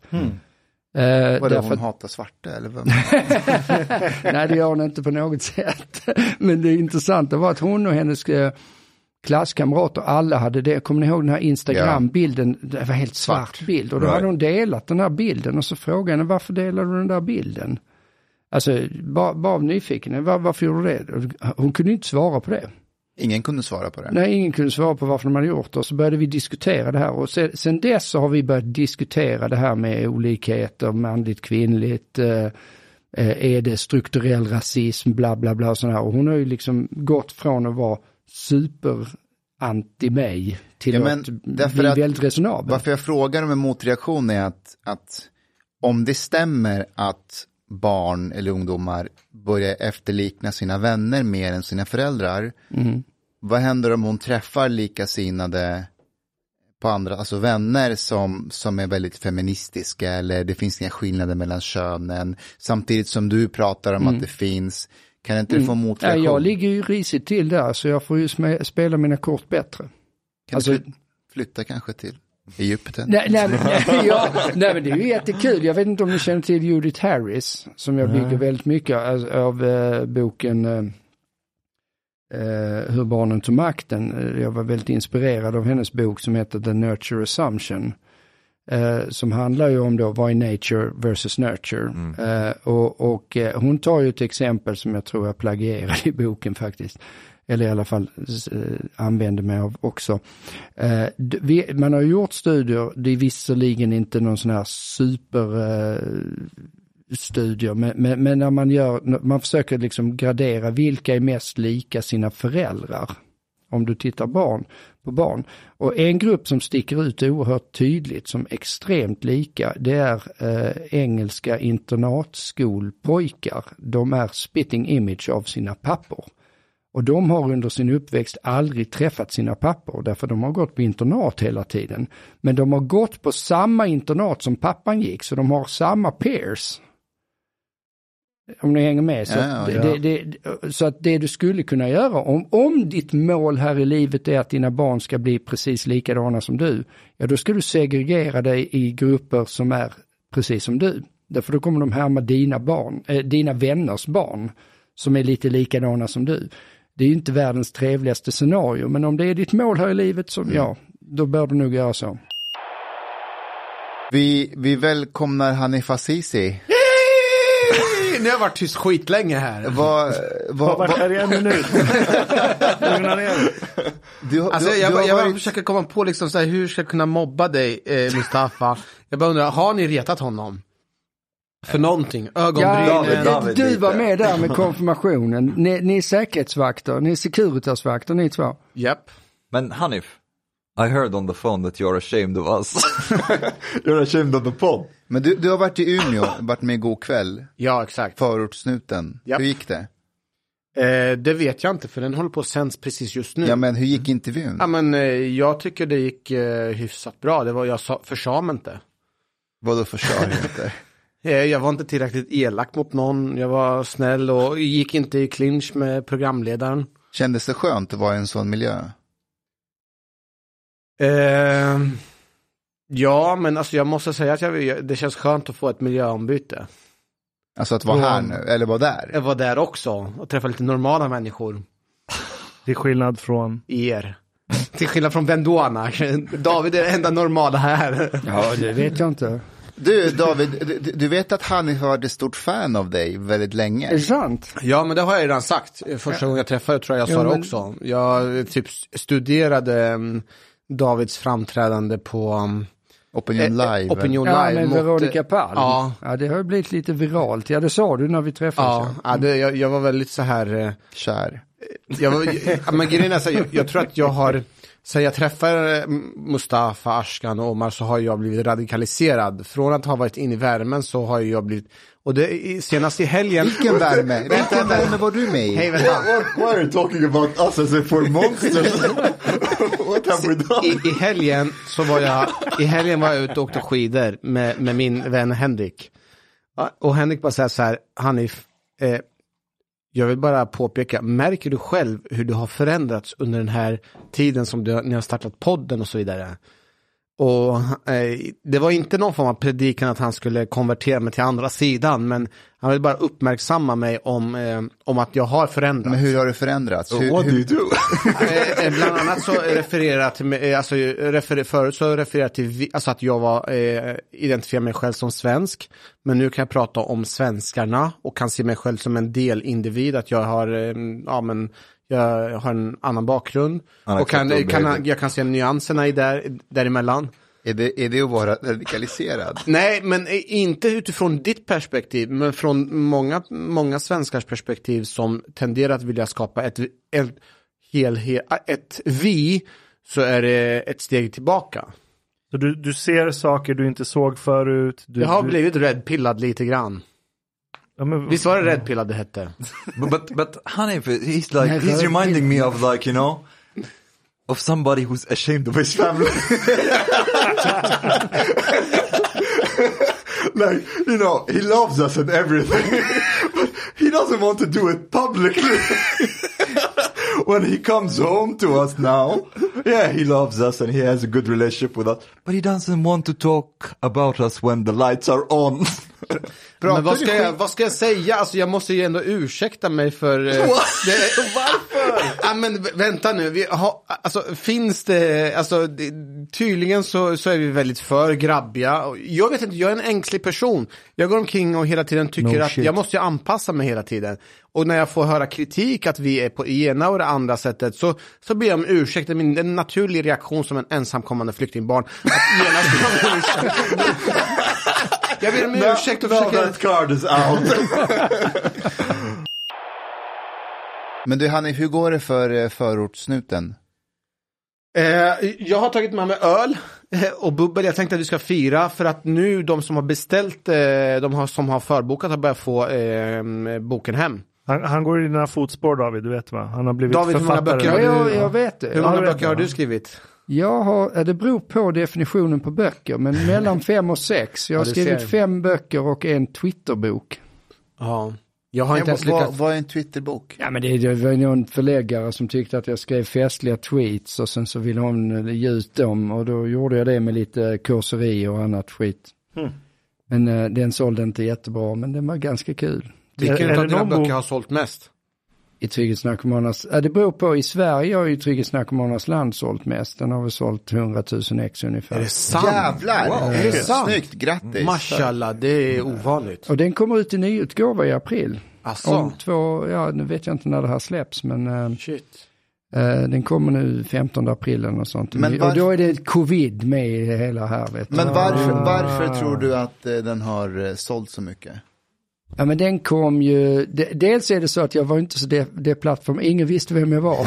Vadå, hon hatar svarta eller vad? Nej, det gör hon inte på något sätt. Men det intressanta var att hon och hennes klasskamrater, alla hade det. Kommer ni ihåg den här Instagram-bilden? Det var helt svart bild. Och då hade hon delat den här bilden, och så frågade henne, varför delade du den där bilden? Alltså, bara av nyfiken. Varför gjorde du det? Hon kunde inte svara på det. Ingen kunde svara på det? Nej, ingen kunde svara på varför de hade gjort det. Och så började vi diskutera det här. Och sen dess så har vi börjat diskutera det här med olikheter, manligt, kvinnligt. Är det strukturell rasism, bla bla bla och sådär. Och hon har ju liksom gått från att vara super anti mig till att bli väldigt resonabel. Varför jag frågar om en motreaktion är att om det stämmer att barn eller ungdomar börjar efterlikna sina vänner mer än sina föräldrar. Vad händer om hon träffar likasinnade på andra, alltså vänner som är väldigt feministiska, eller det finns inga skillnader mellan könen, samtidigt som du pratar om att det finns, kan inte det få motreaktion? Jag ligger ju risigt till där, så jag får ju spela mina kort bättre. Kan du flytta kanske till Egypten? Nej, men det är ju jättekul. Jag vet inte om ni känner till Judith Harris, som jag bygger väldigt mycket av boken Hur barnen tog makten. Jag var väldigt inspirerad av hennes bok som heter The Nurture Assumption, som handlar ju om då vad är nature versus nurture. Och hon tar ju ett exempel som jag tror jag plagierade i boken faktiskt. Eller i alla fall använder mig av också. Man har gjort studier, det är visserligen inte någon sån här superstudier, men när man försöker liksom gradera vilka är mest lika sina föräldrar. Om du tittar på barn. Och en grupp som sticker ut oerhört tydligt som extremt lika, det är engelska internatskolpojkar. De är spitting image av sina pappor. Och de har under sin uppväxt aldrig träffat sina pappor därför de har gått på internat hela tiden. Men de har gått på samma internat som pappan gick, så de har samma peers. Om ni hänger med. Så att det du skulle kunna göra, om ditt mål här i livet är att dina barn ska bli precis likadana som du, ja då ska du segregera dig i grupper som är precis som du. Därför då kommer de härma dina vänners barn som är lite likadana som du. Det är ju inte världens trevligaste scenario, men om det är ditt mål här i livet så då bör du nog göra så. Vi välkomnar Hanif Azizi. Nu har jag varit tyst skitlänge här. Vad är det en minut? Jag försöker komma på liksom så här, hur ska jag kunna mobba dig, Mustafa? Jag bara undrar, har ni retat honom? För någonting, ögonbryn. Du var med där med konfirmationen. Ni är säkerhetsvakter, ni är Securitasvakter, ni två. Japp. Men Hanif, I heard on the phone that you're ashamed of us. You're ashamed of the pod. Men du har varit i Umeå, varit med God kväll. Ja, exakt. Förortssnuten. Japp. Hur gick det? Det vet jag inte, för den håller på att sänds precis just nu. Ja, men hur gick intervjun? Ja, men jag tycker det gick hyfsat bra. Det var, jag försade mig inte. Vadå försade du inte? Jag var inte tillräckligt elak mot någon. Jag var snäll och gick inte i clinch med programledaren. Kändes det skönt att vara i en sån miljö? Ja, men alltså jag måste säga att det känns skönt att få ett miljöombyte. Alltså att vara här nu, eller vara där? Jag var där också och träffa lite normala människor. Till skillnad från er. Till skillnad från Vendåna. David är det enda normala här. Ja, det vet jag inte. Du David, du vet att han har varit ett stort fan av dig väldigt länge. Är det sant? Ja, men det har jag redan sagt. Första gången jag träffade tror jag sa det också. Jag typ studerade Davids framträdande på Opinion Live. Opinion Live med Veronica Palm. Ja, det har ju blivit lite viralt. Ja, det sa du när vi träffades. Jag var väldigt så här kär. Men grejen är så här, jag tror att jag har, så jag träffar Mustafa, Ashkan och Omar, så har jag blivit radikaliserad. Från att ha varit inne i värmen så har jag blivit, och det senast i helgen. Vilken värme? Vilken värme var du med i? Hej, vänta. Why are you talking about us as if we're monsters? What have we done? I helgen var jag ute och åkte skidor med min vän Henrik. Och Henrik bara säger så här: Hanif, jag vill bara påpeka, märker du själv hur du har förändrats under den här tiden som ni har startat podden och så vidare? Och det var inte någon form av predikan att han skulle konvertera mig till andra sidan, men han vill bara uppmärksamma mig om att jag har förändrats. Men hur har du förändrats? What do you do? Bland annat så refererar till, alltså förut så refererar till alltså att jag var identifierar mig själv som svensk, men nu kan jag prata om svenskarna och kan se mig själv som en del individ, att jag har jag har en annan bakgrund och jag kan se nyanserna däremellan. Är det att vara radikaliserad? Nej, men inte utifrån ditt perspektiv, men från många svenskars perspektiv som tenderar att vilja skapa ett vi, så är det ett steg tillbaka. Så du ser saker du inte såg förut. Jag har blivit räddpillad lite grann. Ja, men, visst var det räddpillad det hette? But Hanif, he's reminding me of, like, you know, of somebody who's ashamed of his family. Like, you know, he loves us and everything, but he doesn't want to do it publicly. When he comes home to us now, yeah, he loves us and he has a good relationship with us, but he doesn't want to talk about us when the lights are on. Men vad ska jag säga? Alltså jag måste ju ändå ursäkta mig för varför? Ja, men vänta nu. Alltså finns det, alltså tydligen så är vi väldigt för grabbiga. Jag vet inte, jag är en ängslig person. Jag går omkring och hela tiden tycker att jag måste anpassa mig hela tiden. Och när jag får höra kritik att vi är på ena och det andra sättet, så ber jag om ursäkt. Det är en naturlig reaktion som en ensamkommande flyktingbarn. Att genast jag ber om ursäkt och försöker... that card is out. Men du Hanif, hur går det för förortssnuten? Jag har tagit med mig öl och bubbel. Jag tänkte att vi ska fira, för att nu de som har beställt, som har förbokat har börjat få boken hem. Han går i dina fotspår, David, du vet va? Han har blivit David, författare. Jag vet det. Hur många böcker har du skrivit? Det beror på definitionen på böcker, men mellan 5 och 6. Jag har skrivit 5 böcker och en Twitterbok. Ja. Jag har inte ens lyckats. Vad är en Twitterbok? Ja, men det var någon förläggare som tyckte att jag skrev festliga tweets och sen så ville hon ge ut dem och då gjorde jag det med lite kurseri och annat skit. Men den sålde inte jättebra, men den var ganska kul. Vilken av dina böcker har sålt mest? I Trygghetsnarkomanernas, det beror på, i Sverige har ju Trygghetsnarkomanernas land sålt mest. Den har väl sålt 100 000 ex ungefär. Är det sant? Jävlar! Wow. Är det sant? Snyggt, grattis. Mashallah, det är ovanligt. Och den kommer ut i nyutgåva i april. Asså? Om 2, nu vet jag inte när det här släpps, men shit. Den kommer nu 15 april och sånt. Men och då är det covid med i det hela här. Vet du. Men varför tror du att den har sålt så mycket? Ja, men den kom ju, dels är det så att jag var inte så det plattform, ingen visste vem jag var.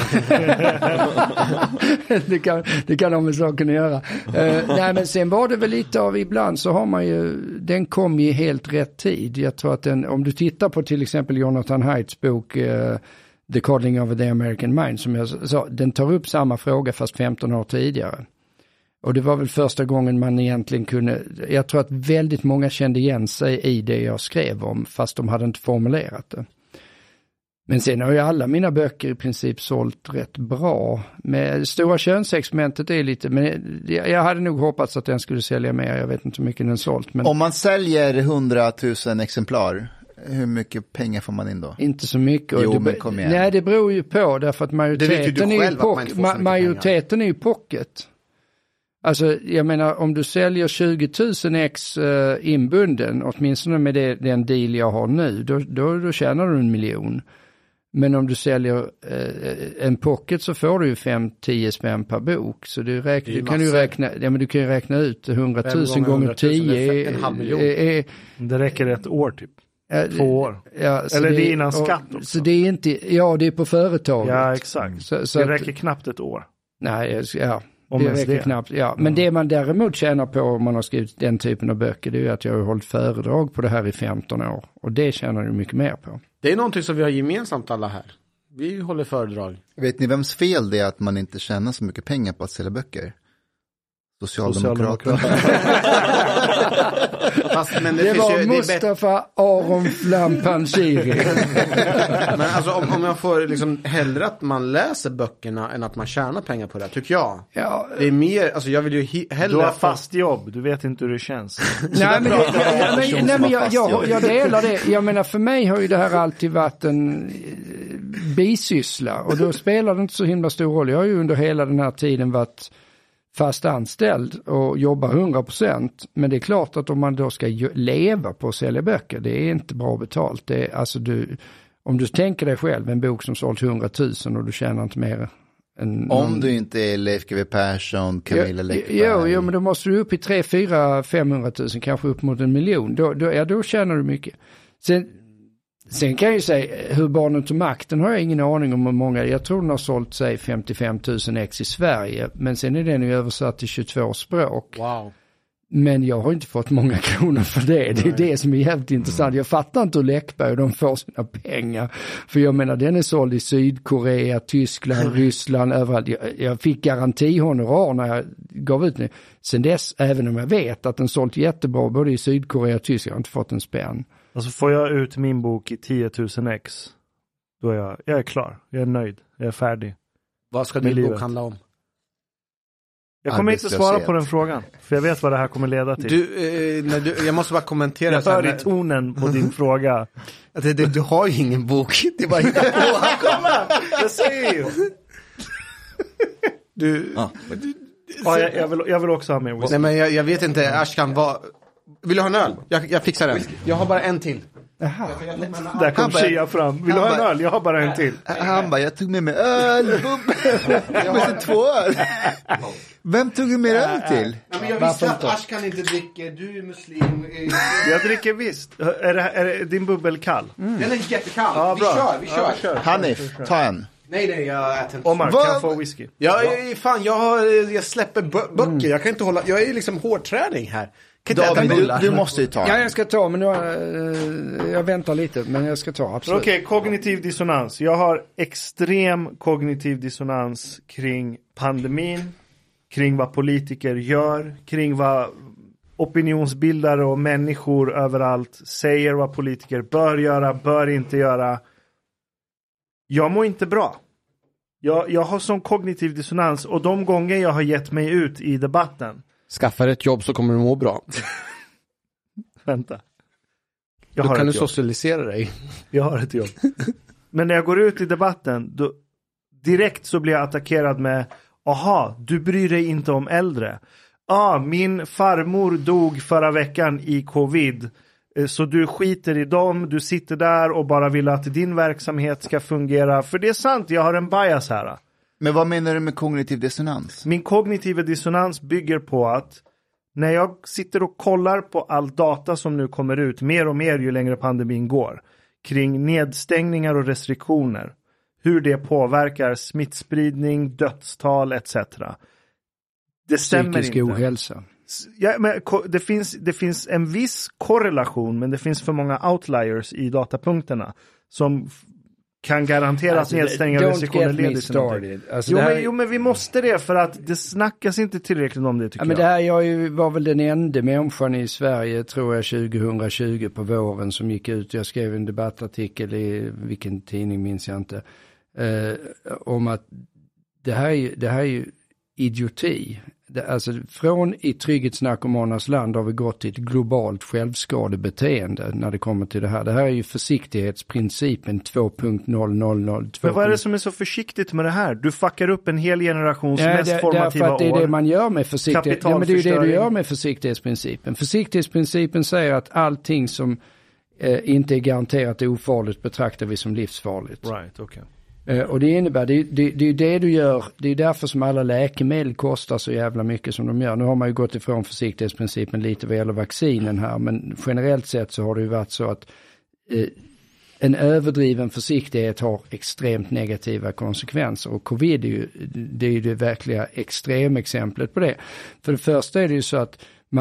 det kan de med saken att göra. Nej, men sen var det väl lite av, ibland så har man ju, den kom i helt rätt tid. Jag tror att om du tittar på till exempel Jonathan Haidts bok The Coddling of the American Mind, som jag sa, den tar upp samma fråga fast 15 år tidigare. Och det var väl första gången man egentligen kunde, jag tror att väldigt många kände igen sig i det jag skrev om, fast de hade inte formulerat det. Men sen har ju alla mina böcker i princip sålt rätt bra. Med stora könsexperimentet är lite, men jag hade nog hoppats att den skulle sälja mer, jag vet inte hur mycket den sålt. Men om man säljer 100 000 exemplar, hur mycket pengar får man in då? Inte så mycket. Jo, men kom igen. Nej, det beror ju på, därför att majoriteten är ju pocket. Alltså, jag menar, om du säljer 20 000 ex inbunden, åtminstone med den deal jag har nu, då tjänar du 1 miljon. Men om du säljer en pocket så får du ju 5-10 spänn per bok. Så du kan ju räkna ut 100 000 gånger 10 en halv miljon. Det räcker ett år typ. 2 år. Ja, eller det är innan skatt också. Så det är inte, det är på företaget. Ja, exakt. Så det räcker knappt ett år. Nej, det räcker knappt. Ja. Men det man däremot tjänar på om man har skrivit den typen av böcker, det är ju att jag har hållit föredrag på det här i 15 år. Och det tjänar du mycket mer på. Det är någonting som vi har gemensamt alla här. Vi håller föredrag. Vet ni vems fel det är att man inte tjänar så mycket pengar på att sälja böcker? Socialdemokraterna. Men det var Mustafa Aron Flampanchiri. Men alltså om jag får liksom hellre att man läser böckerna än att man tjänar pengar på det, tycker jag. Ja. Det är mer, alltså jag vill ju hellre... Du har fast jobb, du vet inte hur det känns. Nej, men jag delar det. Jag menar, för mig har ju det här alltid varit en bisyssla. Och då spelar det inte så himla stor roll. Jag har ju under hela den här tiden varit fast anställd och jobbar 100%. Men det är klart att om man då ska leva på att sälja böcker, det är inte bra betalt. Det är, alltså om du tänker dig själv, en bok som sålt 100 000 och du tjänar inte mer än... Om du inte är Leif GW Persson, Camilla Läckberg. Jo, men då måste du upp i 300 000, kanske upp mot 1 miljon. Då tjänar du mycket. Sen kan jag ju säga, hur Barnen till makten har jag ingen aning om hur många. Jag tror den har sålt sig 55 000 ex i Sverige. Men sen är den ju översatt till 22 språk. Wow. Men jag har inte fått många kronor för det. Det är det som är jävligt intressant. Jag fattar inte hur Läckberg och de får sina pengar. För jag menar, den är såld i Sydkorea, Tyskland, Ryssland, överallt. Jag fick garantihonorar när jag gav ut den. Sen dess, även om jag vet att den sålt jättebra både i Sydkorea och Tyskland, jag har inte fått en spänn. Alltså får jag ut min bok i 10 000 ex, då är jag är klar. Jag är nöjd. Jag är färdig. Vad ska din bok handla om? Jag kommer inte svara på den frågan, för jag vet vad det här kommer leda till. Jag måste bara kommentera. Jag hör i tonen på din fråga. Du har ju ingen bok. Det är bara kolla! Jag säger ju. Jag vill också ha med whisky. Nej, men jag vet inte, Ashkan, vill du ha en öl? Jag fixar den. Jag har bara en till. Aha. Där kom Shia fram. Vill du ha en öl? Jag har bara en till. Han bara, jag tog med mig öl. Jag måste 2 öl. Vem tog du med öl till? Men jag visste att Ashkan inte dricker. Du är muslim. Jag dricker visst. Är din bubbel kall? Den är jättekall. Ja, vi kör. Hanif, ta en. Nej, jag äter inte. Omar, kan jag få whisky? Jag släpper böcker. Jag kan inte hålla. Jag är liksom hårdträning här. Du måste ju ta. Ja, jag ska ta, men nu, jag väntar lite, men jag ska ta, absolut. Okej, kognitiv dissonans. Jag har extrem kognitiv dissonans kring pandemin, kring vad politiker gör, kring vad opinionsbildare och människor överallt säger vad politiker bör göra, bör inte göra. Jag mår inte bra. Jag har sån kognitiv dissonans, och de gånger jag har gett mig ut i debatten. Skaffa ett jobb så kommer du må bra. Vänta. Då kan du socialisera dig. Jag har ett jobb. Men när jag går ut i debatten, då direkt så blir jag attackerad med: aha, du bryr dig inte om äldre. Min farmor dog förra veckan i covid. Så du skiter i dem, du sitter där och bara vill att din verksamhet ska fungera. För det är sant, jag har en bias här. Men vad menar du med kognitiv dissonans? Min kognitiva dissonans bygger på att när jag sitter och kollar på all data som nu kommer ut mer och mer ju längre pandemin går, kring nedstängningar och restriktioner, hur det påverkar smittspridning, dödstal etc. Det stämmer psykisk inte. Ohälsa. Ja, men det finns en viss korrelation, men det finns för många outliers i datapunkterna som kan garantera att nedstängningar och restriktioner leder till någonting. Jo, men vi måste det, för att det snackas inte tillräckligt om det, tycker jag. Men det här, jag var väl den enda människan i Sverige, tror jag, 2020 på våren som gick ut. Jag skrev en debattartikel i vilken tidning minns jag inte. Om att det här är ju idioti. Alltså från i trygghetsnarkomanernas land har vi gått till ett globalt självskadebeteende när det kommer till det här. Det här är ju försiktighetsprincipen 2.000. Men vad är det som är så försiktigt med det här? Du fuckar upp en hel generations mest formativa år. Därför att det är det man gör med försiktighet. Ja, men det är ju det du gör med försiktighetsprincipen. Försiktighetsprincipen säger att allting som inte är garanterat ofarligt betraktar vi som livsfarligt. Right, okay. Och det innebär, det är det du gör, det är därför som alla läkemedel kostar så jävla mycket som de gör. Nu har man ju gått ifrån försiktighetsprincipen lite vad gäller vaccinen här, men generellt sett så har det ju varit så att en överdriven försiktighet har extremt negativa konsekvenser, och covid är ju det verkliga extremexemplet på det. För det första är det ju så att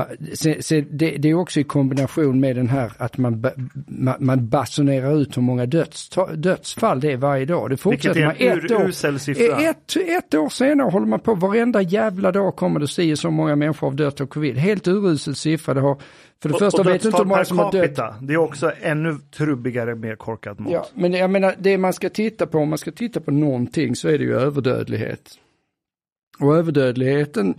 det är också i kombination med den här att man basunerar ut hur många dödsfall det är varje dag. Det fortsätter man ett år senare håller man på, varenda jävla dag kommer det se så många människor av dött av covid. Helt urusel siffra. Det har, för det första vet inte hur många som har dött. Det är också ännu trubbigare, mer korkat mått. Ja, men jag menar, det man ska titta på, om man ska titta på någonting, så är det ju överdödlighet. Och överdödligheten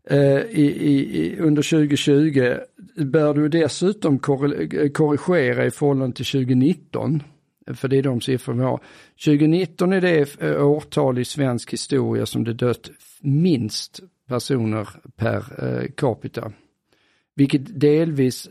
under 2020 bör du dessutom korrigera i förhållande till 2019, för det är de siffror vi har. 2019 är det årtal i svensk historia som det dött minst personer per capita. Vilket delvis,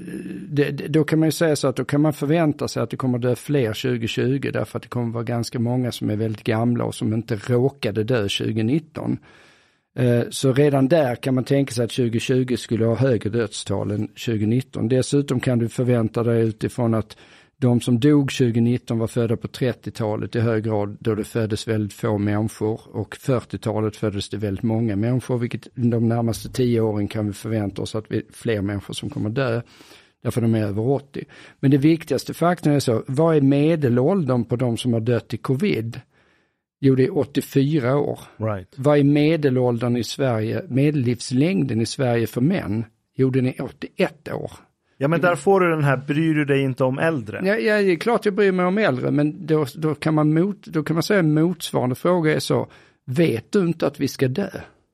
då kan man ju säga så att då kan man förvänta sig att det kommer dö fler 2020, därför att det kommer vara ganska många som är väldigt gamla och som inte råkade dö 2019. Så redan där kan man tänka sig att 2020 skulle ha högre dödstal än 2019. Dessutom kan du förvänta dig utifrån att de som dog 2019 var födda på 30-talet i hög grad, då det föddes väldigt få människor, och 40-talet föddes det väldigt många människor, vilket de närmaste 10 åren kan vi förvänta oss att vi fler människor som kommer dö, därför de är över 80. Men det viktigaste faktorn är så, vad är medelåldern på de som har dött i covid? Jo, det är 84 år. Right. Vad är medelåldern i Sverige, medellivslängden i Sverige för män? Jo, den är 81 år. Ja, men där får du den här, bryr du dig inte om äldre? Ja, det är klart jag bryr mig om äldre, men då kan man säga en motsvarande fråga är så, vet du inte att vi ska dö?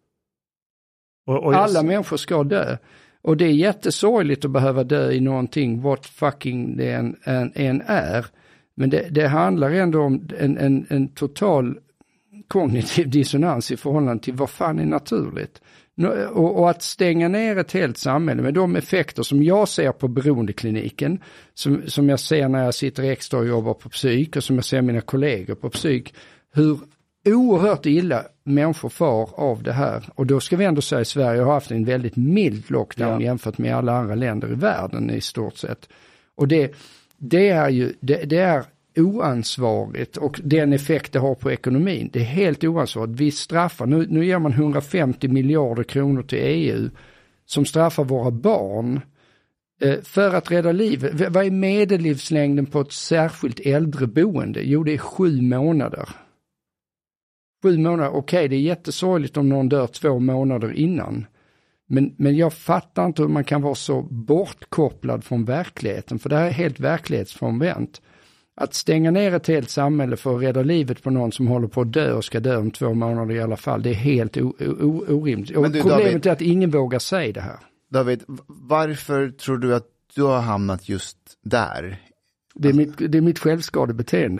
Alla människor ska dö. Och det är jättesorgligt att behöva dö i någonting, what fucking det än är. Men det handlar ändå om en total kognitiv dissonans i förhållande till vad fan är naturligt. Och att stänga ner ett helt samhälle med de effekter som jag ser på beroendekliniken, som jag ser när jag sitter extra och jobbar på psyk, och som jag ser mina kollegor på psyk, hur oerhört illa människor far av det här. Och då ska vi ändå säga att Sverige har haft en väldigt mild lockdown jämfört med alla andra länder i världen i stort sett. Och det är oansvarigt, och den effekt det har på ekonomin, det är helt oansvarigt. Vi straffar, nu ger man 150 miljarder kronor till EU som straffar våra barn för att rädda livet. Vad är medellivslängden på ett särskilt äldreboende? Jo, det är 7 månader. 7 månader, okej, det är jättesorgligt om någon dör 2 månader innan. Men jag fattar inte hur man kan vara så bortkopplad från verkligheten, för det här är helt verklighetsfrånvänt. Att stänga ner ett helt samhälle för att rädda livet på någon som håller på att dö och ska dö om 2 månader i alla fall, det är helt orimligt. Och problemet David, är att ingen vågar säga det här. David, varför tror du att du har hamnat just där? Det är mitt självskadebeteende.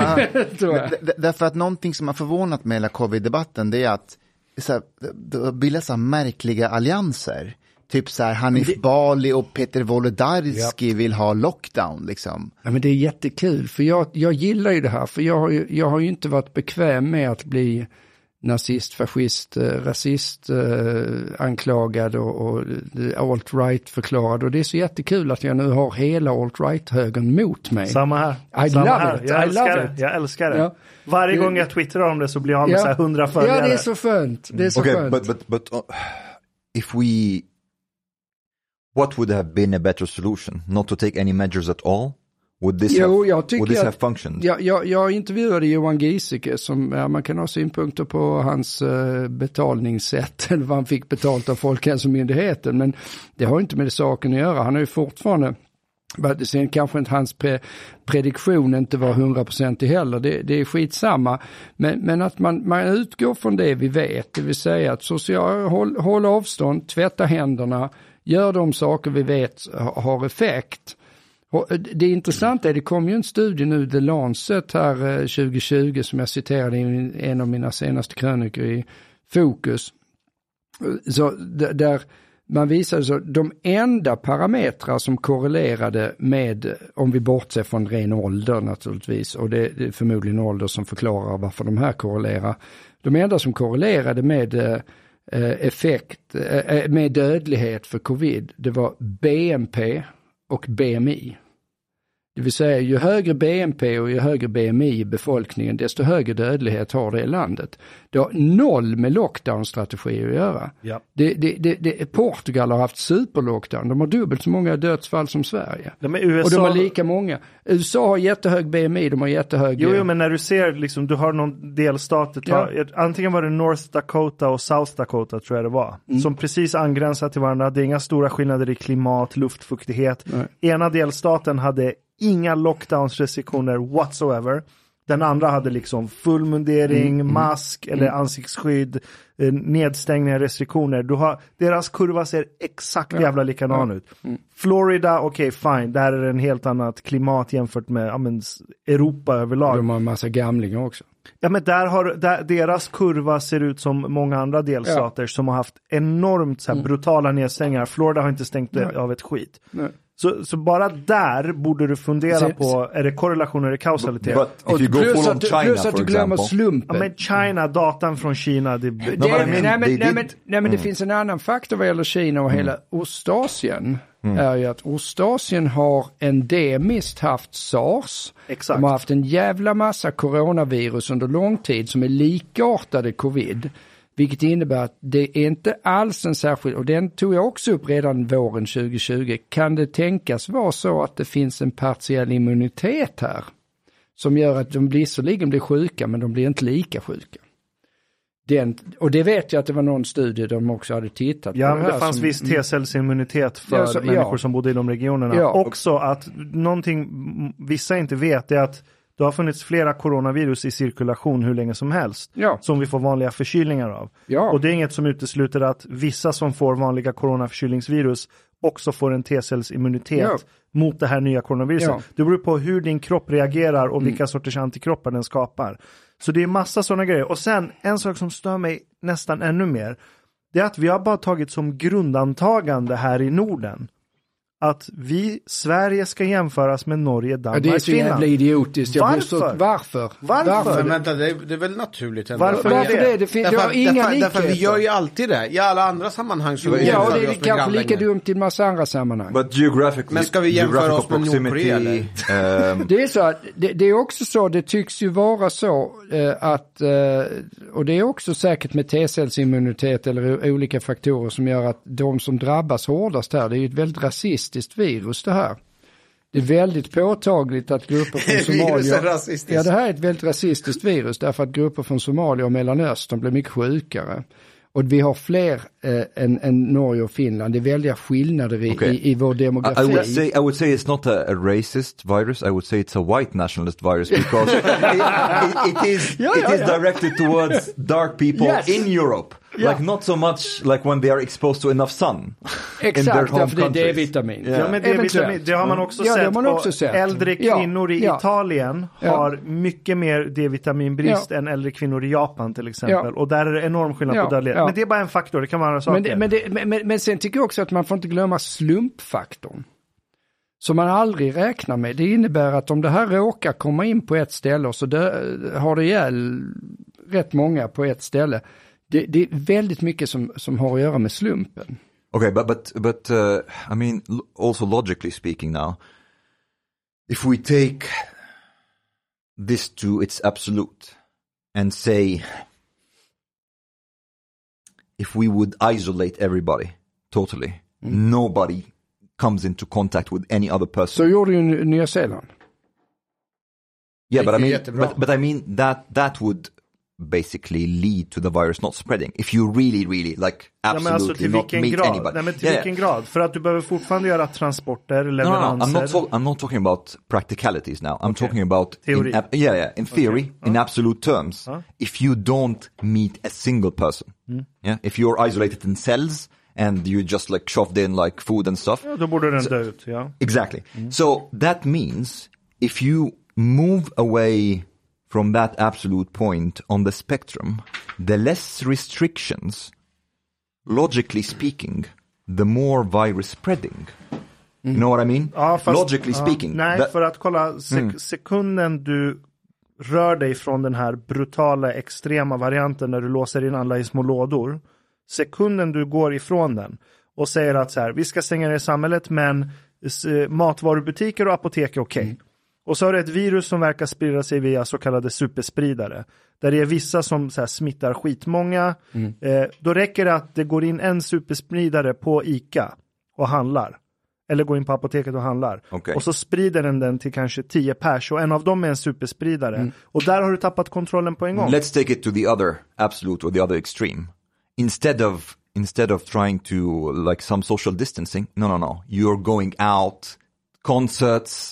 Därför att någonting som har förvånat med hela covid-debatten, det är att det bildas så märkliga allianser. Typ så här Hanif Bali och Peter Wolodarski vill ha lockdown liksom. Ja, men det är jättekul, för jag gillar ju det här, för jag har ju inte varit bekväm med att bli nazist, fascist, rasist anklagad och alt-right förklarad, och det är så jättekul att jag nu har hela alt-right-högern mot mig. Samma här. Jag älskar det. Ja. Varje gång jag twittrar om det så blir jag med så här 100 följare. Ja, det är så skönt. Det är så skönt. But if we... What would have been a better solution? Not to take any measures at all? Would this have functioned? Jag intervjuade Johan Giesecke som man kan ha synpunkter på hans betalningssätt eller vad han fick betalt av Folkhälsomyndigheten, men det har inte med det saken att göra. Han har ju fortfarande, sen kanske inte hans prediktion inte var 100% heller, det är skitsamma, men att man utgår från det vi vet, det vill säga att håll avstånd, tvätta händerna, gör de saker vi vet har effekt. Och det intressanta är, det kom ju en studie nu, The Lancet här 2020 som jag citerade i en av mina senaste krönikor i Fokus. Så där man visade så de enda parametrar som korrelerade med, om vi bortser från ren ålder naturligtvis, och det är förmodligen ålder som förklarar varför de här korrelerar. De enda som korrelerade med med dödlighet för covid, det var BNP och BMI. Det vill säga, ju högre BNP och ju högre BMI i befolkningen, desto högre dödlighet har det i landet. Det har noll med lockdown-strategier att göra. Ja. Portugal har haft superlockdown. De har dubbelt så många dödsfall som Sverige. Och de har lika många. USA har jättehög BMI, de har jättehög... Jo, men när du ser, liksom, du har någon delstat, antingen var det North Dakota och South Dakota tror jag det var, som precis angränsar till varandra. Det är inga stora skillnader i klimat, luftfuktighet. Nej. Ena delstaten hade inga lockdownsrestriktioner whatsoever. Den andra hade liksom full mundering, mask eller ansiktsskydd, nedstängningar, restriktioner. Deras kurva ser exakt jävla likadan ut. Florida, okej, fine. Där är det en helt annat klimat jämfört med Europa överlag. De har en massa gamlingar också. Ja, men deras kurva ser ut som många andra delstater som har haft enormt så här, brutala nedstängningar. Florida har inte stängt av ett skit. Nej. Så bara där borde du fundera på, är det korrelation eller kausalitet? Plus att du glömmer slumpen. Ja, men China, datan från Kina. Men det finns en annan faktor vad gäller Kina och hela Ostasien. Är ju att Ostasien har endemiskt haft SARS. Exakt. De har haft en jävla massa coronavirus under lång tid som är likartade covid. Vilket innebär att det är inte alls en särskild, och den tog jag också upp redan våren 2020, kan det tänkas vara så att det finns en partiell immunitet här som gör att de blir sjuka, men de blir inte lika sjuka. Och det vet jag att det var någon studie de också hade tittat på. Ja, det fanns viss T-cellsimmunitet för människor som bodde i de regionerna. Ja. Också att någonting vissa inte vet är att det har funnits flera coronavirus i cirkulation hur länge som helst. Ja. Som vi får vanliga förkylningar av. Ja. Och det är inget som utesluter att vissa som får vanliga coronaförkylningsvirus också får en T-cellsimmunitet mot det här nya coronaviruset. Ja. Det beror på hur din kropp reagerar och vilka sorters antikroppar den skapar. Så det är massa sådana grejer. Och sen en sak som stör mig nästan ännu mer, det är att vi har bara tagit som grundantagande här i Norden att Sverige ska jämföras med Norge, Danmark, det är så jävla idiotiskt. Varför? Men vänta, det är väl naturligt. Varför det? Därför vi gör ju alltid det. I alla andra sammanhang så ja, det är kanske lika dumt i en massa andra sammanhang. Men ska vi jämföra oss med Nordkorea eller? Det är så att, det är också så, det tycks ju vara så att, och det är också säkert med T-cellsimmunitet eller olika faktorer som gör att de som drabbas hårdast här, det är ju ett väldigt rasistiskt virus det här. Det är väldigt påtagligt att grupper från Somalia... Ja, det här är ett väldigt rasistiskt virus därför att grupper från Somalia och Mellanöstern blir mycket sjukare. Och vi har fler än Norge och Finland. Det är väldiga skillnader i vår demografi. I would say it's not a racist virus. I would say it's a white nationalist virus because it is directed towards dark people in Europe. Yeah. Like not so much like when they are exposed to enough sun. Exakt, för det är D-vitamin. Ja, men D-vitamin, det har man också sett. Äldre kvinnor i Italien har mycket mer D-vitaminbrist än äldre kvinnor i Japan till exempel. Och där är det enorm skillnad på dödlighet. Men det är bara en faktor, det kan vara andra saker. Men sen tycker jag också att man får inte glömma slumpfaktorn. Som man aldrig räknar med. Det innebär att om det här råkar komma in på ett ställe och så har det ihjäl rätt många på ett ställe. Det är väldigt mycket som har att göra med slumpen. Okay, but I mean, also logically speaking now, if we take this to its absolute and say, if we would isolate everybody totally, nobody comes into contact with any other person. Så gjorde ju Nya Zeeland. Yeah, but I mean that would basically lead to the virus not spreading. If you really like absolutely not meet anybody. Nej, men till vilken grad? För att du behöver fortfarande göra transporter, leveranser. No, I'm not talking about practicalities now. I'm talking about theory. In theory, in absolute terms. If you don't meet a single person. If you're isolated in cells and you just like shoved in like food and stuff. Ja, då borde den dö ut, Exactly. So that means if you move away from that absolute point on the spectrum, the less restrictions, logically speaking, the more virus spreading. You know what I mean? Logically speaking. Nej, för att kolla sekunden du rör dig från den här brutala, extrema varianten när du låser in alla i små lådor. Sekunden du går ifrån den och säger att så här, vi ska stänga ner samhället, men matvarubutiker och apotek är okej. Och så har det ett virus som verkar sprida sig via så kallade superspridare. Där det är vissa som så här smittar skitmånga. Då räcker det att det går in en superspridare på ICA och handlar. Eller går in på apoteket och handlar. Okay. Och så sprider den till kanske 10 pers. Och en av dem är en superspridare. Och där har du tappat kontrollen på en gång. Let's take it to the other absolute or the other extreme. Instead of trying to like some social distancing, no. You're going out, concerts,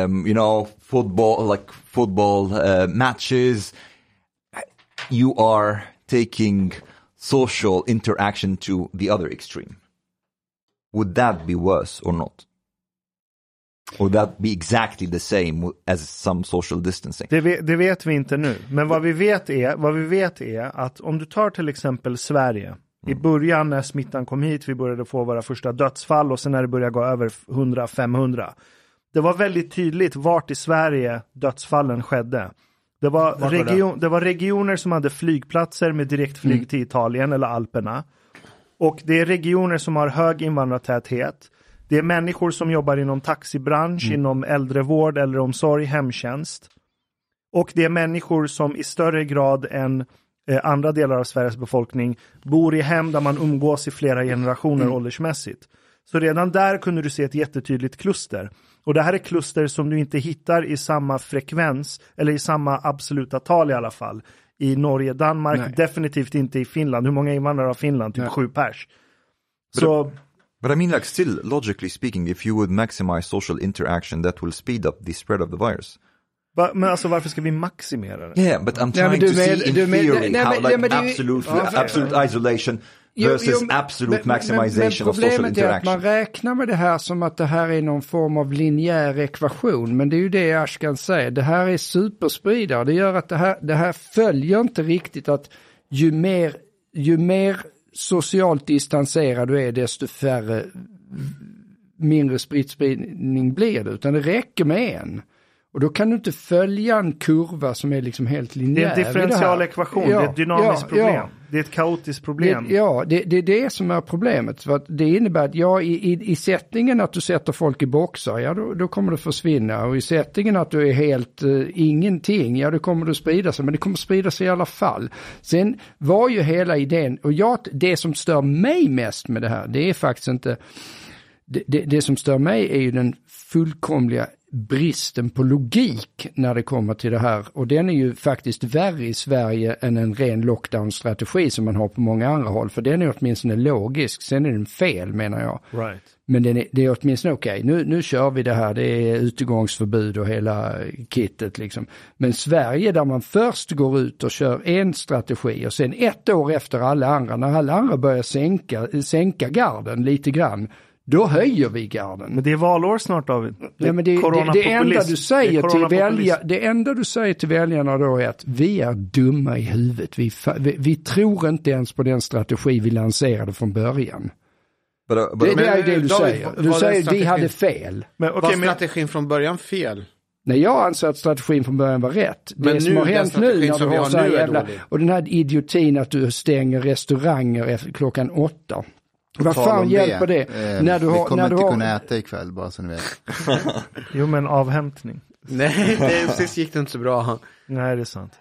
football matches. You are taking social interaction to the other extreme. Would that be worse or not? Or would that be exactly the same as some social distancing? Det vet vi inte nu. Men vad vi vet är att om du tar till exempel Sverige. I början när smittan kom hit, vi började få våra första dödsfall och sen när det började gå över 100-500. Det var väldigt tydligt vart i Sverige dödsfallen skedde. Det var regioner som hade flygplatser med direktflyg till Italien eller Alperna. Och det är regioner som har hög invandrartäthet. Det är människor som jobbar inom taxibransch, inom äldrevård eller omsorg, hemtjänst. Och det är människor som i större grad än andra delar av Sveriges befolkning bor i hem där man umgås i flera generationer åldersmässigt. Så redan där kunde du se ett jättetydligt kluster. Och det här är kluster som du inte hittar i samma frekvens eller i samma absoluta tal i alla fall. I Norge, Danmark, definitivt inte i Finland. Hur många invandrare har Finland? Typ 7 pers. But I mean, like, still, logically speaking, if you would maximize social interaction, that will speed up the spread of the virus. Men alltså, varför ska vi maximera det? Yeah, but I'm trying to see in theory how absolute isolation versus absolute maximization of social interaction. Problemet är att man räknar med det här som att det här är någon form av linjär ekvation. Men det är ju det Ashkan säger. Det här är superspridare. Det gör att det här följer inte riktigt att ju mer socialt distanserad du är, desto färre mindre spritspridning blir det, utan det räcker med en. Och då kan du inte följa en kurva som är liksom helt linjär. Det är en differential ekvation, det är ett dynamiskt problem. Ja. Det är ett kaotiskt problem. Det är det som är problemet. För att det innebär att i sättningen att du sätter folk i boxar, då kommer det försvinna. Och i sättningen att du är helt ingenting, då kommer det sprida sig. Men det kommer sprida sig i alla fall. Sen var ju hela idén, och det som stör mig mest med det här, det är faktiskt inte... Det som stör mig är ju den fullkomliga bristen på logik när det kommer till det här. Och den är ju faktiskt värre i Sverige än en ren lockdown-strategi som man har på många andra håll. För den är åtminstone logisk. Sen är den fel, menar jag. Right. Men det är åtminstone okej. Nu kör vi det här. Det är utegångsförbud och hela kittet liksom. Men Sverige, där man först går ut och kör en strategi och sen ett år efter alla andra, när alla andra börjar sänka garden lite grann, då höjer vi garden. Men det är valår snart, David. Det enda du säger till väljarna då är att vi är dumma i huvudet. Vi tror inte ens på den strategi vi lanserade från början. Det är det du säger. Du säger att vi hade fel. Var strategin från början fel? Nej, jag anser att strategin från början var rätt. Men det som har hänt nu när du har så jävla... Och den här idiotin att du stänger restauranger klockan 8. Vad fan hjälper det? Vi kommer inte kunna äta ikväll, bara så ni vet. Jo, men avhämtning. Nej, precis gick det inte så bra. Nej, det är sant.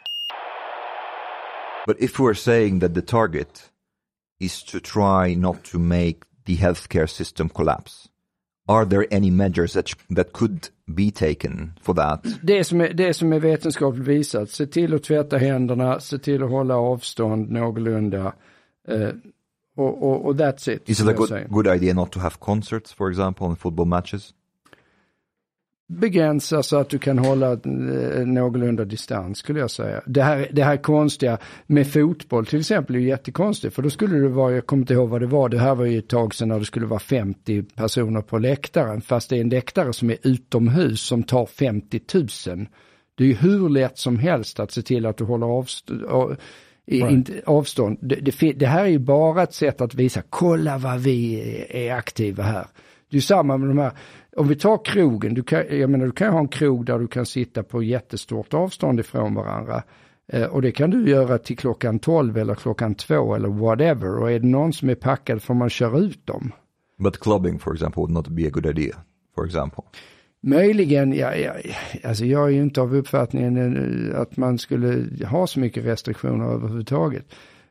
But if we're saying that the target is to try not to make the healthcare system collapse, are there any measures that could be taken for that? Det som är vetenskapligt visat, se till att tvätta händerna, se till att hålla avstånd någorlunda, och that's it. Is it a good idea not to have concerts, for example, in football matches? Begränsa så att du kan hålla någorlunda distans, skulle jag säga. Det här konstiga med fotboll till exempel är ju jättekonstigt, för då skulle det vara, jag kommer inte ihåg vad det var, det här var ju ett tag sedan när det skulle vara 50 personer på läktaren, fast det är en läktare som är utomhus som tar 50 000. Det är ju hur lätt som helst att se till att du håller avstånd. Det här är ju bara ett sätt att visa, kolla vad vi är aktiva här. Det är ju samma med de här, om vi tar krogen, du kan ha en krog där du kan sitta på jättestort avstånd ifrån varandra. Och det kan du göra till klockan 12 eller klockan 2 eller whatever. Och är det någon som är packad får man köra ut dem. But clubbing, for example, would not be a good idea, for example. Möjligen, alltså jag är ju inte av uppfattningen att man skulle ha så mycket restriktioner överhuvudtaget.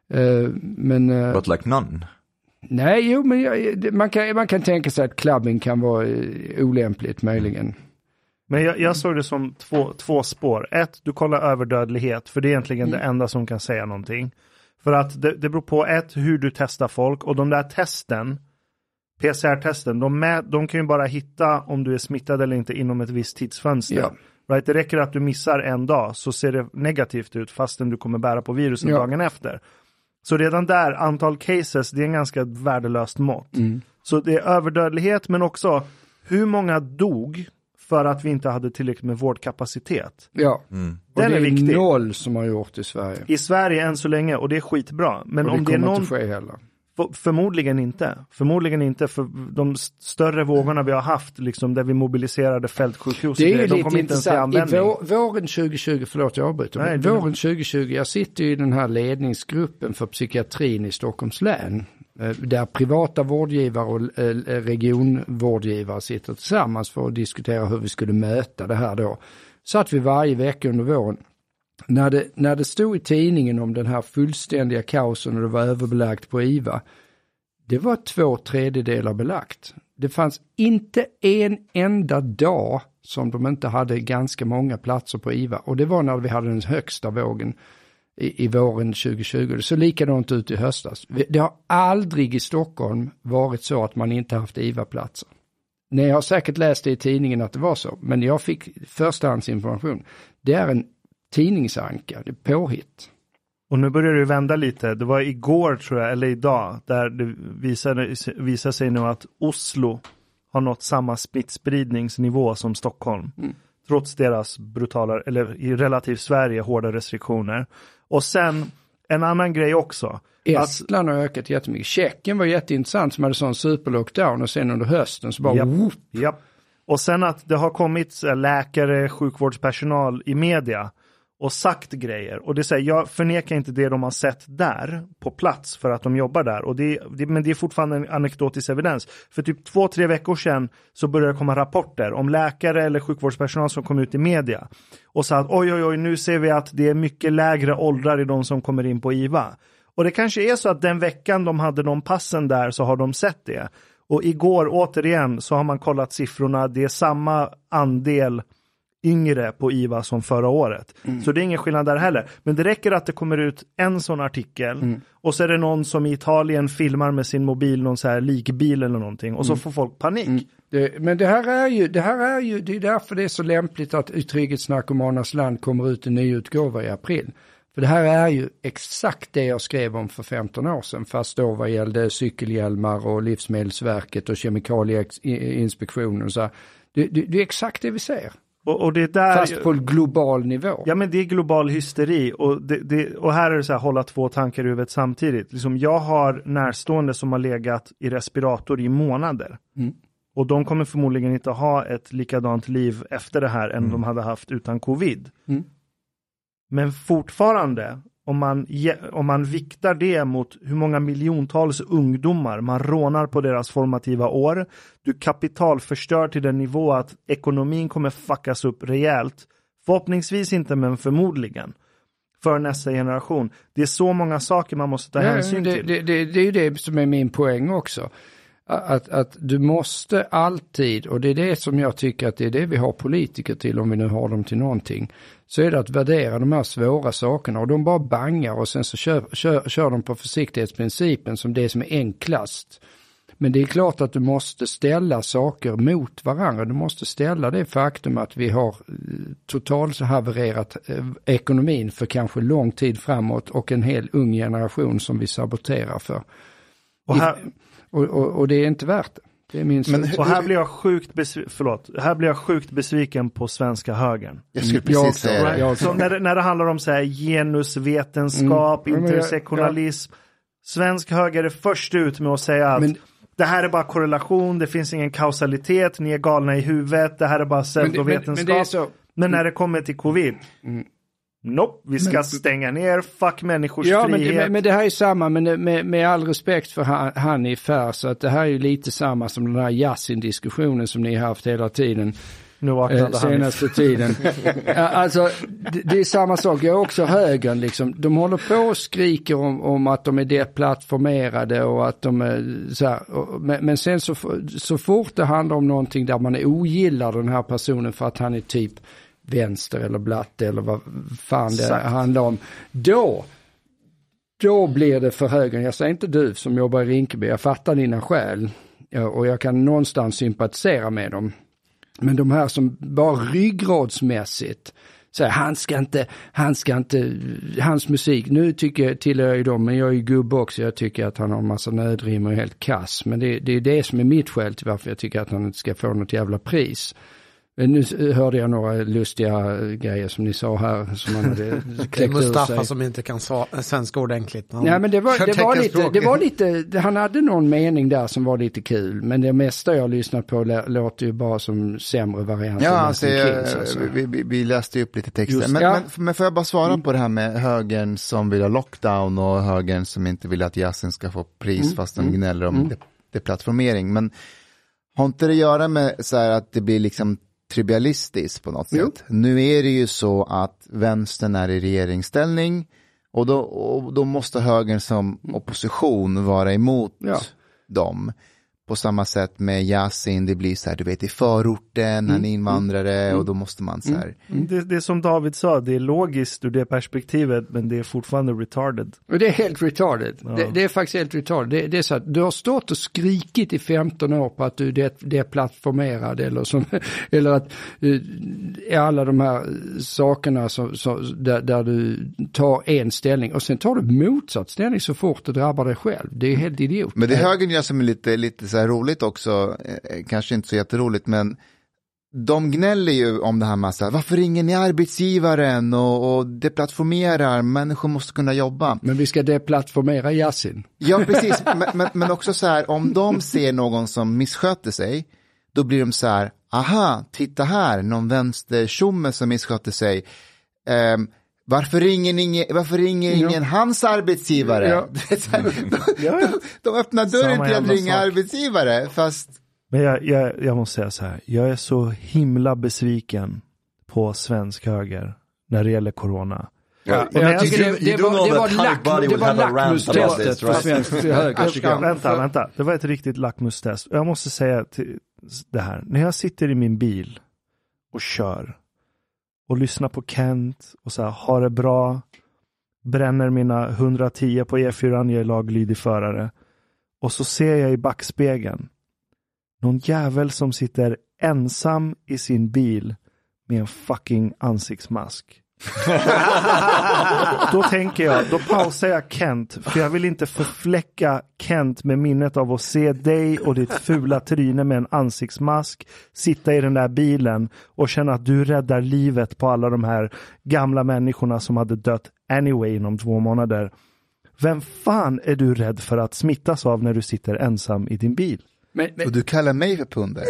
Men... But like none? Nej, jo, men man kan tänka sig att clubbing kan vara olämpligt, möjligen. Men jag såg det som två spår. Ett, du kollar överdödlighet, för det är egentligen det enda som kan säga någonting. För att det beror på hur du testar folk, och de där testen, PCR-testen, de kan ju bara hitta om du är smittad eller inte inom ett visst tidsfönster. Ja. Right? Det räcker att du missar en dag så ser det negativt ut fastän du kommer bära på viruset dagen efter. Så redan där, antal cases, det är en ganska värdelöst mått. Så det är överdödlighet, men också hur många dog för att vi inte hade tillräckligt med vårdkapacitet. Ja, och det är viktig. 0 som har gjort i Sverige. I Sverige än så länge, och det är skitbra. Men och det om det är kommer inte ske heller. Förmodligen inte, för de större vågorna vi har haft liksom, där vi mobiliserade fältsjukhus, det är ju de kommer inte ens till användning. Våren 2020, förlåt jag avbryter, våren 2020, jag sitter i den här ledningsgruppen för psykiatrin i Stockholms län, där privata vårdgivare och regionvårdgivare sitter tillsammans för att diskutera hur vi skulle möta det här då. Satt vi varje vecka under våren. När det stod i tidningen om den här fullständiga kaosen och det var överbelagt på IVA, det var 2/3 belagt. Det fanns inte en enda dag som de inte hade ganska många platser på IVA, och det var när vi hade den högsta vågen i våren 2020. Det såg likadant ut i höstas. Det har aldrig i Stockholm varit så att man inte haft IVA-platser. Ni har säkert läst det i tidningen att det var så, men jag fick förstahandsinformation. Det är en tidningsanka, det är påhitt. Och nu börjar det vända lite. Det var igår tror jag, eller idag, där det visar sig nu att Oslo har nått samma smittspridningsnivå som Stockholm. Trots deras brutala, eller i relativt Sverige, hårda restriktioner. Och sen en annan grej också. Estland har ökat jättemycket. Tjeckien var jätteintressant som hade sån superlockdown och sen under hösten så bara Japp. Och sen att det har kommit läkare, sjukvårdspersonal i media och sagt grejer. Och det säger, jag förnekar inte det de har sett där på plats för att de jobbar där. Och men det är fortfarande en anekdotisk evidens. För typ 2-3 veckor sedan så började det komma rapporter om läkare eller sjukvårdspersonal som kom ut i media. Och sa att oj, nu ser vi att det är mycket lägre åldrar i de som kommer in på IVA. Och det kanske är så att den veckan de hade de passen där så har de sett det. Och igår återigen så har man kollat siffrorna. Det är samma andel yngre på IVA som förra året. Så det är ingen skillnad där heller. Men det räcker att det kommer ut en sån artikel och så är det någon som i Italien filmar med sin mobil någon så här likbil eller någonting och så får folk panik. Men det här är ju, det är därför det är så lämpligt att Trygghetsnarkomanernas land kommer ut en ny utgåva i april. För det här är ju exakt det jag skrev om för 15 år sedan, fast då vad gällde cykelhjälmar och Livsmedelsverket och Kemikalieinspektionen och så här. Det är exakt det vi ser. Och det är där, fast på global nivå. Ja, men det är global hysteri. Och här är det så här, hålla två tankar i huvudet samtidigt. Liksom, jag har närstående som har legat i respirator i månader. Och de kommer förmodligen inte ha ett likadant liv efter det här än de hade haft utan covid. Men fortfarande, om man viktar det mot hur många miljontals ungdomar man rånar på deras formativa år, du kapitalförstör till den nivå att ekonomin kommer fuckas upp rejält. Förhoppningsvis inte, men förmodligen. För nästa generation. Det är så många saker man måste ta hänsyn till. Det är ju det som är min poäng också. Att du måste alltid, och det är det som jag tycker att det är det vi har politiker till, om vi nu har dem till någonting, så är det att värdera de här svåra sakerna och de bara bangar och sen så kör de på försiktighetsprincipen som det som är enklast. Men det är klart att du måste ställa saker mot varandra. Du måste ställa det faktum att vi har totalt havererat ekonomin för kanske lång tid framåt och en hel ung generation som vi saboterar för. Och det är inte värt det. Det är min och här blir jag sjukt besviken på svenska högern. Jag skulle precis säga det. Så när det handlar om så här genusvetenskap, intersektionalism. Svensk höger är först ut med att säga att det här är bara korrelation, det finns ingen kausalitet, ni är galna i huvudet, det här är bara pseudovetenskap. Men när det kommer till covid... Nope, vi ska stänga ner, fuck människors frihet. Men det här är samma, med all respekt för Hanif, så att det här är ju lite samma som den här Yasin-diskussionen som ni har haft hela tiden. Senaste tiden. Alltså, det är samma sak. Jag är också högern liksom. De håller på och skriker om att de är deplattformerade och att de är så här. Men sen så fort det handlar om någonting där man ogillar den här personen för att han är typ vänster eller blatte eller vad fan det handlar om. Då blir det för högern. Jag säger inte du som jobbar i Rinkeby. Jag fattar dina skäl. Och jag kan någonstans sympatisera med dem. Men de här som bara ryggradsmässigt säger han ska inte, hans musik, nu tillhör jag ju dem, men jag är ju gubbe också, jag tycker att han har en massa nödrim och helt kass. Men det är det som är mitt skäl till varför jag tycker att han inte ska få något jävla pris. Nu hörde jag några lustiga grejer som ni sa här som man hade kläckt ur sig. Mustafa som inte kan svenska ordentligt. Nej, men det var lite, han hade någon mening där som var lite kul, men det mesta jag lyssnat på låter ju bara som sämre varianter. Ja, alltså, vi läste ju upp lite texter. Men får jag bara svara på det här med högern som vill ha lockdown och högern som inte vill att Yasin ska få pris fast de gnäller om det plattformering. Men har inte det att göra med så här att det blir liksom trivialistiskt på något sätt. Nu är det ju så att vänstern är i regeringsställning och då måste högern som opposition vara emot dem. På samma sätt med Yasin, det blir så här, du vet, i förorten, han är invandrare och då måste man så här. Det är som David sa, det är logiskt ur det perspektivet, men det är fortfarande retarded. Och det är helt retarded. Ja. Det är faktiskt helt retarded. Det är så att du har stått och skrikit i 15 år på att du är plattformerad eller att alla de här sakerna där du tar en ställning och sen tar du motsatt ställning så fort du drabbar dig själv. Det är helt idiot. Men det är högern gör som är lite så här roligt också, kanske inte så jätteroligt, men de gnäller ju om det här massa. Varför ringer ni arbetsgivaren och deplattformerar? Människor måste kunna jobba. Men vi ska deplattformera Yasin. Ja, precis. Men också så här, om de ser någon som missköter sig, då blir de så här, aha, titta här, någon vänstertjomme som missköter sig. Varför ringer ingen hans arbetsgivare? Ja. De öppnar dörren till att ringa arbetsgivare, fast... Men jag måste säga så här, jag är så himla besviken på svensk höger när det gäller corona. Ja, jag tycker det var lackmustestet för svensk höger. Vänta, det var ett riktigt lackmustest. Jag måste säga till det här, när jag sitter i min bil och kör och lyssnar på Kent och så här, har det bra, bränner mina 110 på E4, jag är laglydig förare, och så ser jag i backspegeln någon jävel som sitter ensam i sin bil med en fucking ansiktsmask. Då tänker jag, då pausar jag Kent, för jag vill inte förfläcka Kent med minnet av att se dig och ditt fula tryne med en ansiktsmask sitta i den där bilen och känna att du räddar livet på alla de här gamla människorna som hade dött anyway inom 2 månader. Vem fan är du rädd för att smittas av när du sitter ensam i din bil? Men... Och du kallar mig för pundare.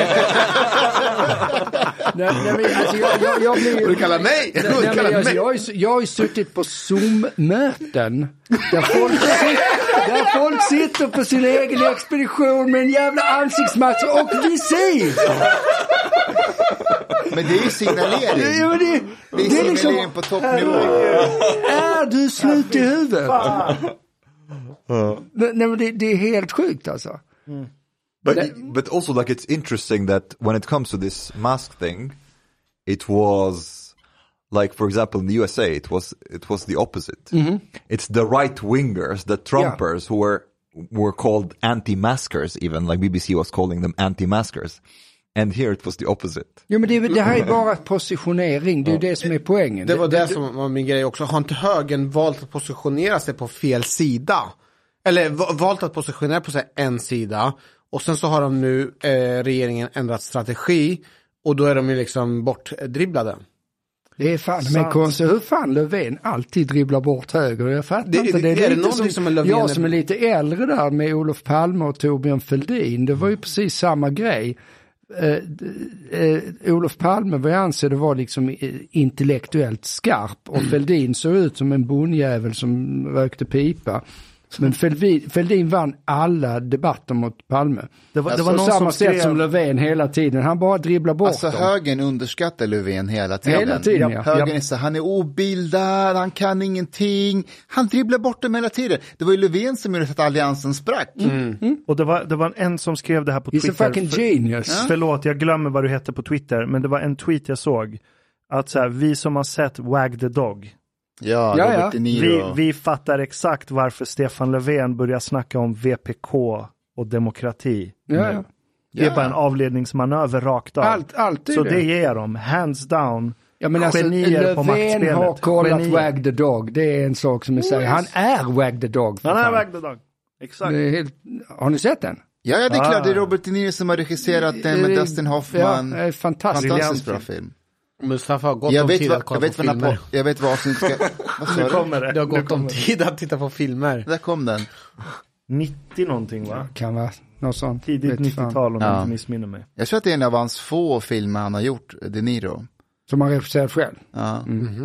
Du kallar mig? Jag har ju suttit på Zoom-möten där folk sitter på sin egen expedition med en jävla ansiktsmask och visir. Men det är ju signalering. Det är signalering liksom, på toppnivå. Är du slut i huvudet? Nej, men det är helt sjukt alltså. But also, like, it's interesting that when it comes to this mask thing, it was like, for example, in the USA, it was the opposite. Mm-hmm. It's the right wingers, the Trumpers, who were called anti-maskers, even like BBC was calling them anti-maskers. And here it was the opposite. Ja, men det här är bara positionering. Det är ju det som är poängen. Det var det som var min grej också. Har inte högern valt att positionera sig på fel sida? Eller valt att positionera på sig en sida. Och sen så har de nu regeringen ändrat strategi. Och då är de ju liksom bortdribblade. Det är fan men konstigt hur fan Löfven alltid dribblar bort höger. Jag fattar inte. Det är lite som Löfven jag som är lite äldre där med Olof Palme och Torbjörn Fälldin. Det var ju precis samma grej. Olof Palme, vad jag anser det var liksom intellektuellt skarp. Och Fälldin såg ut som en bondjävel som rökte pipa. Men Fälldin vann alla debatter mot Palme. Det var någon samma sätt som Löfven hela tiden. Han bara dribblar bort dem. Högern underskattar Löfven hela tiden. Högern är så, han är obildad, han kan ingenting. Han dribblar bort dem hela tiden. Det var ju Löfven som gjorde att alliansen sprack. Och det var en som skrev det här på Twitter. He's a fucking genius. Förlåt, jag glömmer vad du hette på Twitter. Men det var en tweet jag såg. Att så här, vi som har sett Wag the Dog. Ja, Robert De Niro. Vi fattar exakt varför Stefan Löfven börjar snacka om VPK och demokrati. Ja. Det är bara en avledningsmanöver rakt av. Allt så det ger dem, hands down. Ja, men alltså, genier på maktspelet. Löfven har kollat Wag the Dog. Det är en sak som jag säger. Han är Wag the Dog. Han är Wag the Dog. Exakt. Har ni sett den? Ja, det är klart. Det är Robert De Niro som har regisserat den med Dustin Hoffman. Ja, det är fantastiskt bra film. Mustafa har gått om tid att kolla på filmer. Jag vet vad som ska... Det har gått om tid att titta på filmer. Där kom den. 90 någonting, va? Kan vara något sånt. Tidigt 90-tal om jag inte missminner mig. Jag tror att det är en av hans få filmer han har gjort, De Niro. Som han regisserat själv? Ja.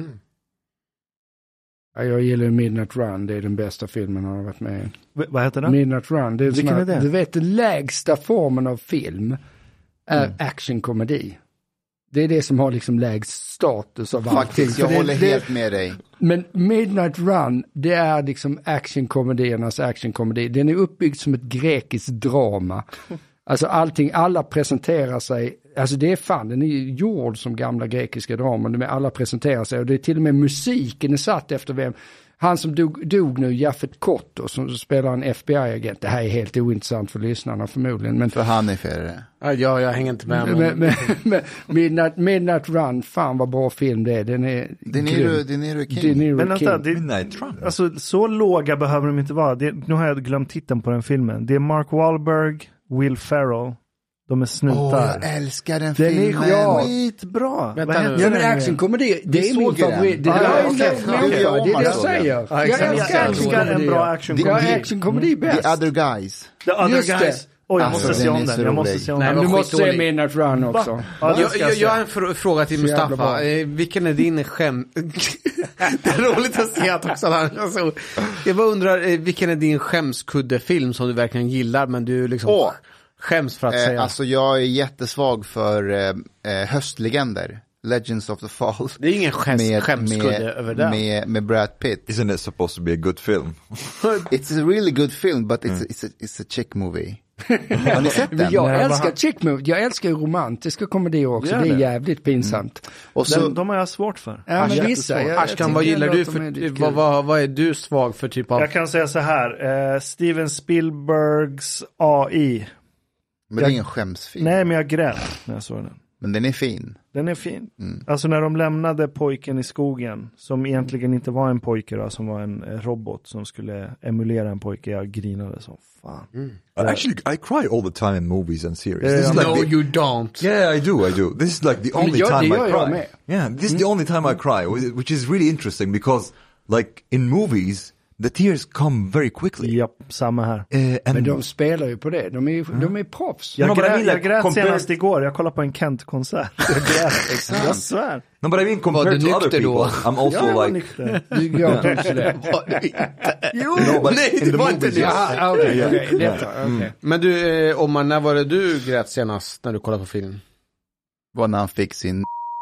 Ja, jag gillar Midnight Run, det är den bästa filmen han har varit med i. Vad heter den? Midnight Run. Det är vilken är det? Du vet, den lägsta formen av film är actionkomedi. Det är det som har liksom lägst status av allting. Faktiskt, jag håller helt med dig. Men Midnight Run, det är liksom actionkomediernas actionkomedi. Den är uppbyggd som ett grekiskt drama. Alltså alla presenterar sig, alltså det är fan, den är gjord som gamla grekiska draman, men alla presenterar sig och det är till och med musiken är satt efter vem. Han som dog nu, Jaffet Kotto, som spelar en FBI-agent. Det här är helt ointressant för lyssnarna förmodligen. Men för han är för det. Ja, jag hänger inte med. Midnight Run, fan vad bra film det är. Den är De Niro King. Men vänta, Midnight Run. Alltså så låga behöver de inte vara. Nu har jag glömt titeln på den filmen. Det är Mark Wahlberg, Will Ferrell De är snutar. Jag älskar den filmen. filmen. Den är skitbra. Ja, men actionkomedi, det är min favorit. Det är det jag säger. Jag älskar en bra actionkomedi. Actionkomedi bäst. The Other Guys. The Other Guys. Oj, jag måste se om den. Nej, men du måste se Midnight Run också. Jag har en fråga till Mustafa. Vilken är din Det är roligt att se att också alltså, jag bara undrar, vilken är din skämskuddefilm som du verkligen gillar, men du liksom skäms för att säga? Alltså jag är jättesvag för höstlegender. Legends of the Fall. Det är ingen skämskudde över det. Med Brad Pitt. Isn't it supposed to be a good film? It's a really good film, but it's a chick movie. Har ni sett den? Jag älskar chick movie. Jag älskar romantiska komedier också. Det är jävligt pinsamt. Och så, de har jag svårt för. Ja, men vissa. Ashkan, vad gillar du för vad är du svag för typ av? Jag kan säga så här. Steven Spielbergs AI. Men det är ingen skämsfilm. Nej, men jag grät när jag såg den. Men den är fin. Den är fin. Alltså när de lämnade pojken i skogen, som egentligen inte var en pojke då, som var en robot som skulle emulera en pojke, jag grinade som fan. Actually, I cry all the time in movies and series. You don't. Yeah, I do. This is like the only time I cry. Yeah, this is the only time I cry, which is really interesting because like in movies the tears come very quickly. Japp, samma här. Men de spelar ju på det. De är proffs. Jag grät senast igår. Jag kollade på en Kent-konsert. Jag svär. No, but I mean compared to other people, I'm also like... Du gör inte det. Jo, nej, det var inte det. Okej. Men du, Omar, när var det du grät senast när du kollade på film? Var när han fick sin...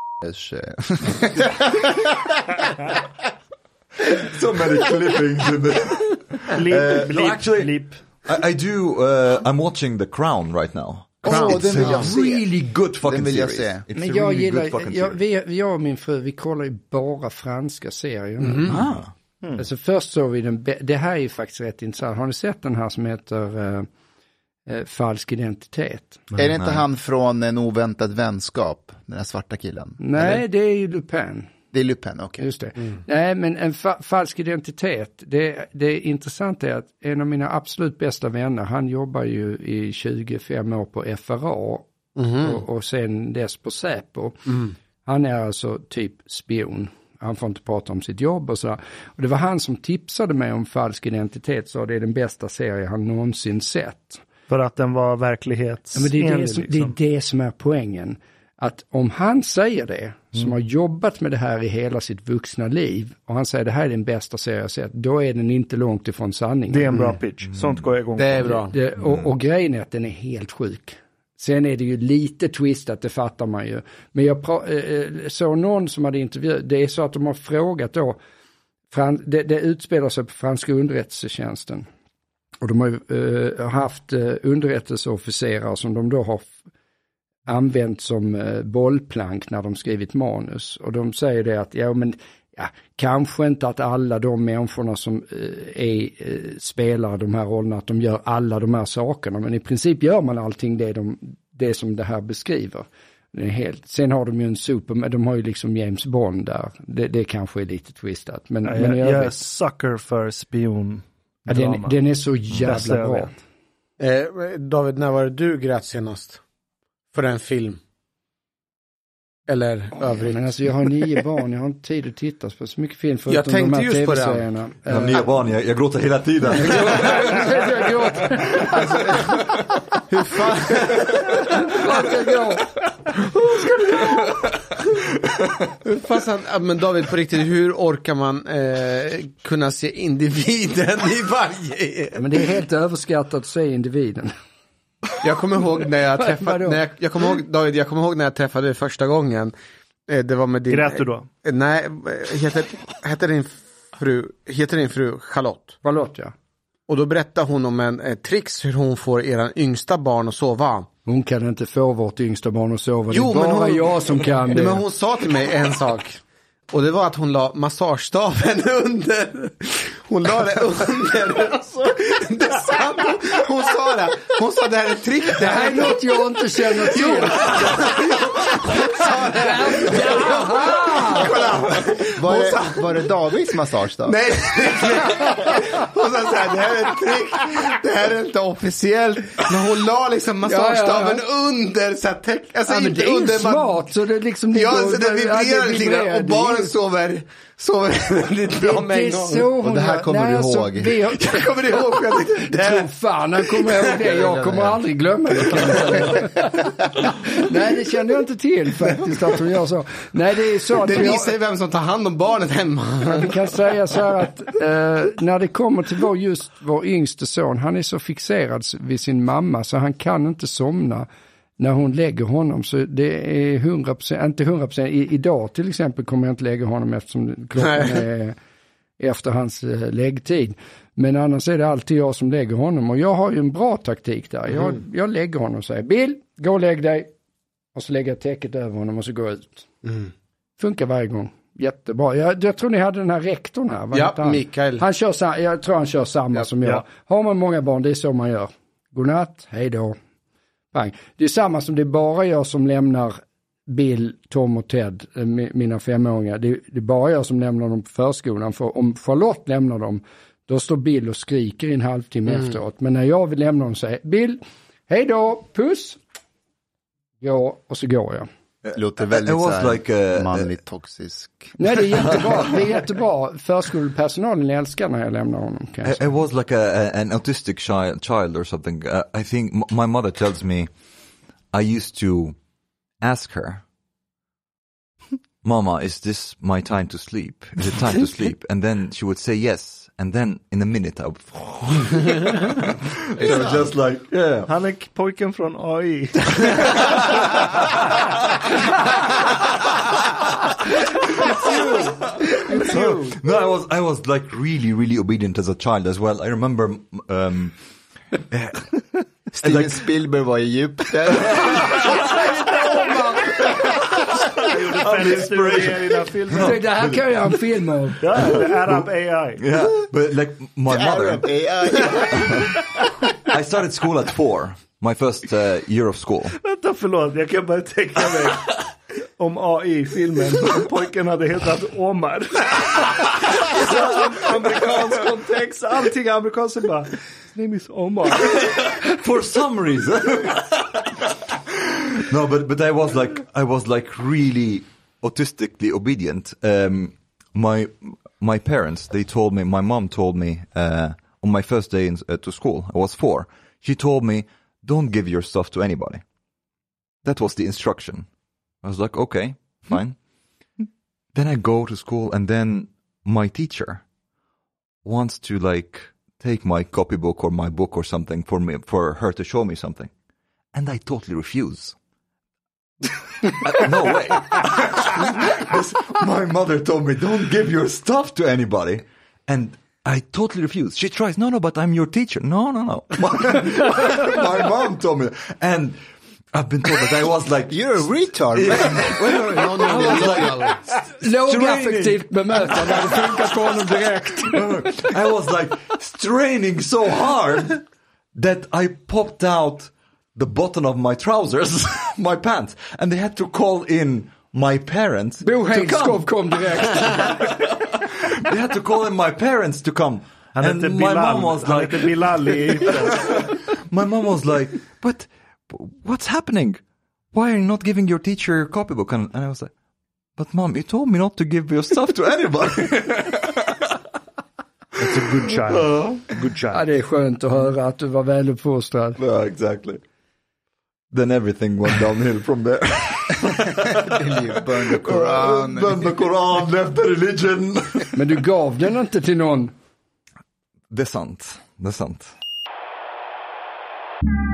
So many clippings in the... Actually, I do. I'm watching The Crown right now. It's a really good fucking series. It's Men a jag really gillar, good fucking series. jag och min fru, vi kollar ju bara franska serier. Alltså först såg vi det här är ju faktiskt rätt intressant. Har ni sett den här som heter Falsk identitet? Är det inte han från En oväntad vänskap? Den här svarta killen? Nej, eller? det är ju Lupin. Det är Lupin, okej. Just det. Nej, men en falsk identitet. Det intressanta är att en av mina absolut bästa vänner, han jobbar ju i 25 år på FRA och sen dess på Säpo. Han är alltså typ spion. Han får inte prata om sitt jobb och sådär. Och det var han som tipsade mig om Falsk identitet, så det är den bästa serie han någonsin sett. För att den var verklighetsenlig. Ja, men det är det som är poängen. Att om han säger det, som har jobbat med det här i hela sitt vuxna liv, och han säger det här är den bästa serie jag sett, då är den inte långt ifrån sanningen. Det är en bra pitch. Sånt går jag igång på. Det är bra. Och grejen är att den är helt sjuk. Sen är det ju lite twistat, det fattar man ju. Men jag såg någon som hade intervjuat, det är så att de har frågat då, det utspelar sig på franska underrättelsetjänsten. Och de har ju haft underrättelseofficerare som de då har använt som bollplank när de skrivit manus. Och de säger det att kanske inte att alla de människorna som spelar de här rollerna, att de gör alla de här sakerna. Men i princip gör man allting det som det här beskriver. Det är helt. Sen har de ju en men de har ju liksom James Bond där. Det kanske är lite twistat. Men jag är sucker för spion. Den är så jävla bra. David, när var det du grät senast? För en film? Eller övrigt? Men alltså jag har 9 barn, jag har inte tid att titta på så mycket film förutom jag tänkte de här just TV-serierna. på Jag har 9 barn, jag gråter hela tiden. Jag gråter. Alltså, hur fan ska det gå? Men David, på riktigt, hur orkar man kunna se individen i varje... Men det är helt överskattat att se individen. Jag kommer ihåg när jag träffade... Jag kommer ihåg när jag träffade dig första gången. Det var med din... Grät du då? Nej, heter din fru Charlotte? Charlotte, ja. Och då berättade hon om en tricks hur hon får eran yngsta barn att sova. Hon kan inte få vårt yngsta barn att sova. Det är bara jag som kan det. Men hon sa till mig en sak. Och det var att hon la massagestaven under. Hon la det under. Hon sa det här är ett trick. Det här är något jag inte känner till. Var det Davids massage då? Nej. Hon sa så här, det här är ett trick. Det här är inte officiellt. Men hon la liksom massagestaven under så här alltså men inte det är under smart så det liksom så det vibrerar lite grann och barnen sover väldigt bra med en gång. Och det här kommer du ihåg. Jag kommer ihåg det. Fan, jag kommer ihåg det. Jag kommer aldrig glömma det, kan jag säga. Nej, det kände jag inte till faktiskt att hon gör så. Nej, det är så att det visar vem som tar hand om barnet hemma. Vi kan säga så här att när det kommer till vår yngste son, han är så fixerad vid sin mamma så han kan inte somna när hon lägger honom. Så det är 100%, inte 100%. Idag till exempel kommer jag inte lägga honom eftersom klockan är efter hans läggtid. Men annars är det alltid jag som lägger honom. Och jag har ju en bra taktik där. Jag lägger honom och säger, Bill, gå och lägg dig. Och så lägger jag täcket över honom och så går jag ut. Funkar varje gång. Jättebra. Jag tror ni hade den här rektorn här. Ja, Mikael. Jag tror han kör samma som jag. Ja. Har man många barn, det är så man gör. Godnatt, hej då. Bang. Det är samma som det är bara jag som lämnar Bill, Tom och Ted, mina 5-åringar. Det är bara jag som lämnar dem på förskolan. För om Charlotte lämnar dem, då står Bill och skriker i en halvtimme efteråt. Men när jag vill lämna dem säger Bill, hej då, puss. Ja, och så går jag. Det låter väldigt så manligt toxisk. Nej, det är jättebra. Det är jättebra. Förskolepersonalen älskar när jag lämnar honom. It was like an autistic child or something. I think my mother tells me I used to ask her, Mama, is this my time to sleep? Is it time to sleep? And then she would say yes. And then in a minute I would... It was just like, yeah. Han är pojken från AI. It's you. No, I was like really obedient as a child as well. I remember Steven Spielberg var i Egypten. Det här kan jag göra en film av. Ja, Arab AI. Yeah, but like my mother. Arab AI. I started school at 4. My first year of school. Vänta, förlåt. Jag kan bara tänka mig om AI-filmen. Om pojken hade hetat Omar. Så amerikansk kontext. Allting amerikanskt bara. His name is Omar. For some reason. No, but I was like really autistically obedient. My parents, my mom told me on my first day to school, I was 4. She told me, don't give your stuff to anybody. That was the instruction. I was like, okay, fine. Then I go to school and then my teacher wants to like take my copybook or my book or something for her to show me something. And I totally refuse. No way. My mother told me, don't give your stuff to anybody. And I totally refused. She tries, no, but I'm your teacher. No. My mom told me. And I've been told that I was like... You're a retard. Lågaffektivt bemötande. Det funkar på honom direkt. I was like straining so hard that I popped out the button of my trousers, my pants, and they had to call in my parents. Bo Heidskov kom direkt. They had to call in my parents to come. And my mom was like, my mom was like, but what's happening? Why are you not giving your teacher your copybook? And I was like, but mom, you told me not to give your stuff to anybody. It's a good child. Good child. Ja, det är skönt att höra att du var väl uppfostrad. Yeah, exactly. Then everything went downhill from there. You burned the Quran. Burned the Quran, left the religion. Men du gav den inte till någon? Det är sant.